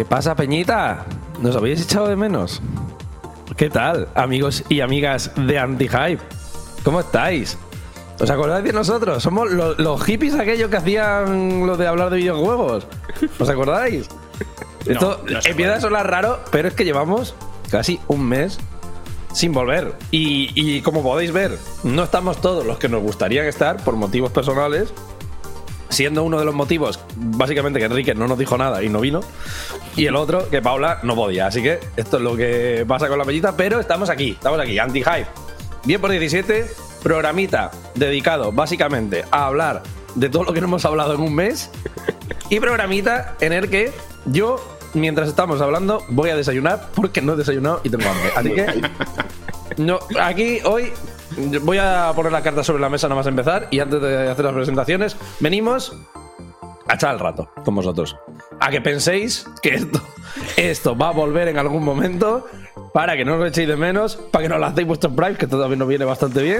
pasa, Peñita? ¿Nos habéis echado de menos? ¿Qué tal, amigos y amigas de Anti-Hype? ¿Cómo estáis? ¿Os acordáis de nosotros? Somos los hippies aquellos que hacían lo de hablar de videojuegos. ¿Os acordáis? Esto empieza a sonar raro, pero es que llevamos casi un mes sin volver. Y como podéis ver, no estamos todos los que nos gustaría estar por motivos personales. Siendo uno de los motivos, básicamente, que Enrique no nos dijo nada y no vino. Y el otro, que Paula no podía. Así que esto es lo que pasa con la Peñita. Pero estamos aquí, Anti-Hype. 10x17, programita dedicado básicamente a hablar de todo lo que no hemos hablado en un mes. Y programita en el que yo, mientras estamos hablando, voy a desayunar porque no he desayunado y tengo hambre. Así que no, aquí hoy voy a poner la carta sobre la mesa nada más empezar. Y antes de hacer las presentaciones, venimos a echar el rato con vosotros. A que penséis que esto va a volver en algún momento, para que no os lo echéis de menos, para que nos lancéis vuestros primes, que esto también nos viene bastante bien.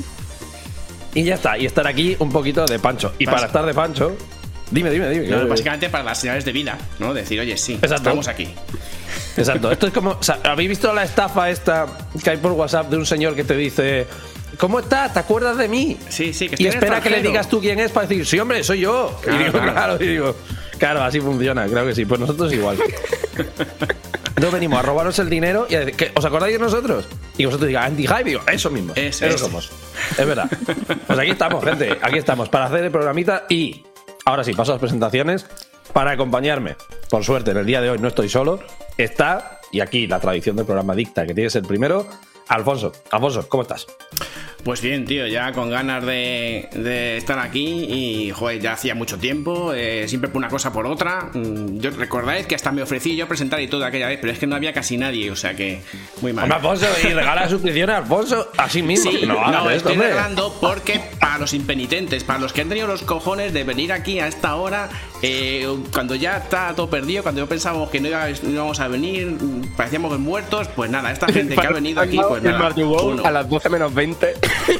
Y ya está, y estar aquí un poquito de pancho. Y para estar de pancho, dime. No, básicamente para las señales de vida, ¿no? Decir, oye, sí, exacto, estamos aquí. Exacto, esto es como, o sea, ¿habéis visto la estafa esta que hay por WhatsApp de un señor que te dice: ¿cómo estás? ¿Te acuerdas de mí? Sí, que y espera que le digas tú quién es para decir: sí, hombre, soy yo. Claro, así funciona, creo que sí. Pues nosotros igual. Entonces venimos a robaros el dinero y a decir: ¿os acordáis de nosotros? Y vosotros digáis Anti-Hype, digo, eso mismo. Eso somos. Es verdad. Pues aquí estamos, gente. Aquí estamos para hacer el programita. Y ahora sí, paso a las presentaciones. Para acompañarme, por suerte, en el día de hoy no estoy solo. Está, y aquí la tradición del programa dicta que tiene que ser primero, Alfonso. Alfonso, ¿cómo estás? Pues bien, tío, ya con ganas de estar aquí. Y, joder, ya hacía mucho tiempo, siempre por una cosa por otra. Yo recordáis que hasta me ofrecí yo a presentar y todo aquella vez, pero es que no había casi nadie, o sea que muy mal. Hombre, Alfonso, y regala suscripciones a Alfonso así mismo. Sí, no, estoy regalando porque para los impenitentes, para los que han tenido los cojones de venir aquí a esta hora, cuando ya está todo perdido, cuando yo pensábamos que no íbamos a venir, parecíamos muertos, pues nada, esta gente que ha venido aquí, pues nada. A las 12 menos 20.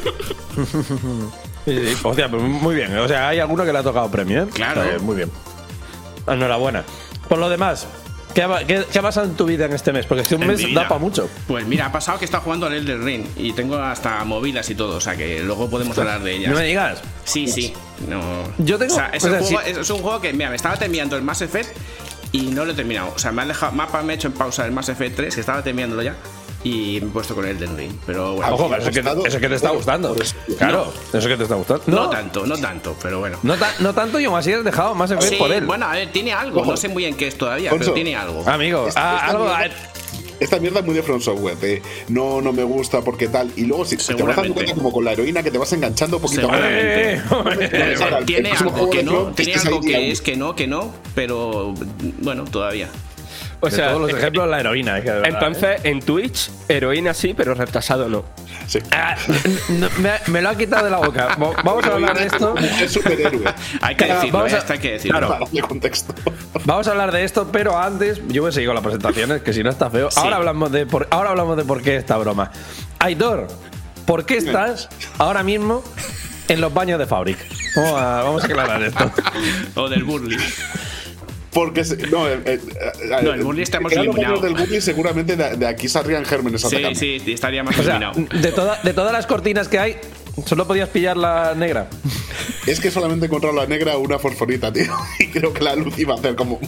Sí, hostia, pues muy bien. O sea, hay alguno que le ha tocado premio, ¿eh? Claro. Muy bien. Enhorabuena. Por lo demás, ¿qué ha pasado en tu vida en este mes? Porque este mes da para mucho. Pues mira, ha pasado que he estado jugando al Elden Ring y tengo hasta movidas y todo, o sea que luego podemos hablar de ellas. No me digas. Sí. No. Yo tengo. O sea, es un juego que, mira, me estaba terminando el Mass Effect y no lo he terminado. O sea, me ha hecho en pausa el Mass Effect 3, que estaba terminándolo ya. Y me he puesto con el Elden Ring. Pero bueno. Ojo, eso que te está gustando. Claro, eso que te está gustando. No tanto, pero bueno. No tanto, y aún así has dejado más Effect por él. Bueno, a ver, tiene algo. No sé muy bien qué es todavía, pero tiene algo. Amigo, algo. Esta mierda es muy de From Software. No me gusta porque tal. Y luego si te vas dando cuenta, como con la heroína, que te vas enganchando poquito más. Tiene algo que no, tiene algo que es que no, pero bueno, todavía. O sea, de todos los ejemplos, la heroína. Es que de verdad, entonces, en Twitch, heroína sí, pero retrasado no. Sí. Me lo ha quitado de la boca. Vamos a hablar de esto. Es superhéroe. Hay que decirlo, hay que decirlo. Claro. Para darle contexto. Vamos a hablar de esto, pero antes, yo voy a seguir con las presentaciones, que si no está feo. Sí. Ahora hablamos de por qué esta broma. Aitor, ¿por qué estás ahora mismo en los baños de Fabric? Vamos a aclarar esto. O del Burly. Porque el Burly está más eliminado. Del Burly, seguramente de aquí saldrían gérmenes atacando. Sí, estaría más eliminado. De todas las cortinas que hay, solo podías pillar la negra. Es que solamente he encontrado la negra una fosforita, tío. Y creo que la luz iba a hacer como.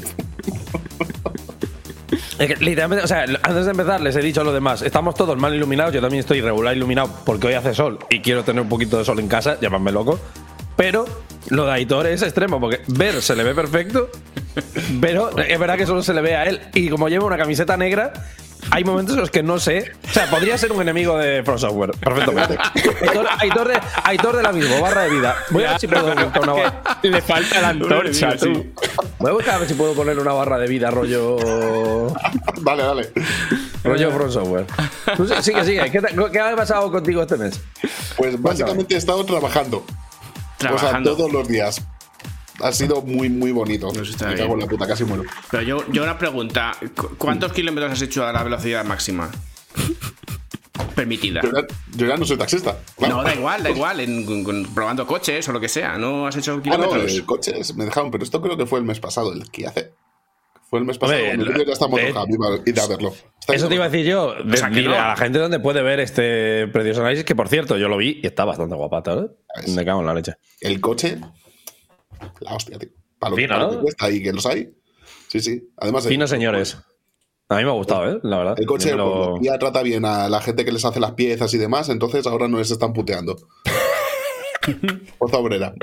Es que, literalmente, o sea, antes de empezar les he dicho a los demás, estamos todos mal iluminados, yo también estoy regular iluminado porque hoy hace sol y quiero tener un poquito de sol en casa, llamadme loco. Pero lo de Aitor es extremo, porque ver se le ve perfecto, pero es verdad que solo se le ve a él. Y como lleva una camiseta negra, hay momentos en los que no sé. O sea, podría ser un enemigo de From Software, perfectamente. Aitor del abismo, barra de vida. Voy a ver si puedo buscar una barra. Le falta la antorcha, tú. Voy a buscar a ver si puedo poner una barra de vida, rollo. Dale. Rollo From Software. Sigue. ¿Qué ha pasado contigo este mes? Pues básicamente he estado trabajando. O sea, todos los días. Ha sido muy, muy bonito. Me cago en la puta, casi muero. Pero yo una pregunta. ¿Cuántos kilómetros has hecho a la velocidad máxima permitida? Yo ya no soy taxista. Claro. No, da igual. Probando coches o lo que sea. ¿No has hecho kilómetros? Coches me dejaron, pero esto creo que fue el mes pasado. El que hace Fue el mes pasado. El vídeo ya está en Motorhub, id a verlo. Eso te iba a decir yo. Dile a la gente donde puede ver este precioso análisis, que por cierto, yo lo vi y está bastante guapata, ¿eh? Me cago en la leche. El coche, la hostia, tío. Para lo que cuesta y que los hay. Sí. Además, finos señores. A mí me ha gustado, la verdad. El coche ya trata bien a la gente que les hace las piezas y demás, entonces ahora no les están puteando. Fuerza obrera.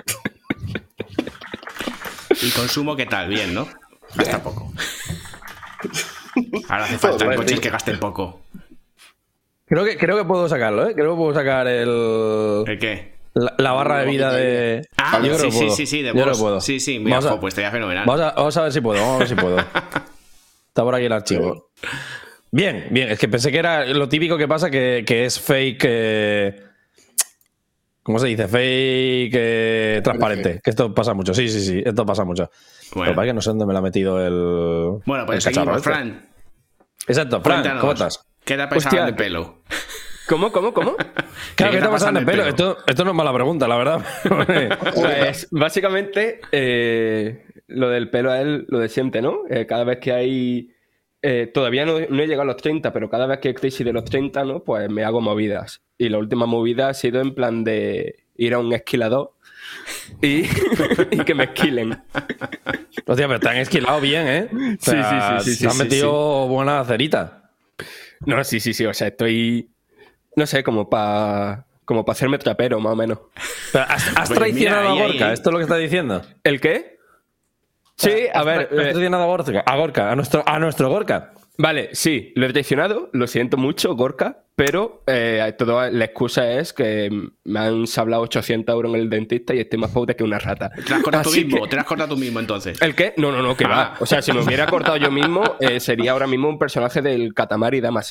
¿Y consumo qué tal? Bien, ¿no? Gasta poco. Ahora hace falta coches que gasten poco. Creo que puedo sacarlo, ¿eh? Creo que puedo sacar el... ¿El qué? La barra de vida de... Sí, de vos. Sí, mira, pues estaría fenomenal. Vamos a ver si puedo, Está por aquí el archivo. Bien. Es que pensé que era lo típico que pasa, que es fake... ¿Cómo se dice? Fake transparente. Que esto pasa mucho. Sí. Esto pasa mucho. Bueno. Pero que no sé dónde me lo ha metido el... Bueno, pues seguimos, Fran. Exacto, Fran, cuéntanos, ¿cómo estás? ¿Qué te ha pasado de pelo? ¿Cómo? Claro, ¿qué te ha pasado de pelo? Esto no es mala pregunta, la verdad. Pues básicamente lo del pelo es lo de siempre, ¿no? Cada vez que hay... todavía no he llegado a los 30, pero cada vez que hay crisis de los 30, ¿no? Pues me hago movidas. Y la última movida ha sido en plan de ir a un esquilador y que me esquilen. Hostia, pero te han esquilado bien, ¿eh? O sea, sí. Te han metido buena cerita. No, sí. O sea, estoy... No sé, como para hacerme trapero, más o menos. Pero ¿Has traicionado a Gorka? ¿Esto es lo que estás diciendo? ¿El qué? Sí, a ver... ¿Has traicionado a Gorka? A nuestro Gorka. Vale, sí, lo he traicionado, lo siento mucho, Gorka, pero toda la excusa es que me han sablado 800 euros en el dentista y estoy más pauta que una rata. ¿Te las cortas tú mismo? ¿Te las cortas tú mismo entonces? ¿El qué? No, que va. O sea, si me hubiera cortado yo mismo, sería ahora mismo un personaje del Katamari Damacy.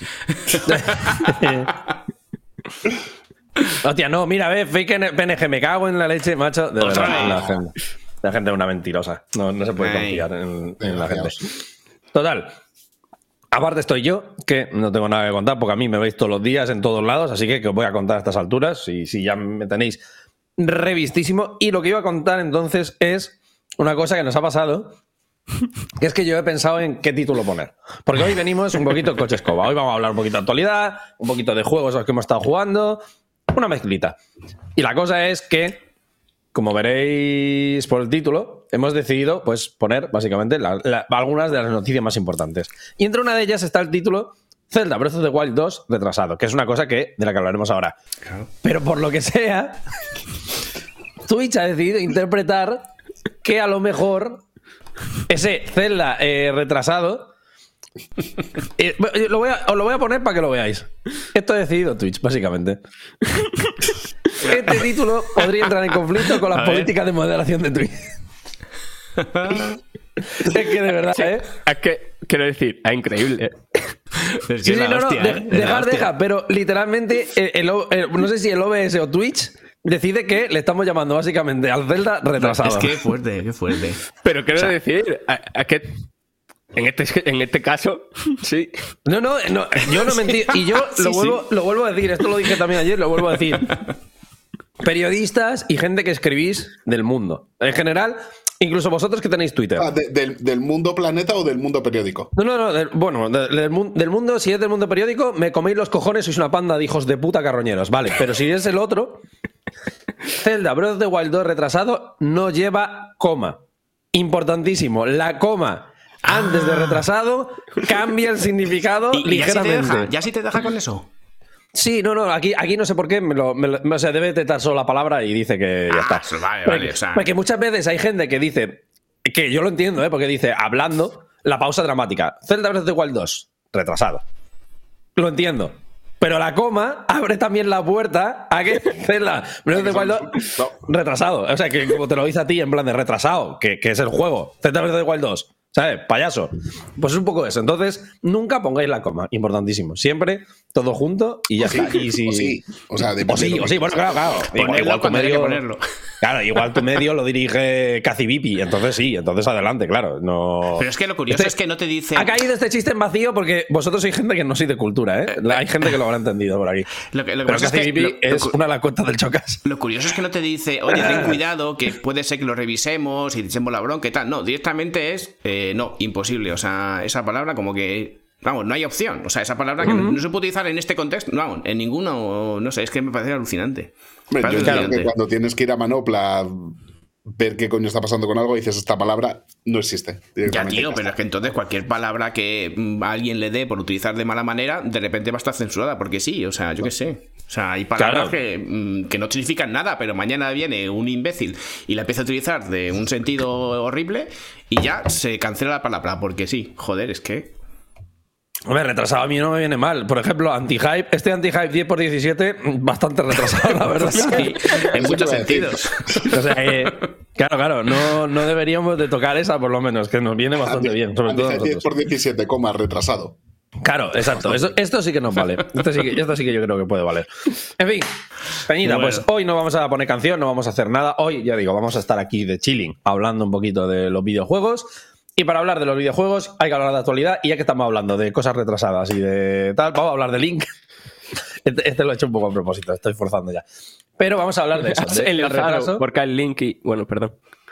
Hostia, no, mira, fake PNG, me cago en la leche, macho. De verdad, la gente es una mentirosa. No se puede confiar en la gente. Total. Aparte estoy yo, que no tengo nada que contar, porque a mí me veis todos los días en todos lados, así que os voy a contar a estas alturas, y si ya me tenéis revistísimo. Y lo que iba a contar entonces es una cosa que nos ha pasado, que es que yo he pensado en qué título poner. Porque hoy venimos un poquito coche escoba. Hoy vamos a hablar un poquito de actualidad, un poquito de juegos a los que hemos estado jugando, una mezclita. Y la cosa es que, como veréis por el título, hemos decidido pues poner básicamente algunas de las noticias más importantes. Y entre una de ellas está el título Zelda Breath of the Wild 2 retrasado, que es una cosa de la que hablaremos ahora. Claro. Pero por lo que sea, Twitch ha decidido interpretar que a lo mejor ese Zelda retrasado... os lo voy a poner para que lo veáis. Esto ha decidido Twitch, básicamente. Este título podría entrar en conflicto con las políticas de moderación de Twitch. Es que de verdad, Es que, quiero decir, es increíble. Es que deja, pero literalmente no sé si el OBS o Twitch decide que le estamos llamando básicamente al Zelda retrasado. Es que fuerte. Pero quiero decir, es que en este caso, sí. No, yo no mentí. Y yo lo vuelvo a decir, esto lo dije también ayer, lo vuelvo a decir. Periodistas y gente que escribís del mundo. En general, incluso vosotros que tenéis Twitter. ¿Del mundo planeta o del mundo periódico? No, del mundo, si es del mundo periódico, me coméis los cojones, sois una panda de hijos de puta carroñeros, vale. Pero si es el otro, Zelda Breath of the Wild 2 retrasado no lleva coma. Importantísimo, la coma antes de retrasado cambia el significado ligeramente. ¿Ya sí te deja con eso? Sí, aquí no sé por qué, o sea, debe detectar solo la palabra y dice que ya está. Vale, o sea. Porque muchas veces hay gente que dice, que yo lo entiendo, porque dice, hablando, la pausa dramática. Zelda Breath of the Wild 2, retrasado. Lo entiendo. Pero la coma abre también la puerta a que Zelda Breath of the Wild 2, retrasado. O sea, que como te lo dice a ti en plan de retrasado, que es el juego. Zelda Breath of the Wild 2. ¿Sabes? Payaso. Pues es un poco eso. Entonces, nunca pongáis la coma. Importantísimo. Siempre todo junto y ya está. Y si, o sea, bueno, claro. Igual tu medio, claro, igual tu medio lo dirige Cacivipi, entonces adelante, claro. No. Pero es que lo curioso es que no te dice. Ha caído este chiste en vacío porque vosotros sois gente que no sois de cultura, ¿eh? Hay gente que lo habrá entendido por aquí. Pero Cacivipi es una de las cuentas del Chocas. Lo curioso es que no te dice, oye, ten cuidado, que puede ser que lo revisemos y echemos la bronca y tal. No, directamente es no, imposible. O sea, esa palabra como que, vamos, no hay opción. O sea, esa palabra que no se puede utilizar en este contexto, vamos, en ninguno, no sé, es que me parece alucinante. Yo creo que cuando tienes que ir a Manopla ver qué coño está pasando con algo, dices, esta palabra no existe. Ya, tío, pero es que entonces cualquier palabra que a alguien le dé por utilizar de mala manera, de repente va a estar censurada, porque sí, o sea, yo qué sé. O sea, hay palabras que no significan nada, pero mañana viene un imbécil y la empieza a utilizar de un sentido horrible y ya se cancela la palabra, porque sí, joder, es que... Hombre, retrasado a mí no me viene mal. Por ejemplo, anti-hype, este anti-hype 10x17, bastante retrasado, la verdad. Sí, en muchos sentidos. O sea, claro, no deberíamos de tocar esa, por lo menos, que nos viene bastante bien. Sobre todo 10x17, retrasado. Claro, exacto. Esto sí que nos vale. Esto sí que yo creo que puede valer. En fin, Peñita, bueno, pues hoy no vamos a poner canción, no vamos a hacer nada. Hoy, ya digo, vamos a estar aquí de chilling, hablando un poquito de los videojuegos. Y para hablar de los videojuegos hay que hablar de actualidad. Y ya que estamos hablando de cosas retrasadas y de tal, vamos a hablar de Link. Este lo he hecho un poco a propósito, estoy forzando ya. Pero vamos a hablar de eso. El retraso. Porque el Link y... Bueno, perdón.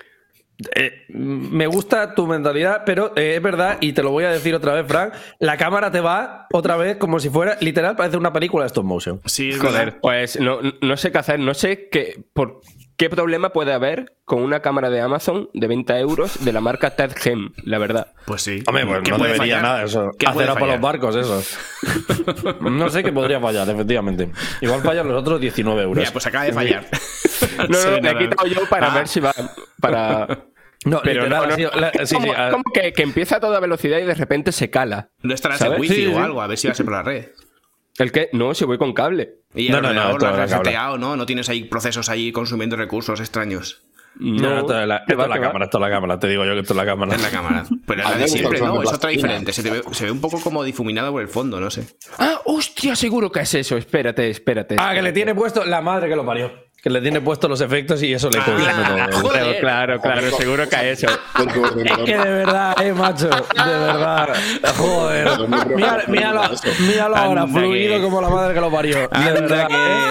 Me gusta tu mentalidad, pero es verdad, y te lo voy a decir otra vez, Frank, la cámara te va otra vez como si fuera, literal, parece una película de stop motion. Sí, joder, pues no sé qué hacer, no sé qué problema puede haber con una cámara de Amazon de 20 euros de la marca Tedgem, la verdad. Pues sí. Hombre, pues no debería nada eso. Hacerá para los barcos eso. No sé qué podría fallar, efectivamente. Igual fallan los otros 19 euros. Mira, pues acaba de fallar. No, me he quitado yo para ver si va... No, pero literal, no. Como que empieza a toda velocidad y de repente se cala. No estarás en wifi o algo, a ver si va a ser por la red. ¿El qué? No, si voy con cable. Y el ordenador lo has reseteado, ¿no? No tienes ahí procesos ahí consumiendo recursos extraños. No, esto es la cámara, te digo yo que esto es la cámara. Es la cámara. Pero es la de siempre, ¿no? Es otra diferente. Se ve un poco como difuminado por el fondo, no sé. Ah, hostia, seguro que es eso. Espérate. Ah, que le tiene puesto la madre que lo parió. Que le tiene puesto los efectos y eso le cubre todo. Claro, seguro que es eso. Es que de verdad, macho, de verdad. Joder. Míralo ahora, fluido como la madre que lo parió. De verdad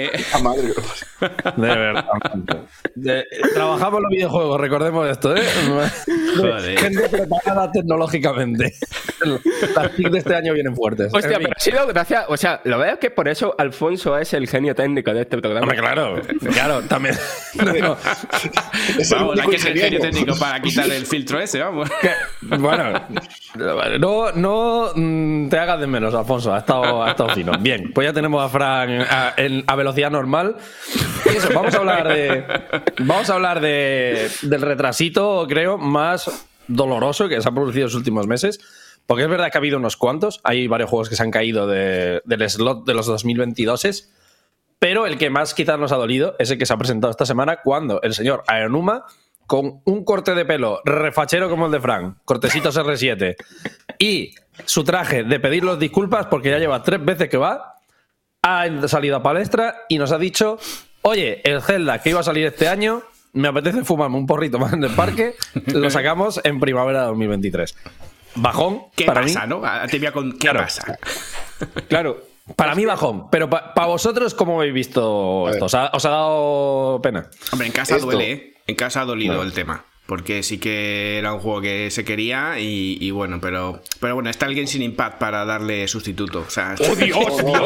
De verdad. Trabajamos en los videojuegos, recordemos esto, ¿eh? Joder. Gente preparada tecnológicamente. Las TIC de este año vienen fuertes. Hostia, pero ha sido gracias. O sea, lo veo que por eso Alfonso es el genio técnico de este programa. Hombre, claro, también. Vamos, hay que ser genio técnico para quitar el filtro ese, vamos. Bueno, no te hagas de menos, Alfonso. Ha estado fino. Bien, pues ya tenemos a Fran a velocidad normal. Y eso, vamos a hablar del retrasito, creo, más doloroso que se ha producido en los últimos meses. Porque es verdad que ha habido unos cuantos. Hay varios juegos que se han caído del slot de los 2022. Pero el que más quizás nos ha dolido es el que se ha presentado esta semana cuando el señor Aonuma, con un corte de pelo refachero como el de Frank, cortecitos R7, y su traje de pedir las disculpas porque ya lleva 3 veces que va, ha salido a palestra y nos ha dicho: oye, el Zelda que iba a salir este año, me apetece fumarme un porrito más en el parque, lo sacamos en primavera de 2023. Bajón. ¿Qué para pasa, mí, no? ¿Qué claro, pasa? Claro. Para mí bajón, pero para vosotros, ¿cómo habéis visto esto? ¿Os ha dado pena? Hombre, en casa duele, ¿eh? En casa ha dolido el tema. Porque sí que era un juego que se quería y bueno, pero bueno, está el Genshin Impact para darle sustituto. O sea, ¡oh, Dios!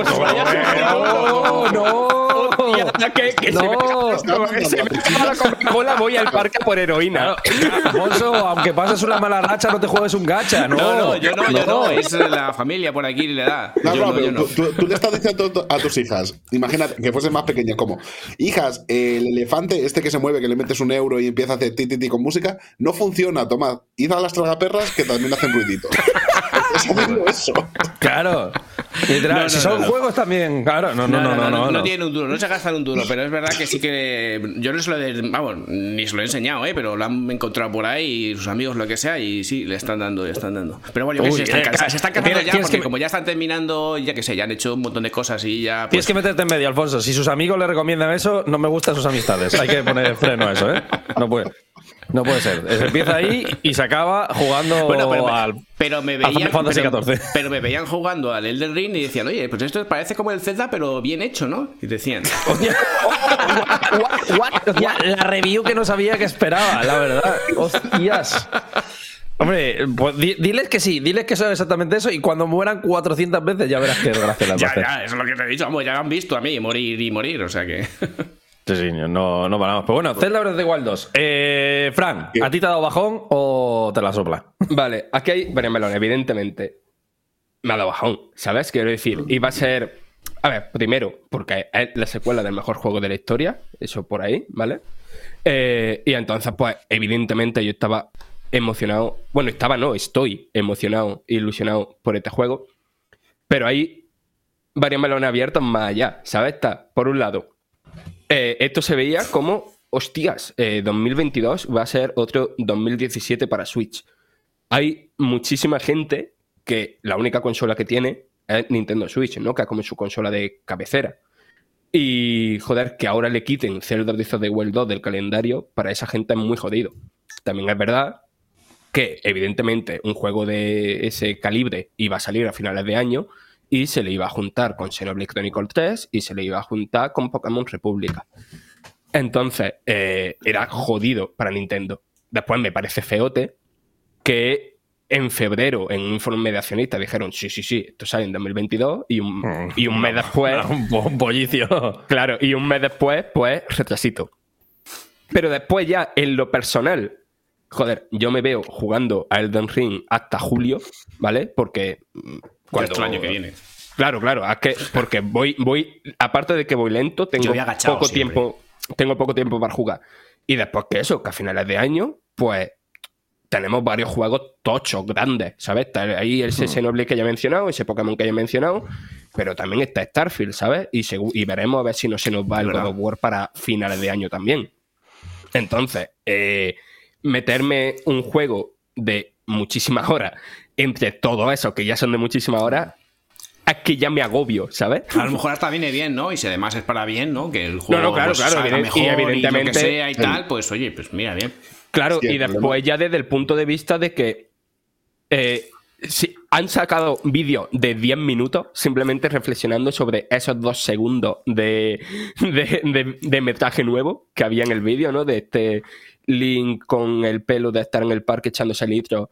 ¡No! Que se me acaba la Coca-Cola, voy al parque por heroína. Alfonso, aunque pases una mala racha, no te juegues un gacha, ¿no? No, yo no. Es la familia por aquí le da. Yo no. Tú le estás diciendo a tus hijas, imagínate que fuesen más pequeñas, como: hijas, el elefante este que se mueve, que le metes €1 y empieza a hacer ti con música, no funciona, tomad, id a las tragaperras que también hacen ruidito. Es eso. Claro. Literal, si son juegos también, claro, no tienen un duro, no se gastan un duro, pero es verdad que sí que yo no se lo he, vamos, ni se lo he enseñado, pero lo han encontrado por ahí y sus amigos, lo que sea, y sí, le están dando. Pero bueno, yo que sé, se están cansando ya, porque como ya están terminando, ya que sé, ya han hecho un montón de cosas y ya... Pues... Tienes que meterte en medio, Alfonso. Si sus amigos le recomiendan eso, no me gustan sus amistades. Hay que poner freno a eso, ¿eh? No puede ser. Se empieza ahí y se acaba jugando pero me veían jugando al Elden Ring y decían, oye, pues esto parece como el Zelda, pero bien hecho, ¿no? Y decían... La review que no sabía que esperaba, la verdad. Hostias. Hombre, pues diles que sí, diles que son exactamente eso y cuando mueran 400 veces ya verás qué desgracia las va a hacer. Ya, eso es lo que te he dicho, vamos, ya han visto a mí morir, o sea que... Sí, no paramos. Pero bueno, Zelda Breath of the Wild 2. Fran, ¿a ti te ha dado bajón o te la sopla? Vale, aquí hay varios melones, evidentemente. Me ha dado bajón, ¿sabes? Quiero decir, iba a ser... A ver, primero, porque es la secuela del mejor juego de la historia, eso por ahí, ¿vale? Y entonces, pues, evidentemente yo estaba emocionado. Bueno, estoy emocionado e ilusionado por este juego. Pero hay varios melones abiertos más allá, ¿sabes? Está, por un lado... esto se veía como, hostias, 2022 va a ser otro 2017 para Switch. Hay muchísima gente que la única consola que tiene es Nintendo Switch, ¿no? Que es como su consola de cabecera. Y, joder, que ahora le quiten Zelda Breath of the Wild 2 del calendario, para esa gente es muy jodido. También es verdad que, evidentemente, un juego de ese calibre iba a salir a finales de año, y se le iba a juntar con Xenoblade Chronicles 3 y se le iba a juntar con Pokémon República. Entonces, era jodido para Nintendo. Después me parece feote que en febrero, en un informe de accionistas, dijeron sí, esto sale en 2022 y un mes después... Un pollicio. Claro, y un mes después, pues, retrasito. Pero después ya, en lo personal, joder, yo me veo jugando a Elden Ring hasta julio, ¿vale? Porque... Cuando el año que viene. Claro, es que porque voy aparte de que voy lento, tengo poco tiempo para jugar. Y después que eso, que a finales de año, pues tenemos varios juegos tochos, grandes, ¿sabes? Está ahí ese Xenoblade que ya he mencionado, ese Pokémon que ya he mencionado, pero también está Starfield, ¿sabes? Y veremos a ver si no se nos va el God of War para finales de año también. Entonces, meterme un juego de muchísimas horas entre todo eso, que ya son de muchísimas horas, es que ya me agobio, ¿sabes? A lo mejor hasta viene bien, ¿no? Y si además es para bien, ¿no? Que el juego claro, salga mejor y evidentemente, y lo que sea y tal, pues oye, pues mira, bien. Claro, y después ya desde el punto de vista de que si han sacado vídeos de 10 minutos simplemente reflexionando sobre esos 2 segundos de metraje nuevo que había en el vídeo, ¿no? De este Link con el pelo de estar en el parque echándose litros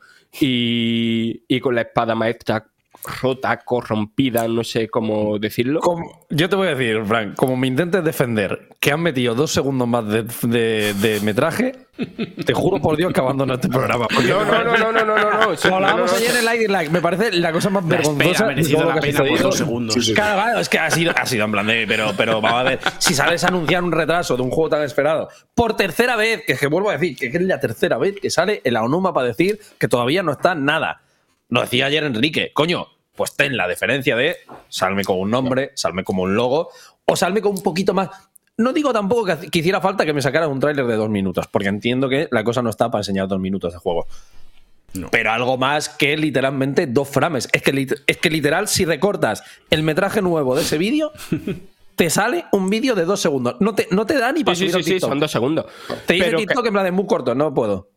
y con la espada maestra rota, corrompida, no sé cómo decirlo. Yo te voy a decir, Frank, como me intentes defender que han metido 2 segundos más de metraje, te juro por Dios que abandono este programa. No. Lo hablábamos ayer en el Light Like. Me parece la cosa más vergonzosa. Merecido la pena por 2 segundos. Sí. Claro, es que ha sido en plan de... Pero vamos a ver, si sales a anunciar un retraso de un juego tan esperado, por tercera vez, que vuelvo a decir, que es la tercera vez que sale el Aonuma para decir que todavía no está nada. Lo decía ayer Enrique, coño, pues ten la deferencia de salme con un nombre, salme como un logo, o salme con un poquito más... No digo tampoco que hiciera falta que me sacaran un tráiler de 2 minutos, porque entiendo que la cosa no está para enseñar 2 minutos de juego. No. Pero algo más que literalmente 2 frames. Es que literal, si recortas el metraje nuevo de ese vídeo, te sale un vídeo de 2 segundos. No te da ni para subir al TikTok. Sí, son 2 segundos. Te dice TikTok en plan de muy corto, no puedo.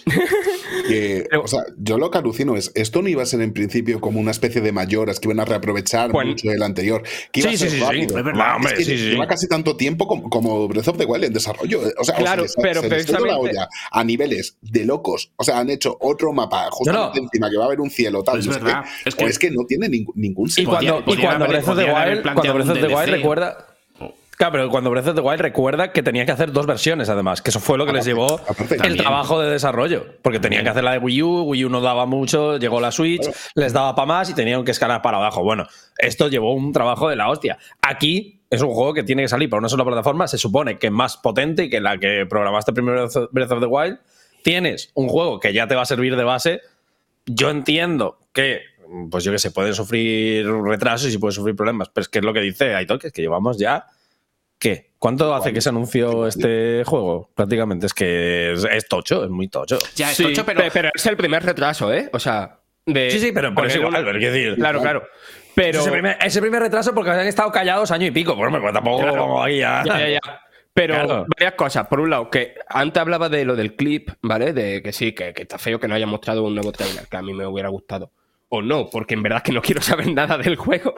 O sea, yo lo que alucino es, esto no iba a ser en principio como una especie de mayoras que iban a reaprovechar mucho del anterior, que iba a ser rápido. Es verdad, hombre, es que lleva casi tanto tiempo como Breath of the Wild en desarrollo. O sea, claro, pero se les ha ido la olla a niveles de locos. O sea, han hecho otro mapa justamente encima que va a haber un cielo tal. Es verdad. Es que no tiene ningún sentido. Y cuando Breath of the Wild recuerda... Claro, pero cuando Breath of the Wild recuerda que tenía que hacer 2 versiones, además, que eso fue lo que les llevó el trabajo de desarrollo, porque tenían que hacer la de Wii U no daba mucho, llegó la Switch, les daba para más y tenían que escalar para abajo. Bueno, esto llevó un trabajo de la hostia. Aquí es un juego que tiene que salir para una sola plataforma, se supone que es más potente que la que programaste primero Breath of the Wild. Tienes un juego que ya te va a servir de base yo entiendo que, pues yo que sé, pueden sufrir retrasos y pueden sufrir problemas, pero es que es lo que dice Aitor, que es que llevamos ya... ¿Qué? ¿Cuánto hace que se anunció este juego? Prácticamente es que es tocho, es muy tocho. Ya es Sí, tocho, pero es el primer retraso, ¿eh? O sea, Sí, pero es igual, pero quiero decir... Claro. Pero... Ese primer retraso porque habían estado callados año y pico. Bueno, pues tampoco como aquí ya... Ya. Pero Claro. varias cosas. Por un lado, que antes hablaba de lo del clip, ¿vale? De que sí, que está feo que no haya mostrado un nuevo trailer, que a mí me hubiera gustado. O no, porque en verdad es que no quiero saber nada del juego.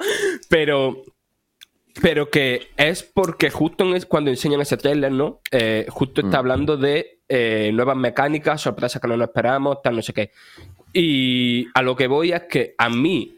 Pero que es porque justo cuando enseñan ese trailer, ¿no? Justo está hablando de nuevas mecánicas, sorpresas que no nos esperábamos, tal, no sé qué. Y a lo que voy es que a mí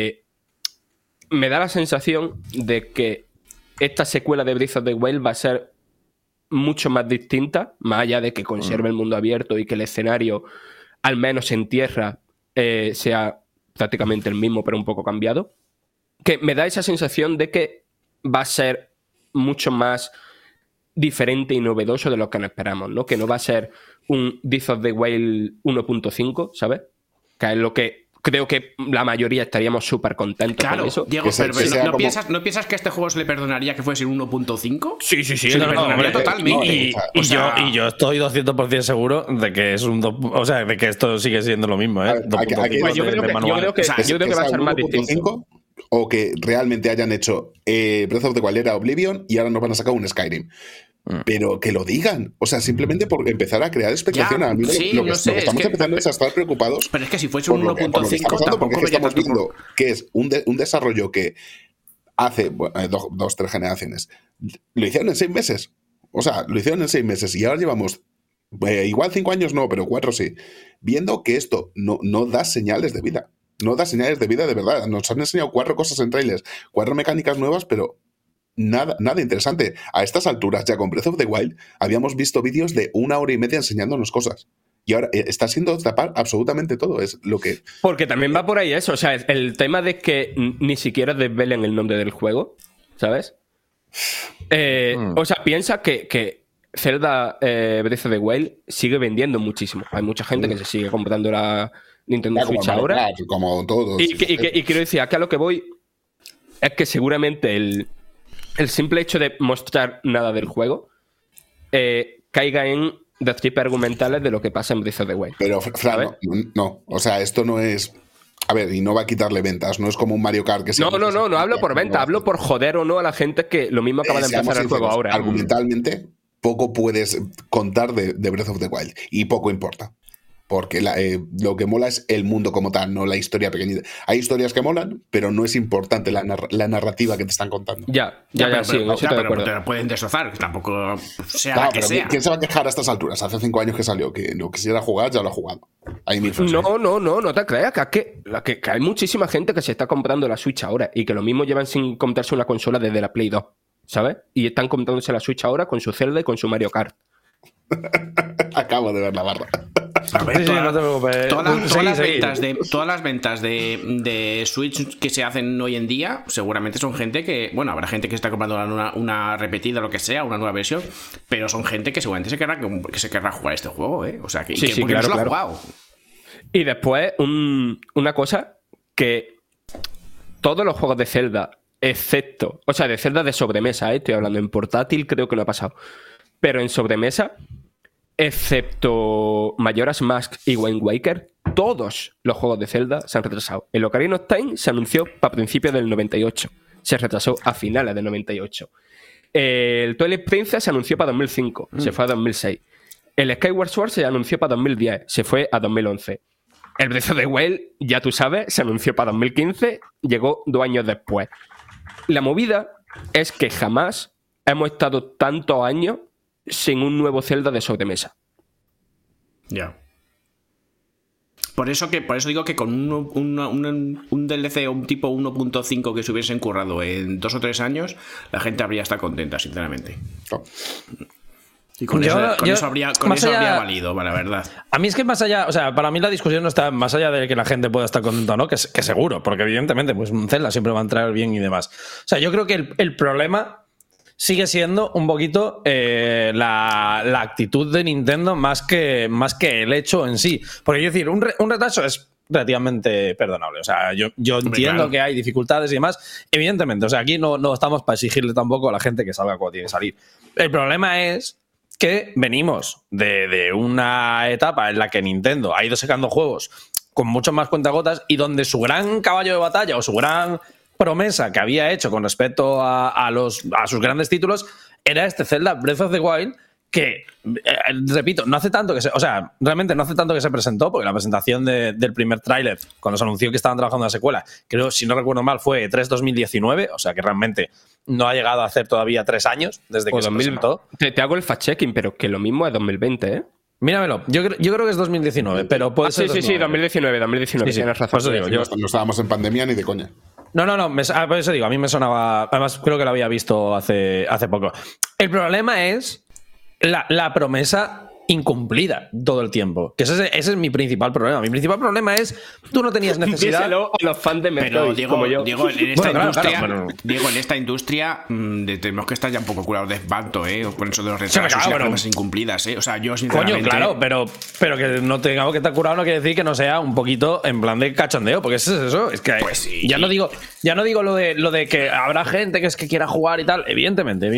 me da la sensación de que esta secuela de Breath of the Wild va a ser mucho más distinta, más allá de que conserve el mundo abierto y que el escenario, al menos en tierra, sea prácticamente el mismo, pero un poco cambiado. Que me da esa sensación de que va a ser mucho más diferente y novedoso de lo que nos esperamos, ¿no? Que no va a ser un Breath of the Wild 1.5, ¿sabes? Que es lo que creo que la mayoría estaríamos súper contentos claro, con eso. Diego, Que pero sea ¿no como- piensas que a este juego se le perdonaría que fuese un 1.5? Sí, Se le perdonaría hombre, totalmente. Y O sea, yo estoy 200% seguro de que es o sea, de que esto sigue siendo lo mismo, ¿eh? A ver, aquí- Pues yo creo que va a ser más distinto. O que realmente hayan hecho Breath of the Wild era Oblivion y ahora nos van a sacar un Skyrim. Pero que lo digan. O sea, simplemente por empezar a crear expectación. Ya, A mí sí, lo que no sé, es estamos que- empezando es a estar preocupados. Pero es que si fuese por un lo que está 1.5 pasando, porque tampoco es que vería estamos tanto. viendo que es un desarrollo que hace 2-3 generaciones. Lo hicieron en 6 meses. O sea, lo hicieron en 6 meses y ahora llevamos igual 5 años no, pero 4 sí. Viendo que esto no da señales de vida. No da señales de vida de verdad. Nos han enseñado 4 cosas en trailers, 4 mecánicas nuevas, pero nada interesante. A estas alturas, ya con Breath of the Wild, habíamos visto vídeos de 1 hora y media enseñándonos cosas. Y ahora está siendo tapar absolutamente todo. Es lo que... Porque también va por ahí eso. O sea, el tema de que ni siquiera desvelen el nombre del juego, ¿sabes? O sea, piensa que Zelda Breath of the Wild sigue vendiendo muchísimo. Hay mucha gente que se sigue comprando la Nintendo como Switch Mario ahora. Kart, como todos. Y quiero decir, acá a lo que voy es que seguramente el simple hecho de mostrar nada del juego caiga en destripes argumentales de lo que pasa en Breath of the Wild. Pero, Fran, no. O sea, esto no es... A ver, y no va a quitarle ventas. No es como un Mario Kart que se... No hablo por venta. Hablo por joder o no a la gente que lo mismo acaba de Seamos empezar el juego sinceros, ahora. Argumentalmente, poco puedes contar de Breath of the Wild. Y poco importa. Porque lo que mola es el mundo como tal, no la historia pequeñita. Hay historias que molan, pero no es importante la narrativa que te están contando. Ya, sí, pero, en eso estoy de pero acuerdo. te lo pueden destrozar, que tampoco sea Claro, la que pero sea. ¿quién se va a quejar a estas alturas? Hace 5 años que salió, que no quisiera jugar, ya lo ha jugado. Hay mil frases. No te creas, que hay muchísima gente que se está comprando la Switch ahora y que lo mismo llevan sin comprarse una consola desde la Play 2, ¿sabes? Y están comprándose la Switch ahora con su Zelda y con su Mario Kart. Acabo de ver la barra. A ver, Sí, no te preocupes. todas las ventas de Switch que se hacen hoy en día, seguramente son gente que, bueno, habrá gente que está comprando una repetida, lo que sea, una nueva versión, pero son gente que seguramente se querrá jugar este juego, ¿eh? O sea, que Sí, porque claro, no se lo ha claro. jugado. Y después, una cosa que todos los juegos de Zelda, excepto, o sea, de Zelda de sobremesa, estoy hablando en portátil, creo que no ha pasado, pero en sobremesa, excepto Majora's Mask y Wind Waker, todos los juegos de Zelda se han retrasado. El Ocarina of Time se anunció para principios del 98, se retrasó a finales del 98. El Twilight Princess se anunció para 2005, se fue a 2006. El Skyward Sword se anunció para 2010, se fue a 2011. El Breath of the Wild, ya tú sabes, se anunció para 2015, llegó 2 años después. La movida es que jamás hemos estado tantos años sin un nuevo Zelda de sobremesa. Ya. Por eso digo que con un DLC o un tipo 1.5 que se hubiesen currado en 2 o 3 años, la gente habría estado contenta, sinceramente. No. Y con eso habría valido, la verdad. A mí es que más allá, o sea, para mí la discusión no está más allá de que la gente pueda estar contenta o no, que seguro, porque evidentemente pues un Zelda siempre va a entrar bien y demás. O sea, yo creo que el problema sigue siendo un poquito la actitud de Nintendo más que el hecho en sí. Porque, quiero decir, un retraso es relativamente perdonable. O sea, yo entiendo claro que hay dificultades y demás. Evidentemente, o sea, aquí no estamos para exigirle tampoco a la gente que salga cuando tiene que salir. El problema es que venimos de una etapa en la que Nintendo ha ido sacando juegos con mucho más cuentagotas y donde su gran caballo de batalla o su gran promesa que había hecho con respecto a sus grandes títulos era este Zelda Breath of the Wild, que, repito, no hace tanto que realmente no hace tanto que se presentó, porque la presentación del primer tráiler, cuando se anunció que estaban trabajando en la secuela, creo, si no recuerdo mal, fue 3 2019, o sea que realmente no ha llegado a hacer todavía 3 años desde que se presentó. Te hago el fact-checking, pero que lo mismo es 2020, ¿eh? Míramelo, yo creo que es 2019, pero puede ser. Sí, 2019, Sí. tienes razón. Por eso digo, No estábamos en pandemia ni de coña. No, por eso digo, a mí me sonaba. Además, creo que lo había visto hace poco. El problema es la promesa incumplida todo el tiempo. Que ese es mi principal problema. Mi principal problema es tú no tenías necesidad. Díselo a los fans de Metroid, Pero Diego, como yo. Diego, en esta Bueno, industria, claro. Diego, en esta industria tenemos que estar ya un poco curados de espanto, con eso de los retrasos claro, y las pero- promesas incumplidas, O sea, yo sinceramente... Coño, claro, pero que no tengamos que estar curado no quiere decir que no sea un poquito en plan de cachondeo, porque eso es eso. Es que Pues sí. ya no digo lo de que habrá gente que quiera jugar y tal. Evidentemente,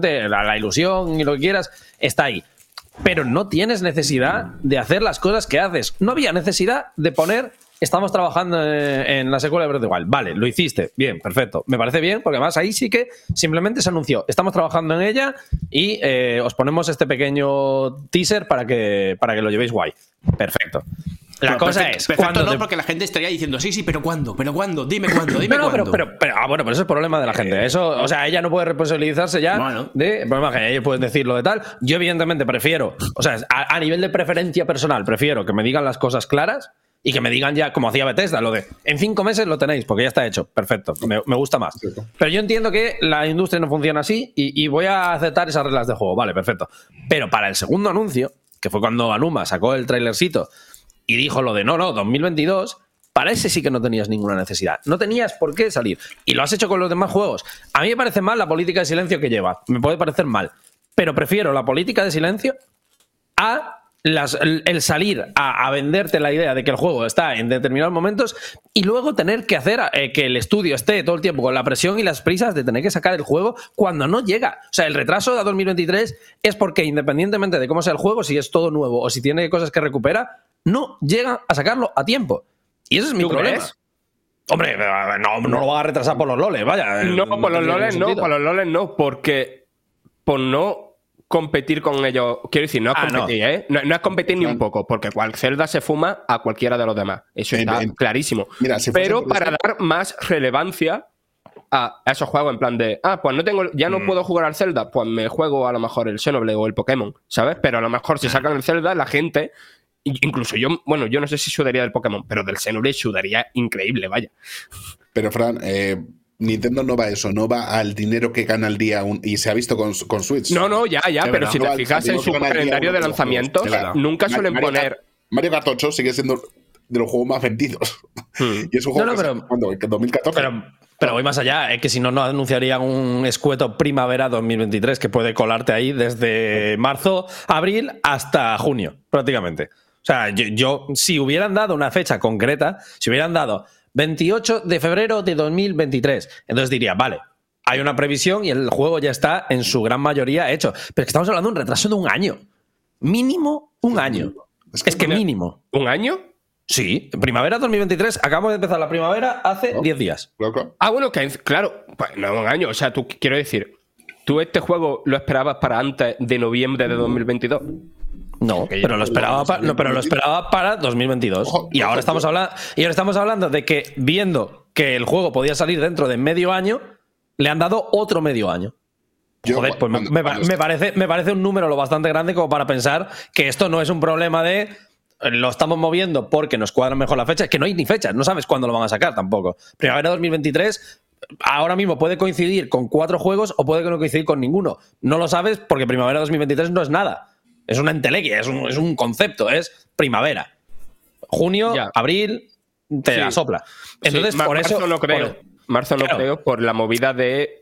la ilusión y lo que quieras está ahí. Pero no tienes necesidad de hacer las cosas que haces. No había necesidad de poner estamos trabajando en la secuela de Breath of the Wild. Vale, lo hiciste. Bien, perfecto. Me parece bien, porque además ahí sí que simplemente se anunció. Estamos trabajando en ella y os ponemos este pequeño teaser para que lo llevéis guay. Perfecto. La cosa es... Perfecto, no, porque la gente estaría diciendo, sí, pero ¿cuándo? Dime cuándo. Bueno, pero eso es problema de la gente. Eso, o sea, ella no puede responsabilizarse ya de problema que ellos pueden decirlo de tal. Yo, evidentemente, prefiero, o sea, a nivel de preferencia personal, prefiero que me digan las cosas claras y que me digan ya, como hacía Bethesda, lo de en 5 meses lo tenéis, porque ya está hecho. Perfecto, me gusta más. Pero yo entiendo que la industria no funciona así y voy a aceptar esas reglas de juego. Vale, perfecto. Pero para el segundo anuncio, que fue cuando Anuma sacó el trailercito y dijo lo de no, 2022, para ese sí que no tenías ninguna necesidad. No tenías por qué salir. Y lo has hecho con los demás juegos. A mí me parece mal la política de silencio que lleva. Me puede parecer mal. Pero prefiero la política de silencio a el salir a venderte la idea de que el juego está en determinados momentos y luego tener que hacer que el estudio esté todo el tiempo con la presión y las prisas de tener que sacar el juego cuando no llega. O sea, el retraso de 2023 es porque, independientemente de cómo sea el juego, si es todo nuevo o si tiene cosas que recupera, no llega a sacarlo a tiempo. Y ese es mi problema. ¿Crees? Hombre, no lo va a retrasar por los loles, vaya. No, por los loles no, porque por no competir con ellos, quiero decir, no es competir, no es competir ni un poco, porque Zelda se fuma a cualquiera de los demás, eso está clarísimo. Mira, si pero para dar más relevancia a esos juegos, en plan de, pues no puedo jugar al Zelda, pues me juego a lo mejor el Xenoblade o el Pokémon, ¿sabes? Pero a lo mejor si sacan el Zelda, la gente, incluso yo no sé si sudaría del Pokémon, pero del Xenoblade sudaría increíble, vaya. Pero Fran, Nintendo no va a eso, no va al dinero que gana al día y se ha visto con Switch. No, ya, pero si te fijas en su calendario de lanzamientos, nunca suelen poner... Mario Kart 8 sigue siendo de los juegos más vendidos. Y es un juego que 2014. Pero voy más allá, es que si no anunciarían un escueto primavera 2023 que puede colarte ahí desde marzo, abril hasta junio, prácticamente. O sea, yo si hubieran dado una fecha concreta, si hubieran dado 28 de febrero de 2023, entonces diría, vale, hay una previsión y el juego ya está en su gran mayoría hecho. Pero es que estamos hablando de un retraso de un año. Mínimo un año. Es que mínimo. ¿Un año? Sí, primavera 2023, acabamos de empezar la primavera hace 10 días. ¿Loco? Bueno, claro, pues no un año. O sea, quiero decir, ¿tú este juego lo esperabas para antes de noviembre de 2022? No, pero lo esperaba para 2022. Y ahora estamos hablando de que, viendo que el juego podía salir dentro de medio año, le han dado otro medio año. Joder, pues me parece un número lo bastante grande como para pensar que esto no es un problema de lo estamos moviendo porque nos cuadra mejor la fecha, que no hay ni fecha, no sabes cuándo lo van a sacar tampoco. Primavera 2023 ahora mismo puede coincidir con 4 juegos o puede que no coincidir con ninguno. No lo sabes porque primavera 2023 no es nada. Es una entelequia, es un concepto, es primavera. Junio, abril, te la sopla. Entonces, por eso... Marzo no creo, por la movida de...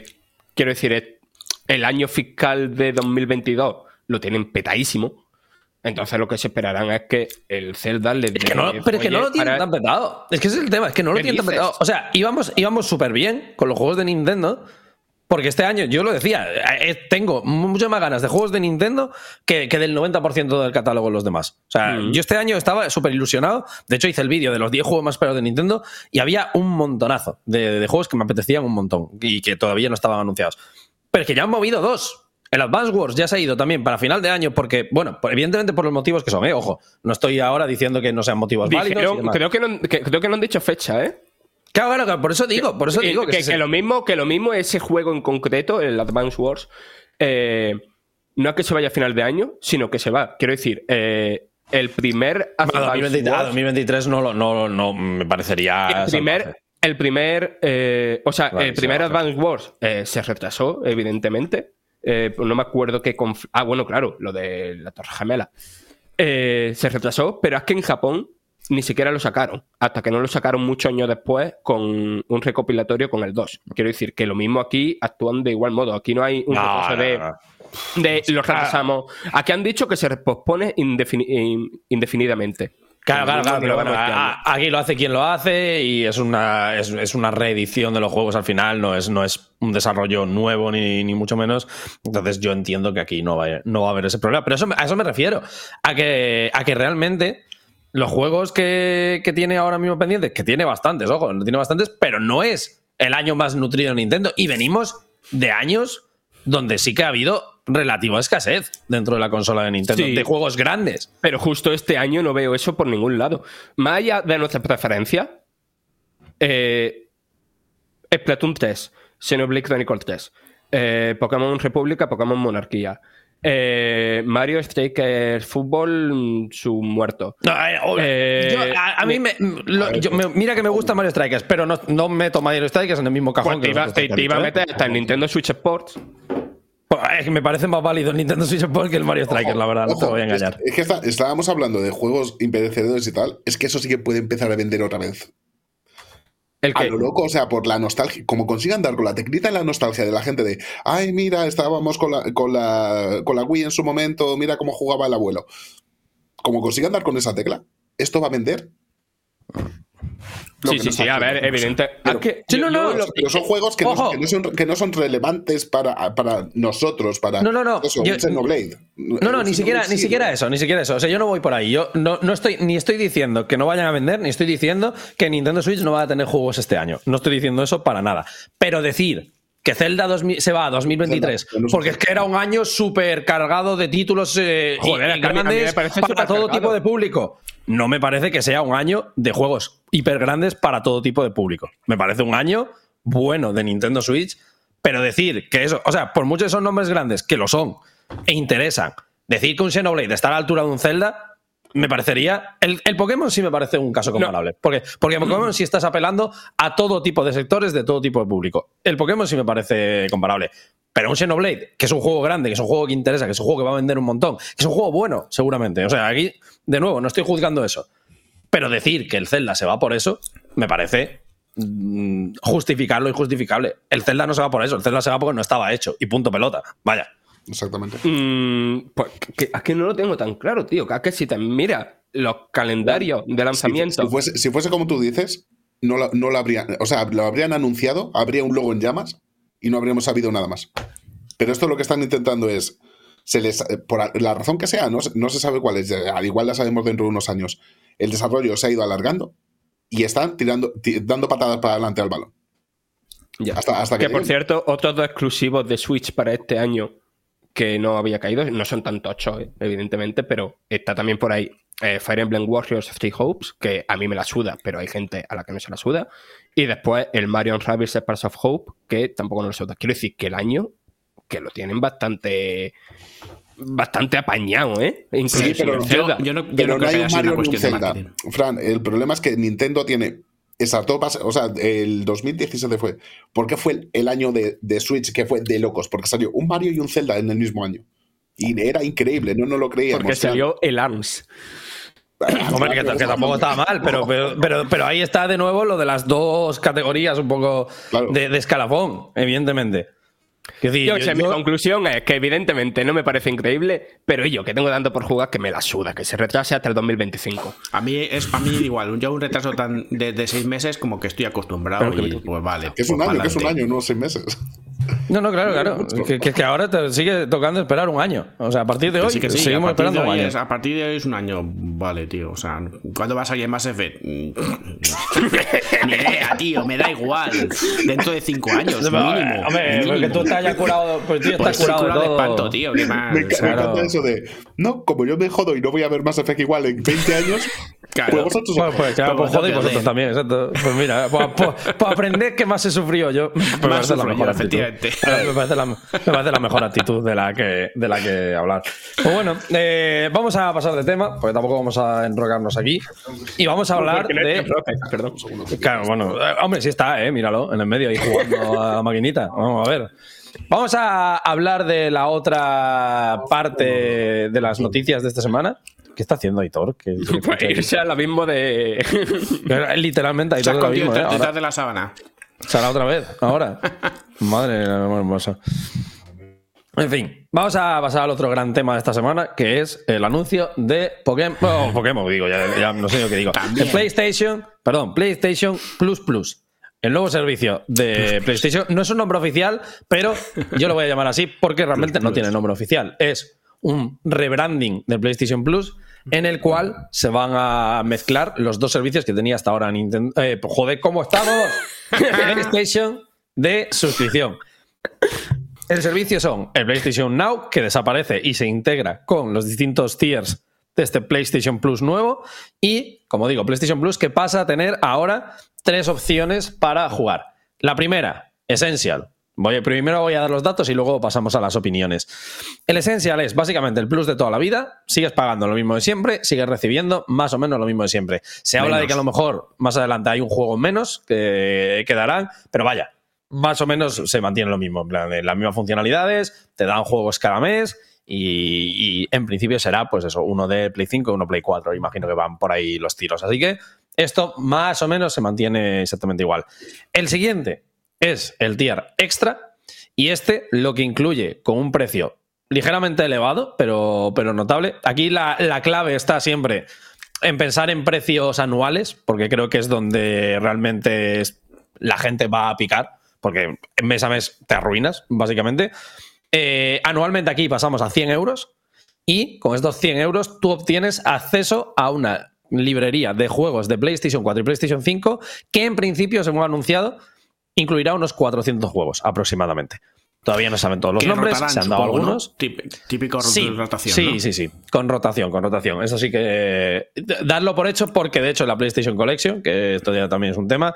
quiero decir, el año fiscal de 2022 lo tienen petadísimo. Entonces lo que se esperarán es que el Zelda le dé... Pero es que no lo tienen tan petado. Es que ese es el tema, es que no lo tienen tan petado. O sea, íbamos súper bien con los juegos de Nintendo, porque este año, yo lo decía, tengo muchas más ganas de juegos de Nintendo que del 90% del catálogo de los demás. O sea, yo este año estaba súper ilusionado. De hecho, hice el vídeo de los 10 juegos más esperados de Nintendo y había un montonazo de juegos que me apetecían un montón y que todavía no estaban anunciados. Pero es que ya han movido 2. El Advance Wars ya se ha ido también para final de año porque, bueno, evidentemente por los motivos que son, ojo, no estoy ahora diciendo que no sean motivos válidos. Creo que no han dicho fecha, ¿eh? Claro, por eso digo que lo mismo ese juego en concreto, el Advance Wars, no es que se vaya a final de año, sino que se va. Quiero decir, el primer Advance Wars, 2023 no me parecería... El primer Advance Wars se retrasó, evidentemente. No me acuerdo qué... bueno, claro, lo de la Torre Gemela. Se retrasó, pero es que en Japón ni siquiera lo sacaron. Hasta que no lo sacaron muchos años después con un recopilatorio con el 2. Quiero decir que lo mismo aquí actúan de igual modo. Aquí no hay un retraso de los retrasamos. Aquí han dicho que se pospone indefinidamente. Claro. Bueno, aquí lo hace quien lo hace y es una reedición de los juegos al final, no es un desarrollo nuevo ni mucho menos. Entonces yo entiendo que aquí no va a haber ese problema. Pero a eso me refiero, a que realmente los juegos que tiene ahora mismo pendientes, que tiene bastantes, ojo, no tiene bastantes, pero no es el año más nutrido de Nintendo. Y venimos de años donde sí que ha habido relativa escasez dentro de la consola de Nintendo, de juegos grandes. Pero justo este año no veo eso por ningún lado. Más allá de nuestra preferencia, Splatoon 3, Xenoblade Chronicles 3, Pokémon República, Pokémon Monarquía, Mario Strikers Fútbol, su muerto. Mira que me gusta Mario Strikers, pero no meto Mario Strikers en el mismo cajón. Pues te iba a meter hasta el Nintendo Switch Sports. Es que me parece más válido el Nintendo Switch Sports que el Mario Strikers, la verdad, no te voy a engañar. Es que estábamos hablando de juegos imperecederos y tal, es que eso sí que puede empezar a vender otra vez. A lo loco, o sea, por la nostalgia, como consigan dar con la teclita en la nostalgia de la gente de ay, mira, estábamos con la Wii en su momento, mira cómo jugaba el abuelo. Como consigan dar con esa tecla, esto va a vender. Sí, a ver, evidente. Pero son juegos que no son relevantes para nosotros, para Xenoblade. Ni siquiera eso. O sea, yo no voy por ahí. Yo no estoy diciendo que no vayan a vender, ni estoy diciendo que Nintendo Switch no va a tener juegos este año. No estoy diciendo eso para nada. Pero decir que Zelda se va a 2023 porque es que era un año súper cargado de títulos grandes para todo tipo de público. No me parece que sea un año de juegos hiper grandes para todo tipo de público. Me parece un año bueno de Nintendo Switch, pero decir que eso, o sea, por muchos son nombres grandes, que lo son, e interesan, decir que un Xenoblade está a la altura de un Zelda, me parecería... El Pokémon sí me parece un caso comparable. Porque Pokémon sí estás apelando a todo tipo de sectores, de todo tipo de público. El Pokémon sí me parece comparable. Pero un Xenoblade, que es un juego grande, que es un juego que interesa, que es un juego que va a vender un montón, que es un juego bueno, seguramente. O sea, aquí, de nuevo, no estoy juzgando eso. Pero decir que el Zelda se va por eso, me parece justificar lo injustificable. El Zelda no se va por eso, el Zelda se va porque no estaba hecho. Y punto pelota. Vaya. Exactamente. Pues es que no lo tengo tan claro, tío. Que es que si te mira los calendarios de lanzamiento... Si fuese como tú dices, no lo habrían... O sea, lo habrían anunciado, habría un logo en llamas y no habríamos sabido nada más. Pero esto lo que están intentando es... por la razón que sea, no se sabe cuál es. Al igual la sabemos dentro de unos años. El desarrollo se ha ido alargando y están dando patadas para adelante al balón. Ya. Hasta que por cierto, otros dos exclusivos de Switch para este año que no había caído, no son tan tochos, evidentemente, pero está también por ahí Fire Emblem Warriors Three Hopes, que a mí me la suda, pero hay gente a la que no se la suda, y después el Mario & Rabbids Sparks of Hope, que tampoco no lo suda. Quiero decir que el año que lo tienen bastante apañado, ¿eh? Sí, pero yo no creo que hay un Mario ni un Zelda. Fran, el problema es que Nintendo tiene esas dos, o sea, el 2017 fue. ¿Por qué fue el año de Switch que fue de locos? Porque salió un Mario y un Zelda en el mismo año. Y era increíble, no lo creíamos. Porque salió el ARMS. Hombre, que tampoco estaba mal, pero ahí está de nuevo lo de las dos categorías un poco de escalafón, evidentemente. Mi conclusión es que evidentemente no me parece increíble, pero yo que tengo tanto por jugar que me la suda, que se retrase hasta el 2025. A mí igual, yo un retraso de 6 meses como que estoy acostumbrado y pues vale. Que es un año, no 6 meses. No, claro. Que ahora te sigue tocando esperar un año. O sea, a partir de hoy sí, seguimos esperando un año. A partir de hoy es un año. Vale, tío. O sea, ¿cuándo va a salir Mass Effect? Ni idea, tío. Me da igual. Dentro de 5 años, mínimo. Hombre, porque tú estás ya curado. Pues tío, estás curado de todo. Espanto, tío. ¿Qué más? Me encanta eso de... No, como yo me jodo y no voy a ver Mass Effect igual en 20 años... Claro. Pues vosotros... Pues jodéis vosotros también, exacto. Pues mira, pues aprended que más he sufrido yo. Pues más sufrido, efectivamente. Me parece la mejor actitud de la que hablar. Pues bueno, vamos a pasar de tema, porque tampoco vamos a enrocarnos aquí. Y vamos a hablar de... Perdón, un segundo. Claro, bueno, hombre, sí está, míralo, en el medio ahí jugando a maquinita. Vamos a ver. Vamos a hablar de la otra parte de las noticias de esta semana. ¿Qué está haciendo Aitor? Pues irse al abismo de... Literalmente Aitor del abismo, detrás de la sábana. ¿Será otra vez? ¿Ahora? Madre hermosa. En fin, vamos a pasar al otro gran tema de esta semana, que es el anuncio de Pokémon. Oh, Pokémon, digo, ya no sé yo qué digo. El PlayStation Plus Plus. El nuevo servicio de PlayStation no es un nombre oficial, pero yo lo voy a llamar así porque realmente no tiene nombre oficial. Es un rebranding de PlayStation Plus en el cual se van a mezclar los dos servicios que tenía hasta ahora Nintendo. Joder, ¿cómo estamos? PlayStation de suscripción. El servicio son el PlayStation Now, que desaparece y se integra con los distintos tiers de este PlayStation Plus nuevo, y, como digo, PlayStation Plus, que pasa a tener ahora 3 opciones para jugar. La primera, Essential. Primero voy a dar los datos y luego pasamos a las opiniones. El Essential es básicamente el Plus de toda la vida. Sigues pagando lo mismo de siempre, sigues recibiendo más o menos lo mismo de siempre. Se habla de que a lo mejor más adelante hay un juego menos que quedarán, pero vaya, más o menos se mantiene lo mismo. En plan, las mismas funcionalidades, te dan juegos cada mes y en principio será, pues eso, uno de Play 5 y uno Play 4. Imagino que van por ahí los tiros. Así que esto más o menos se mantiene exactamente igual. El siguiente es el tier extra, y este lo que incluye con un precio ligeramente elevado, pero notable. Aquí la clave está siempre en pensar en precios anuales, porque creo que es donde realmente la gente va a picar, porque mes a mes te arruinas, básicamente. Anualmente aquí pasamos a 100 euros, y con estos 100 euros tú obtienes acceso a una librería de juegos de PlayStation 4 y PlayStation 5 que en principio, según ha anunciado, incluirá unos 400 juegos aproximadamente. Todavía no saben todos los nombres, se han dado algunos. ¿No? Típico rotación. Sí, ¿no? Con rotación. Eso sí que darlo por hecho, porque de hecho la PlayStation Collection, que esto ya también es un tema,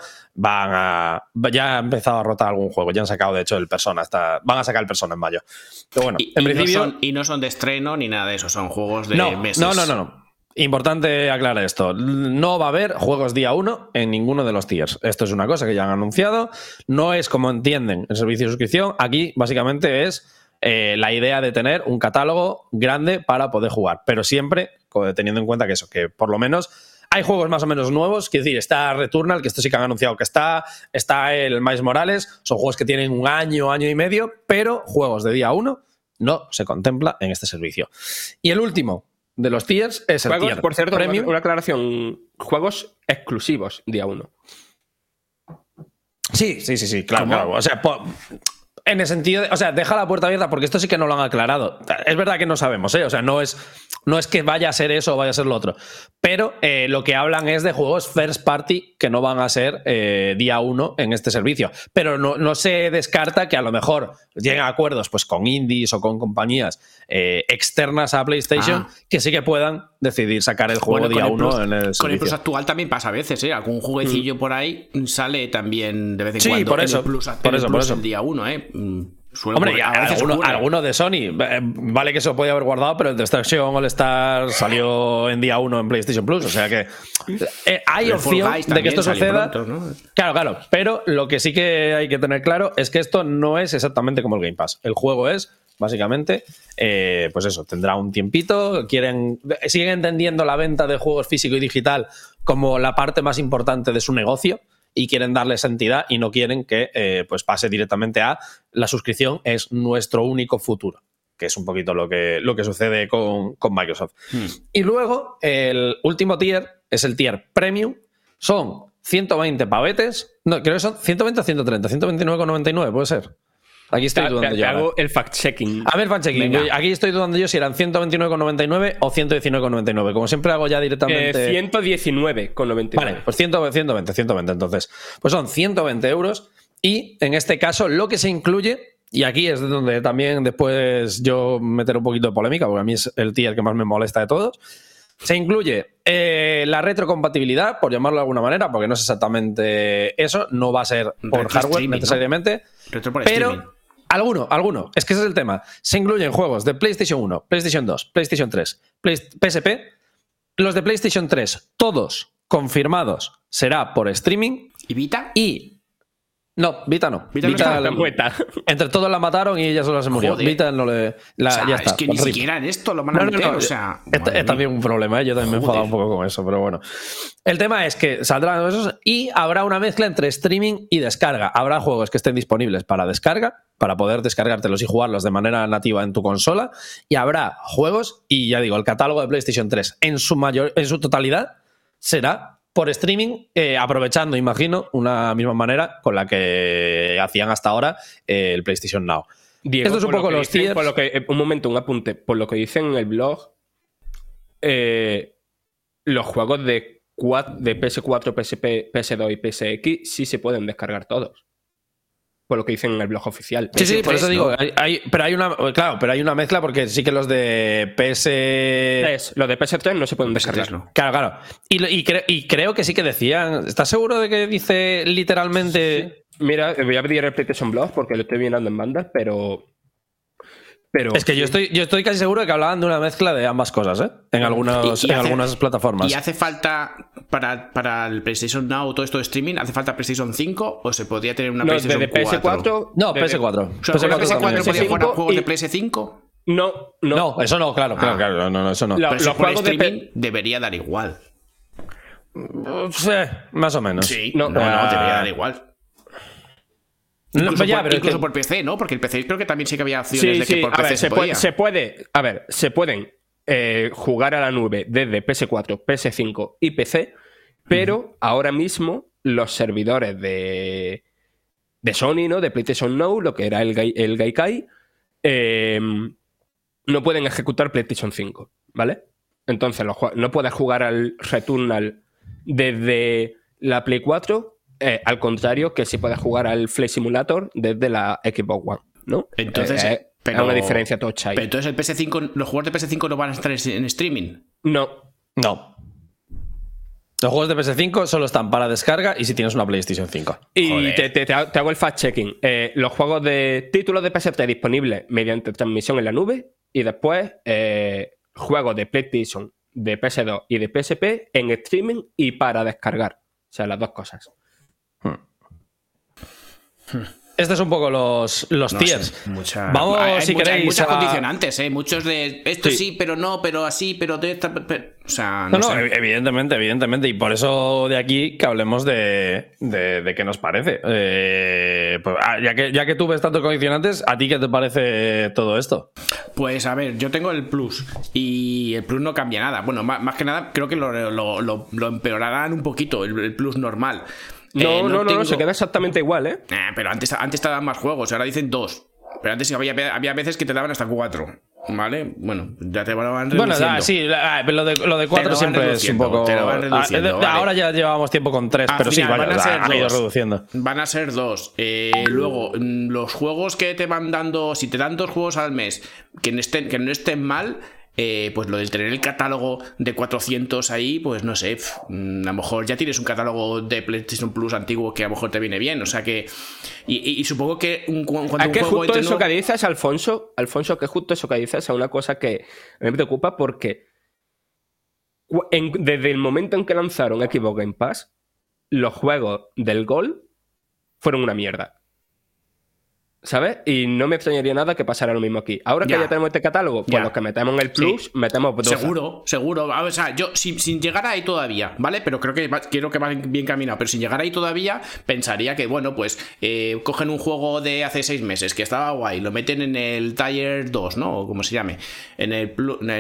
ya han empezado a rotar algún juego. Ya han sacado de hecho el Persona, van a sacar el Persona en mayo. Pero bueno, en principio... No son de estreno ni nada de eso, son juegos de meses. No. Importante aclarar esto. No va a haber juegos día 1 en ninguno de los tiers. Esto es una cosa que ya han anunciado. No es como entienden el servicio de suscripción. Aquí básicamente es la idea de tener un catálogo grande para poder jugar. Pero siempre teniendo en cuenta que por lo menos hay juegos más o menos nuevos. Quiero decir, está Returnal, que esto sí que han anunciado que está el Miles Morales. Son juegos que tienen un año y medio, pero juegos de día 1 no se contempla en este servicio. Y el último de los tiers es el tier por cierto, Premium. Una aclaración. Juegos exclusivos día 1. Sí, claro. O sea, en el sentido de, o sea, deja la puerta abierta, porque esto sí que no lo han aclarado. Es verdad que no sabemos, o sea, no es que vaya a ser eso o vaya a ser lo otro, pero lo que hablan es de juegos first party que no van a ser día 1 en este servicio, pero no se descarta que a lo mejor lleguen a acuerdos pues con indies o con compañías externas a PlayStation que sí que puedan decidir sacar el juego día 1 en el servicio. Con el Plus actual también pasa a veces, algún jueguecillo por ahí sale también de vez en cuando. Por eso, por eso. El día 1, Hombre, alguno de Sony, vale que se lo podía haber guardado, pero el Destruction All Star salió en día 1 en PlayStation Plus, o sea que hay opción de que esto suceda. Pronto, ¿no? Claro, pero lo que sí que hay que tener claro es que esto no es exactamente como el Game Pass. El juego es, básicamente, pues eso, tendrá un tiempito, siguen entendiendo la venta de juegos físico y digital como la parte más importante de su negocio, y quieren darle esa entidad y no quieren que pues pase directamente a la suscripción es nuestro único futuro, que es un poquito lo que sucede con Microsoft. Y luego el último tier es el tier Premium, son 120 pavetes, no, creo que son 120 o 130, 129,99 puede ser. Aquí estoy dudando yo. Hago el fact-checking. A ver, fact-checking. Aquí estoy dudando yo si eran 129,99 o 119,99. Como siempre hago ya directamente... 119,99. Vale, pues 120 entonces. Pues son 120 euros y en este caso lo que se incluye, y aquí es donde también después yo meteré un poquito de polémica, porque a mí es el tier que más me molesta de todos, se incluye la retrocompatibilidad, por llamarlo de alguna manera, porque no es exactamente eso, no va a ser por hardware necesariamente, ¿no? Pero alguno, es que ese es el tema. Se incluyen juegos de PlayStation 1, PlayStation 2, PlayStation 3, PSP. Los de PlayStation 3, todos confirmados, será por streaming. ¿Y Vita? No, Vita no. Vita entre todos la mataron y ella solo se murió. Joder. Vita no le... ya está. Es que ni siquiera en esto lo van a meter, o sea... Es también un problema, ¿eh? Yo también me he enfadado un poco con eso, pero bueno. El tema es que saldrán esos y habrá una mezcla entre streaming y descarga. Habrá juegos que estén disponibles para descarga, para poder descargártelos y jugarlos de manera nativa en tu consola, y habrá juegos, y ya digo, el catálogo de PlayStation 3 en su totalidad será por streaming, aprovechando, imagino, una misma manera con la que hacían hasta ahora el PlayStation Now. Diego, esto es un poco los tiers. Un momento, un apunte. Por lo que dicen en el blog, los juegos de PS4, PSP, PS2 y PSX sí se pueden descargar todos. Por lo que dicen en el blog oficial. Sí, por eso digo, pero hay una mezcla, porque sí que los de los de PS3 no se pueden descargar. Claro. Y creo que sí que decían. ¿Estás seguro de que dice literalmente? Sí. Mira, voy a pedir el PlayStation Blog porque lo estoy mirando en bandas, pero es que yo estoy casi seguro de que hablaban de una mezcla de ambas cosas, ¿eh? En algunas plataformas. ¿Y hace falta para el PlayStation Now todo esto de streaming? ¿Hace falta PlayStation 5 o se podría tener una PlayStation 4? No, PS4. O sea, ¿PS4 podía jugar a juegos de PS5? No, eso no, claro, eso no. Pero los juegos de streaming debería dar igual. Sí, más o menos. Sí, no, debería dar igual. Incluso por PC, ¿no? Porque el PC creo que también sí que había opciones de que por PC se podía. Se pueden jugar a la nube desde PS4, PS5 y PC, pero ahora mismo los servidores de Sony, ¿no? De PlayStation Now, lo que era el Gaikai, no pueden ejecutar PlayStation 5, ¿vale? Entonces no puedes jugar al Returnal desde la Play 4. Al contrario, que sí puedes jugar al Flight Simulator desde la Xbox One, ¿no? Entonces, hay una diferencia tocha ahí. Pero entonces el PS5, los juegos de PS5 no van a estar en streaming. No. Los juegos de PS5 solo están para descarga y si tienes una PlayStation 5. Y te hago el fact-checking. Los juegos de títulos de PSP disponibles mediante transmisión en la nube y después juegos de PlayStation, de PS2 y de PSP en streaming y para descargar. O sea, las dos cosas. Este es un poco los tiers. Vamos, si queréis. Hay muchas condicionantes, muchos de esto sí, pero no, pero así, pero de esta. O sea, no sé. Evidentemente. Y por eso de aquí que hablemos de qué nos parece. Pues, ya que tú ves tantos condicionantes, ¿a ti qué te parece todo esto? Pues a ver, yo tengo el Plus y el Plus no cambia nada. Bueno, más que nada, creo que lo empeorarán un poquito, el Plus normal. No, se queda exactamente igual, ¿eh? Pero antes te daban más juegos, ahora dicen 2. Pero antes había veces que te daban hasta 4. ¿Vale? Bueno, ya te van reduciendo. Bueno, sí, lo de 4 siempre es un poco... Te lo van reduciendo, vale. Ahora ya llevábamos tiempo con 3, pero sí, ha ido reduciendo. Van a ser 2. Luego, los juegos que te van dando... Si te dan 2 juegos al mes que no estén mal... pues lo del tener el catálogo de 400 ahí, pues no sé, a lo mejor ya tienes un catálogo de PlayStation Plus antiguo que a lo mejor te viene bien, o sea que y supongo que cuando es que un juego justo eso que dices, Alfonso, que justo eso que dices es una cosa que me preocupa porque desde el momento en que lanzaron Xbox Game Pass, los juegos del Gold fueron una mierda. ¿sabes? Y no me extrañaría nada que pasara lo mismo aquí. Ahora que ya tenemos este catálogo, pues los que metemos en el Plus, metemos 12. Seguro. O sea, yo sin llegar ahí todavía, ¿vale? Pero creo que va bien caminado. Pero sin llegar ahí todavía, pensaría que, bueno, pues cogen un juego de hace 6 meses que estaba guay, lo meten en el Tier 2, ¿no? O como se llame. En el Plus, no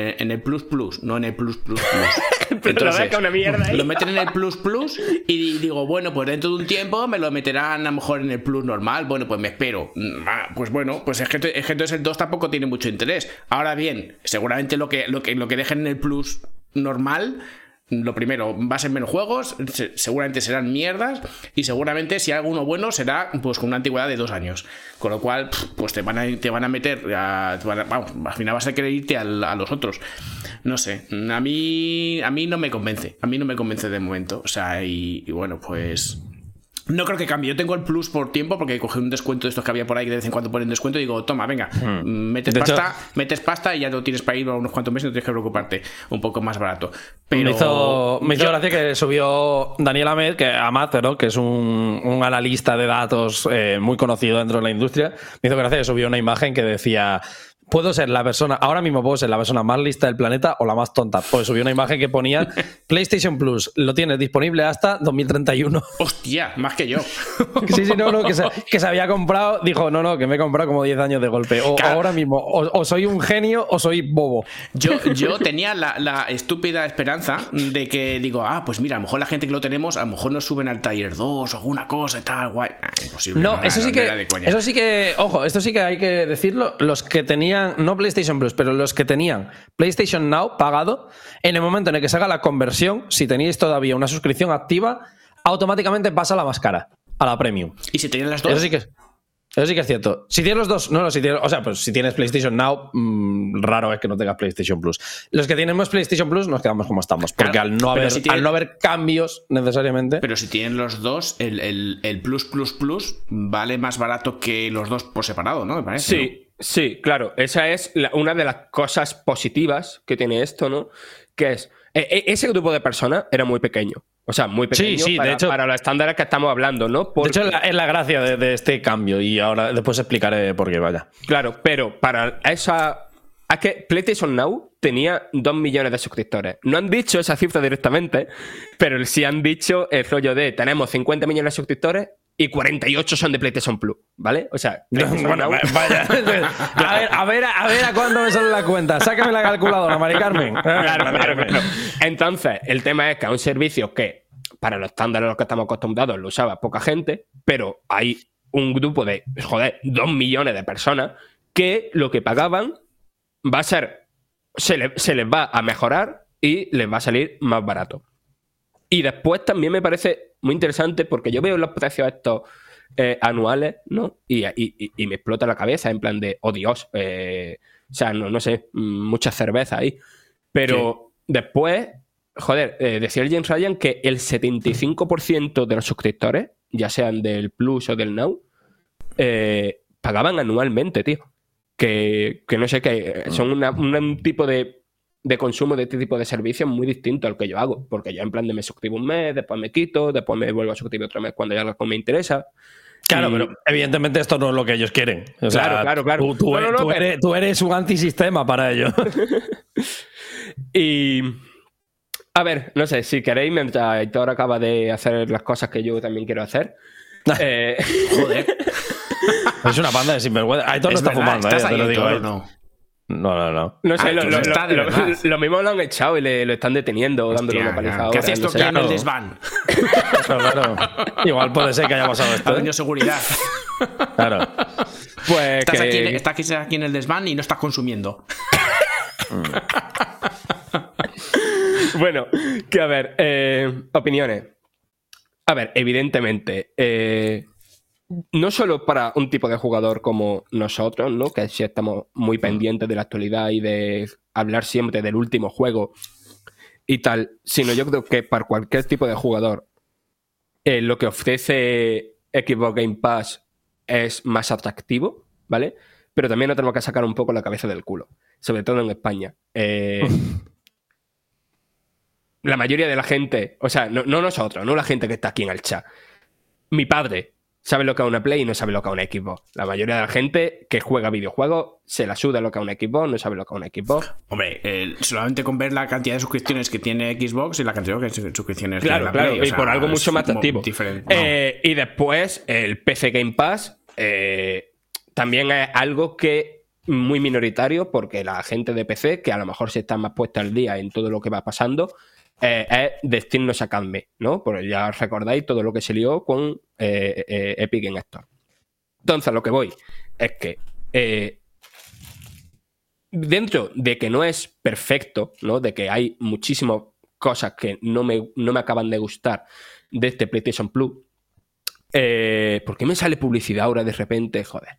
en el Plus. Entonces, una mierda ahí. Lo meten en el Plus y digo, bueno, pues dentro de un tiempo me lo meterán a lo mejor en el Plus normal. Bueno, pues me espero. Pues bueno, pues es que entonces el 2 tampoco tiene mucho interés. Ahora bien, seguramente lo que dejen en el Plus normal, lo primero, va a ser menos juegos, seguramente serán mierdas, y seguramente si hay alguno bueno será pues con una antigüedad de 2 años. Con lo cual, pues te van a meter, vamos, al final vas a querer irte a los otros. No sé, a mí no me convence. A mí no me convence de momento. O sea, y bueno, pues... No creo que cambie. Yo tengo el Plus por tiempo porque cogí un descuento de estos que había por ahí que de vez en cuando ponen descuento y digo, toma, venga, metes pasta y ya lo tienes para ir a unos cuantos meses, no tienes que preocuparte, un poco más barato. Pero me hizo gracia que subió Daniel Amat, ¿no? Que es un analista de datos muy conocido dentro de la industria. Me hizo gracia que subió una imagen que decía: ahora mismo puedo ser la persona más lista del planeta o la más tonta. Pues subí una imagen que ponía PlayStation Plus, lo tienes disponible hasta 2031. Hostia, más que yo. Sí, que se había comprado, dijo, no, que me he comprado como 10 años de golpe. O claro. Ahora mismo, o soy un genio o soy bobo. Yo tenía la estúpida esperanza de que digo, pues mira, a lo mejor la gente que lo tenemos, a lo mejor nos suben al Tier 2 o alguna cosa y tal, guay. Imposible. No, eso sí que, ojo, esto sí que hay que decirlo, los que tenían, no PlayStation Plus, pero los que tenían PlayStation Now pagado, en el momento en el que se haga la conversión, si teníais todavía una suscripción activa, automáticamente pasa a la más cara, a la Premium. ¿Y si tenían las dos? Eso sí que es cierto. Si tienes los dos, pues si tienes PlayStation Now, raro es que no tengas PlayStation Plus. Los que tenemos PlayStation Plus nos quedamos como estamos, porque claro, al no haber cambios necesariamente. Pero si tienen los dos, el Plus vale más barato que los dos por separado, ¿no? Me parece. Sí. ¿No? Sí, claro, esa es una de las cosas positivas que tiene esto, ¿no? Que es, ese grupo de personas era muy pequeño. O sea, muy pequeño de hecho, para los estándares que estamos hablando, ¿no? Porque... De hecho, es la gracia de este cambio y ahora después explicaré por qué, vaya. Claro, pero para esa... Es que PlayStation Now tenía 2 millones de suscriptores. No han dicho esa cifra directamente, pero sí han dicho el rollo de tenemos 50 millones de suscriptores y 48 son de PlayStation Plus, ¿vale? O sea, bueno, vaya. A ver a cuándo me sale la cuenta. Sácame la calculadora, Mari Carmen. Claro. Entonces, el tema es que es un servicio que, para los estándares a los que estamos acostumbrados, lo usaba poca gente, pero hay un grupo de, 2 millones de personas que lo que pagaban va a ser, se les va a mejorar y les va a salir más barato. Y después también me parece muy interesante porque yo veo los precios estos anuales, ¿no? Y me explota la cabeza en plan de, oh Dios, o sea, no sé, mucha cerveza ahí. Pero después, decía el James Ryan que el 75% de los suscriptores, ya sean del Plus o del Now, pagaban anualmente, tío. Que no sé, que son un tipo de consumo de este tipo de servicios muy distinto al que yo hago, porque yo en plan de me suscribo un mes, después me quito, después me vuelvo a suscribir otro mes cuando ya algo me interesa. Claro, pero evidentemente esto no es lo que ellos quieren. O sea, claro. Tú eres un antisistema para ellos. Y... A ver, no sé, si queréis, mientras Aitor acaba de hacer las cosas que yo también quiero hacer... Joder. Es una panda de sinvergüenza. Aitor no está fumando, te lo digo. No. No. No sé, lo mismo lo han echado y lo están deteniendo, dándole una paliza. ¿Qué haces esto en el desván? Claro. Igual puede ser que haya pasado esto. Ha tenido seguridad. Claro. Pues estás aquí en el desván y no estás consumiendo. Bueno, que a ver, opiniones. A ver, evidentemente, no solo para un tipo de jugador como nosotros, ¿no? Que sí estamos muy pendientes de la actualidad y de hablar siempre del último juego y tal, sino yo creo que para cualquier tipo de jugador lo que ofrece Xbox Game Pass es más atractivo, ¿vale? Pero también nos tenemos que sacar un poco la cabeza del culo, sobre todo en España. La mayoría de la gente, o sea, no nosotros, no la gente que está aquí en el chat. Mi padre sabe lo que es una Play y no sabe lo que es una Xbox. La mayoría de la gente que juega videojuegos se la suda lo que es una Xbox, no sabe lo que es una Xbox. Hombre, solamente con ver la cantidad de suscripciones que tiene Xbox y la cantidad de suscripciones que tiene la Play. Y por algo mucho más atractivo. Diferente. Y después, el PC Game Pass también es algo que muy minoritario, porque la gente de PC, que a lo mejor se está más puesta al día en todo lo que va pasando, es Destino Sacadme, ¿no? Porque ya recordáis todo lo que se lió con Epic Game Store. Entonces, a lo que voy es que dentro de que no es perfecto, ¿no? De que hay muchísimas cosas que no me acaban de gustar de este PlayStation Plus. ¿Por qué me sale publicidad ahora de repente? Joder.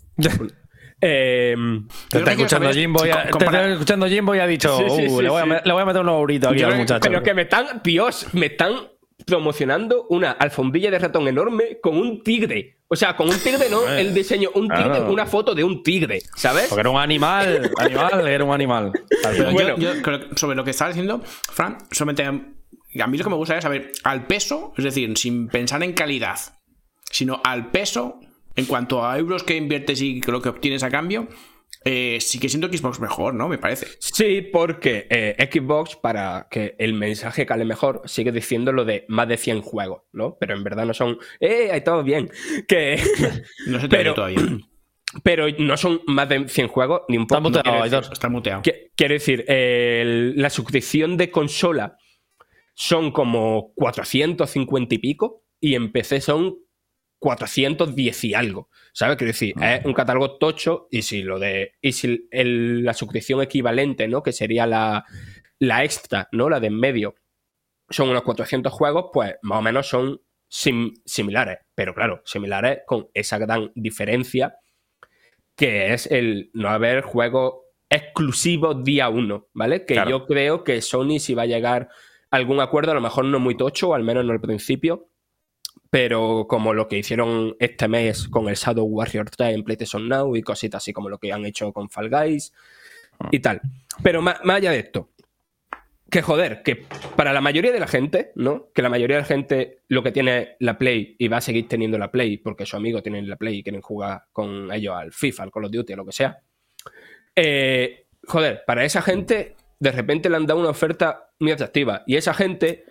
Te está escuchando Jimbo y ha dicho le voy a meter un eurito aquí al muchacho. Pero que me están promocionando una alfombrilla de ratón enorme con un tigre. O sea, con un tigre, no el diseño, un tigre, claro. Una foto de un tigre, ¿sabes? Porque era un animal, era un animal. Pero bueno. yo creo que sobre lo que estaba diciendo, Fran, solamente a mí lo que me gustaría saber, al peso, es decir, sin pensar en calidad, sino al peso, en cuanto a euros que inviertes y lo que obtienes a cambio, sí que siento Xbox mejor, ¿no? Me parece. Sí, porque Xbox, para que el mensaje cale mejor, sigue diciendo lo de más de 100 juegos, ¿no? Pero en verdad no son... ¡Hay todo bien! Que... No se te ve todavía. Pero no son más de 100 juegos, ni un poco. Está muteado. Quiero decir, la suscripción de consola son como 450 y pico, y en PC son 410 y algo, ¿sabes? Quiero decir, es un catálogo tocho, y si la suscripción equivalente, ¿no? Que sería la extra, ¿no? La de en medio, son unos 400 juegos, pues más o menos son similares, pero claro, similares con esa gran diferencia que es el no haber juegos exclusivos día 1, ¿vale? Que claro. Yo creo que Sony, si va a llegar a algún acuerdo, a lo mejor no muy tocho, o al menos no al principio, pero como lo que hicieron este mes con el Shadow Warrior 3 en PlayStation Now y cositas así como lo que han hecho con Fall Guys y tal. Pero más allá de esto, que joder, que para la mayoría de la gente, ¿no? Que la mayoría de la gente lo que tiene es la Play y va a seguir teniendo la Play porque su amigo tiene la Play y quieren jugar con ellos al FIFA, al Call of Duty, o lo que sea. Joder, para esa gente de repente le han dado una oferta muy atractiva y esa gente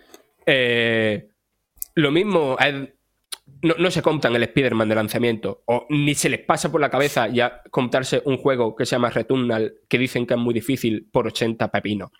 lo mismo no se compran el Spider-Man de lanzamiento o ni se les pasa por la cabeza ya comprarse un juego que se llama Returnal que dicen que es muy difícil por 80 pepinos.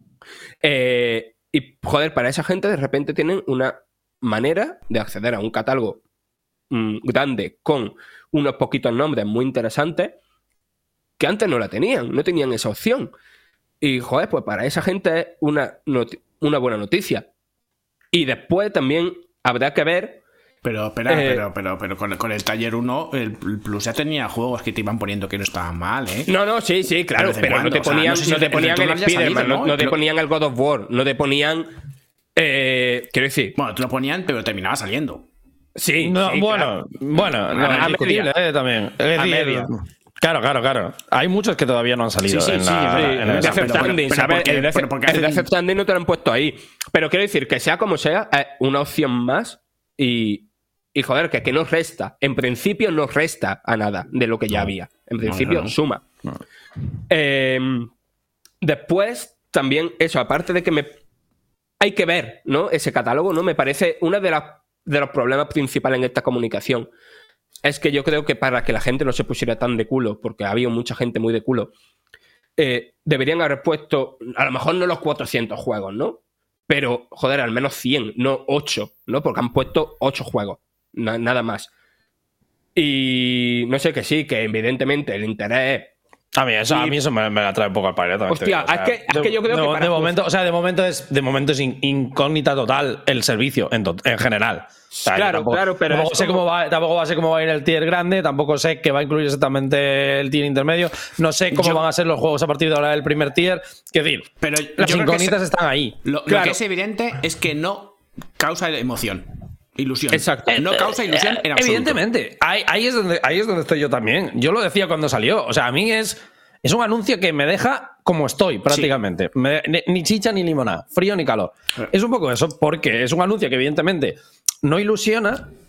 Y joder, para esa gente de repente tienen una manera de acceder a un catálogo grande con unos poquitos nombres muy interesantes que antes no tenían esa opción. Y joder, pues para esa gente es una buena noticia. Y después también habrá que ver. Pero espera, pero con el Taller 1 el Plus ya tenía juegos que te iban poniendo que no estaban mal, ¿eh? No, sí, claro, pero no te ponían, no te ponían el Spider-Man, no te ponían el God of War, no te ponían... quiero decir... Bueno, te lo ponían, pero terminaba saliendo. Sí, no, sí, bueno, a discutible también. Es a decir, media. Claro. Hay muchos que todavía no han salido en el Death Stranding, ¿sabes? El Death Stranding no te lo han puesto ahí. Pero quiero decir, que sea como sea, es una opción más y joder, que nos resta. En principio no resta a nada de lo que ya había. En principio suma. No. Después, también eso, aparte de que hay que ver, ¿no? Ese catálogo, ¿no? Me parece uno de los problemas principales en esta comunicación. Es que yo creo que para que la gente no se pusiera tan de culo, porque había mucha gente muy de culo, deberían haber puesto, a lo mejor no los 400 juegos, ¿no? Pero, joder, al menos 100, no 8, ¿no? Porque han puesto 8 juegos, nada más. Y no sé, que sí, que evidentemente el interés... A mí eso me atrae un poco al padre. Hostia, es que yo creo que para... De momento es incógnita total el servicio en general. O sea, claro, pero tampoco va a ser cómo va a ir el tier grande, tampoco sé que va a incluir exactamente el tier intermedio, no sé cómo van a ser los juegos a partir de ahora del primer tier. Es decir, pero las incógnitas están ahí. Lo que es evidente es que no causa emoción. Ilusión. Exacto. No causa ilusión en absoluto. Evidentemente. Ahí es donde estoy yo también. Yo lo decía cuando salió. O sea, a mí es un anuncio que me deja como estoy, prácticamente. Sí. Ni chicha ni limonada. Frío ni calor. Es un poco eso, porque es un anuncio que evidentemente no ilusiona,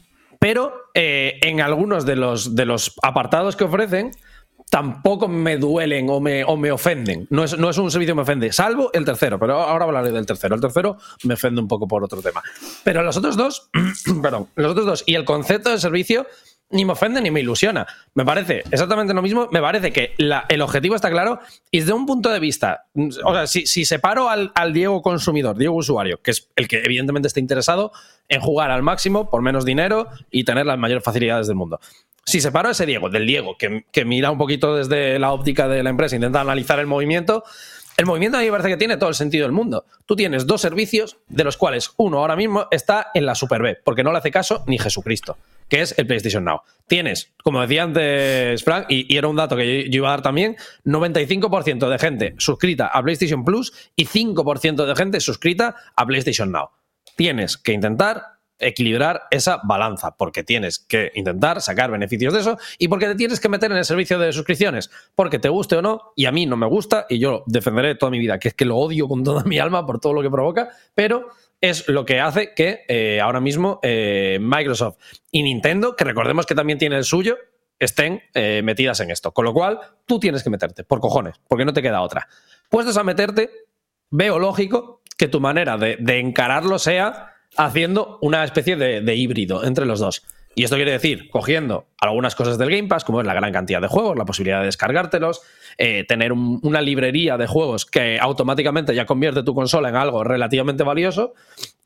pero en algunos de los apartados que ofrecen tampoco me duelen o me ofenden. No es un servicio que me ofende, salvo el tercero, pero ahora hablaré del tercero. El tercero me ofende un poco por otro tema. Pero los otros dos, y el concepto de servicio ni me ofende ni me ilusiona. Me parece exactamente lo mismo. Me parece que el objetivo está claro y desde un punto de vista, o sea, si separo al Diego consumidor, Diego usuario, que es el que evidentemente está interesado en jugar al máximo por menos dinero y tener las mayores facilidades del mundo. Si separo a ese Diego del Diego que mira un poquito desde la óptica de la empresa, intenta analizar el movimiento a mí me parece que tiene todo el sentido del mundo. Tú tienes dos servicios, de los cuales uno ahora mismo está en la Super B, porque no le hace caso ni Jesucristo, que es el PlayStation Now. Tienes, como decía antes Frank, y era un dato que yo iba a dar también, 95% de gente suscrita a PlayStation Plus y 5% de gente suscrita a PlayStation Now. Tienes que intentar equilibrar esa balanza, porque tienes que intentar sacar beneficios de eso y porque te tienes que meter en el servicio de suscripciones, porque te guste o no, y a mí no me gusta y yo defenderé toda mi vida, que es que lo odio con toda mi alma por todo lo que provoca, pero es lo que hace que ahora mismo Microsoft y Nintendo, que recordemos que también tiene el suyo, estén metidas en esto, con lo cual tú tienes que meterte, por cojones, porque no te queda otra. Puestos a meterte, veo lógico que tu manera de encararlo sea haciendo una especie de híbrido entre los dos. Y esto quiere decir, cogiendo algunas cosas del Game Pass, como es la gran cantidad de juegos, la posibilidad de descargártelos, tener una librería de juegos que automáticamente ya convierte tu consola en algo relativamente valioso,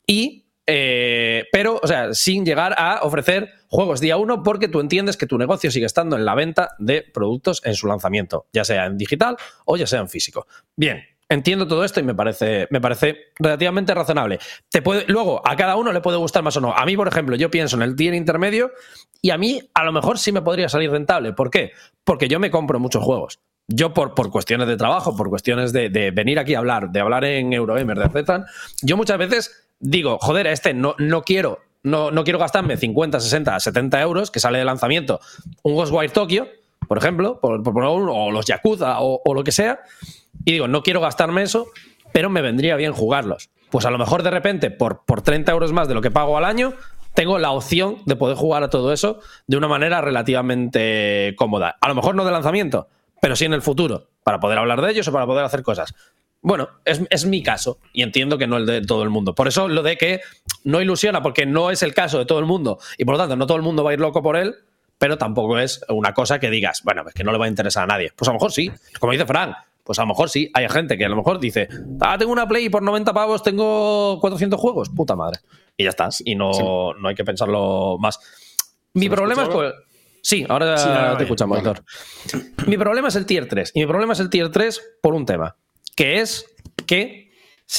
pero, o sea, sin llegar a ofrecer juegos día uno, porque tú entiendes que tu negocio sigue estando en la venta de productos en su lanzamiento, ya sea en digital o ya sea en físico. Bien. Entiendo todo esto y me parece relativamente razonable. Luego, a cada uno le puede gustar más o no. A mí, por ejemplo, yo pienso en el tier intermedio y a mí a lo mejor sí me podría salir rentable. ¿Por qué? Porque yo me compro muchos juegos. Yo por cuestiones de trabajo, por cuestiones de venir aquí a hablar, de hablar en Eurogamer, de etcétera, yo muchas veces digo, joder, no quiero gastarme 50, 60, 70 euros que sale de lanzamiento un Ghostwire Tokyo, por ejemplo, o los Yakuza o lo que sea. Y digo, no quiero gastarme eso, pero me vendría bien jugarlos. Pues a lo mejor de repente, por 30 euros más de lo que pago al año, tengo la opción de poder jugar a todo eso de una manera relativamente cómoda. A lo mejor no de lanzamiento, pero sí en el futuro, para poder hablar de ellos o para poder hacer cosas. Bueno, es mi caso y entiendo que no el de todo el mundo. Por eso lo de que no ilusiona, porque no es el caso de todo el mundo y por lo tanto no todo el mundo va a ir loco por él, pero tampoco es una cosa que digas, bueno, es que no le va a interesar a nadie. Pues a lo mejor sí, como dice Frank. Pues a lo mejor sí, hay gente que a lo mejor dice, tengo una Play y por 90 pavos tengo 400 juegos, puta madre. Y ya está, y no hay que pensarlo más. Mi problema es... Pues, sí, ahora te escuchamos, Héctor. Mi problema es el Tier 3. Y mi problema es el Tier 3 por un tema, que es que...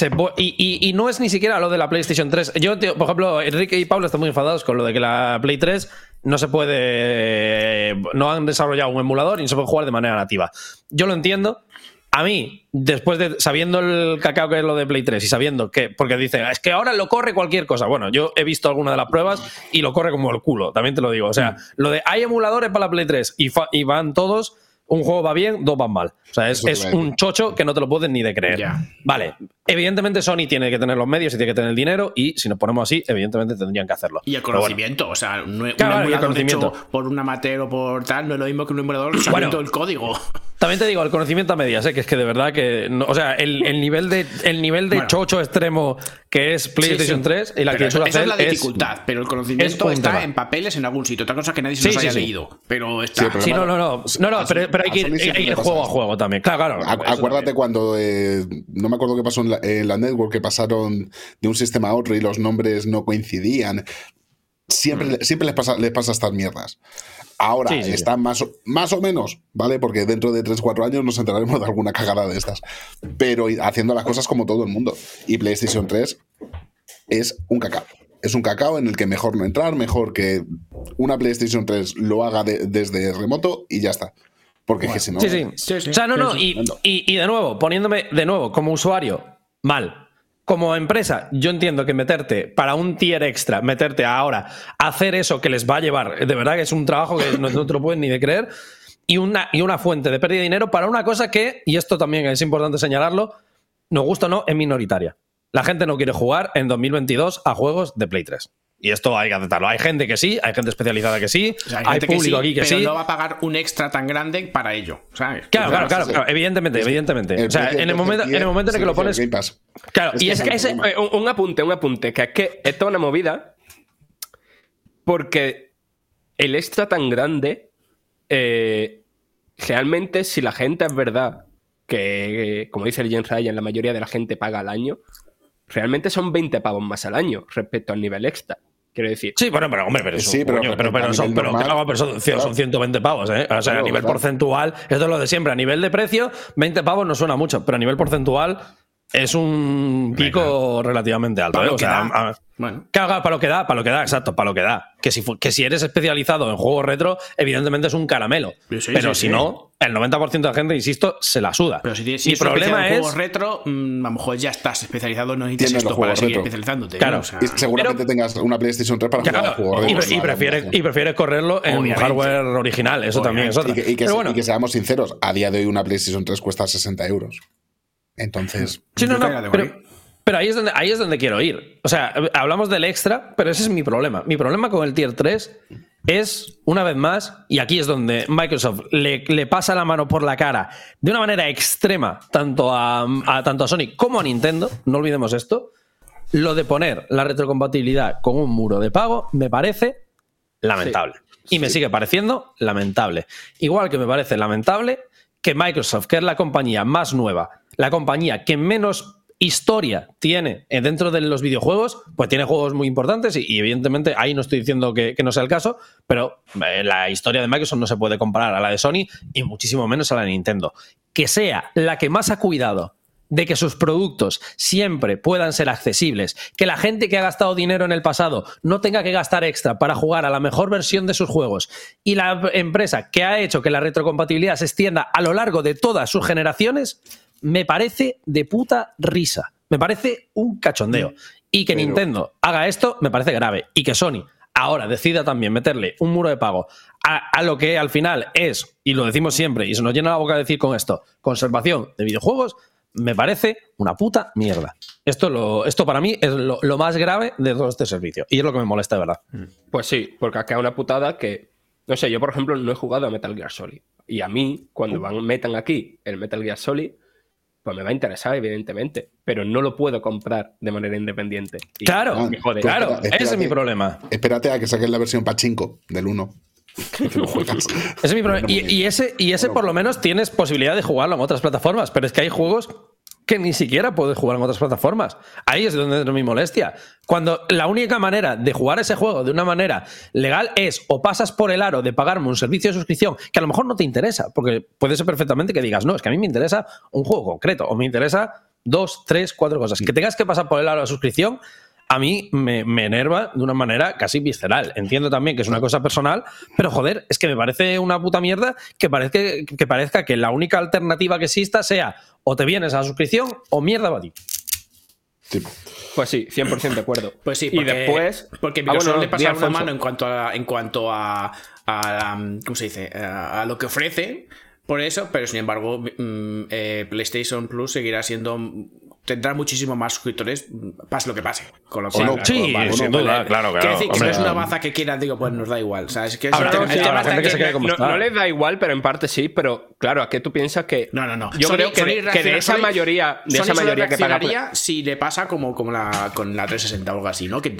Y no es ni siquiera lo de la PlayStation 3. Yo, por ejemplo, Enrique y Pablo están muy enfadados con lo de que la Play 3 no se puede... No han desarrollado un emulador y no se puede jugar de manera nativa. Yo lo entiendo. A mí, después de sabiendo el cacao que es lo de Play 3 y sabiendo que, porque dicen, es que ahora lo corre cualquier cosa. Bueno, yo he visto alguna de las pruebas y lo corre como el culo, también te lo digo. O sea, lo de hay emuladores para la Play 3 y van todos, un juego va bien, dos van mal. O sea, es un chocho que no te lo puedes ni de creer. Yeah. Vale, evidentemente Sony tiene que tener los medios y tiene que tener el dinero y si nos ponemos así, evidentemente tendrían que hacerlo. Y el conocimiento, bueno, o sea, un emulador hecho por un amateur o por tal, no es lo mismo que un emulador sabiendo el código. También te digo, el conocimiento a medias, que es que de verdad que... No, o sea, el nivel de bueno, chocho extremo que es PlayStation 3 y la que esa es la dificultad, pero el conocimiento está en papeles en algún sitio. Otra cosa que nadie se nos haya leído, pero está... Sí, no, pero hay que ir juego a juego también. Claro. Acuérdate cuando... no me acuerdo qué pasó en la Network, que pasaron de un sistema a otro y los nombres no coincidían. Siempre les pasa estas mierdas. Ahora están más o menos, ¿vale? Porque dentro de 3-4 años nos enteraremos de alguna cagada de estas. Pero haciendo las cosas como todo el mundo. Y PlayStation 3 es un cacao. Es un cacao en el que mejor no entrar, mejor que una PlayStation 3 lo haga desde remoto y ya está. Porque es que si no... Sí. O sea, no. Y de nuevo, poniéndome de nuevo como usuario, mal. Como empresa, yo entiendo que meterte para un tier extra, meterte ahora a hacer eso que les va a llevar, de verdad que es un trabajo que no te lo pueden ni de creer, y una fuente de pérdida de dinero para una cosa que, y esto también es importante señalarlo, nos gusta o no, es minoritaria. La gente no quiere jugar en 2022 a juegos de Play 3. Y esto hay que aceptarlo. Hay gente que sí, hay gente especializada que sí, O sea, hay público aquí que pero sí. no va a pagar un extra tan grande para ello, ¿sabes? Claro, evidentemente. O sea, en el momento en el que lo pones. Claro, Es y que es que ese. Un apunte, que es que esto es una movida porque el extra tan grande, realmente, si la gente es verdad que, como dice el James Ryan, la mayoría de la gente paga al año, realmente son 20 pavos más al año respecto al nivel extra. Quiero decir. Sí, pero hombre, pero eso, Sí, pero son 120 pavos, ¿eh? O sea, Claro, a nivel ¿verdad? porcentual, esto es lo de siempre. A nivel de precio, 20 pavos no suena mucho, pero a nivel porcentual es un pico relativamente alto. Para ¿eh? lo O que sea, da. Bueno. Claro, para lo que da, exacto, para lo que da. Que si eres especializado en juegos retro, evidentemente es un caramelo. Sí, pero sí, si sí. no, el 90% de la gente, insisto, se la suda. Pero si Mi es problema en es. juegos retro, a lo mejor ya estás especializado, no necesitas Tienes los esto para juegos seguir retro. especializándote. Claro. ¿no? O sea, Y seguramente tengas una PlayStation 3 para jugar a juegos retro. Y prefieres correrlo en Obviamente. hardware original. Eso también es otra. Y que seamos sinceros, a día de hoy una PlayStation 3 cuesta 60 euros. Entonces, Sí, no, Yo no, también la tengo pero ahí es donde quiero ir. O sea, hablamos del extra, pero ese es mi problema. Mi problema con el Tier 3 es, una vez más, y aquí es donde Microsoft le pasa la mano por la cara de una manera extrema tanto a Sony como a Nintendo, no olvidemos esto, lo de poner la retrocompatibilidad con un muro de pago me parece lamentable. Y me sigue pareciendo lamentable. Igual que me parece lamentable que Microsoft, que es la compañía más nueva, la compañía que menos historia tiene dentro de los videojuegos, pues tiene juegos muy importantes y evidentemente ahí no estoy diciendo que no sea el caso, pero la historia de Microsoft no se puede comparar a la de Sony y muchísimo menos a la de Nintendo. Que sea la que más ha cuidado de que sus productos siempre puedan ser accesibles, que la gente que ha gastado dinero en el pasado no tenga que gastar extra para jugar a la mejor versión de sus juegos, y la empresa que ha hecho que la retrocompatibilidad se extienda a lo largo de todas sus generaciones, me parece de puta risa. Me parece un cachondeo. Y que Nintendo haga esto me parece grave. Y que Sony ahora decida también meterle un muro de pago a lo que al final es, y lo decimos siempre, y se nos llena la boca de decir con esto, conservación de videojuegos, me parece una puta mierda. Esto para mí es lo más grave de todo este servicio. Y es lo que me molesta de verdad. Pues sí, porque acá una putada que... No sé, yo por ejemplo no he jugado a Metal Gear Solid. Y a mí, cuando metan aquí el Metal Gear Solid, pues me va a interesar, evidentemente. Pero no lo puedo comprar de manera independiente. Y Claro, me jode. claro, Espérate. ese es mi problema. espérate a que saquen la versión pachinko del 1. Que lo juegas. Ese es mi problema. Y ese por lo menos tienes posibilidad de jugarlo en otras plataformas, pero es que hay juegos que ni siquiera puedes jugar en otras plataformas. Ahí es donde entra mi molestia. Cuando la única manera de jugar ese juego de una manera legal es o pasas por el aro de pagarme un servicio de suscripción que a lo mejor no te interesa, porque puede ser perfectamente que digas, no, es que a mí me interesa un juego concreto o me interesa 2, 3, 4 cosas. Que tengas que pasar por el aro de suscripción, a mí me enerva de una manera casi visceral. Entiendo también que es una cosa personal, pero joder, es que me parece una puta mierda que parezca que la única alternativa que exista sea o te vienes a la suscripción o mierda para ti. Sí. Pues sí, 100% de acuerdo. Pues sí, y después... Porque Microsoft le pasa una Alfonso. mano en cuanto a ¿cómo se dice? A lo que ofrece por eso, pero sin embargo PlayStation Plus seguirá tendrá muchísimo más suscriptores, pase lo que pase. Con lo cual, Sí, sin duda, claro. Quiero decir, que si Hombre, no es una baza que quieras, digo, pues nos da igual. O sea, es que Habrá el gente tema que está se quede como está. No les da igual, pero en parte sí. Pero claro, ¿a qué tú piensas que...? No. Yo Sony- creo que de esa Sony- mayoría Sony solo que paga... reaccionaría si le pasa como con la 360 o algo así, ¿no?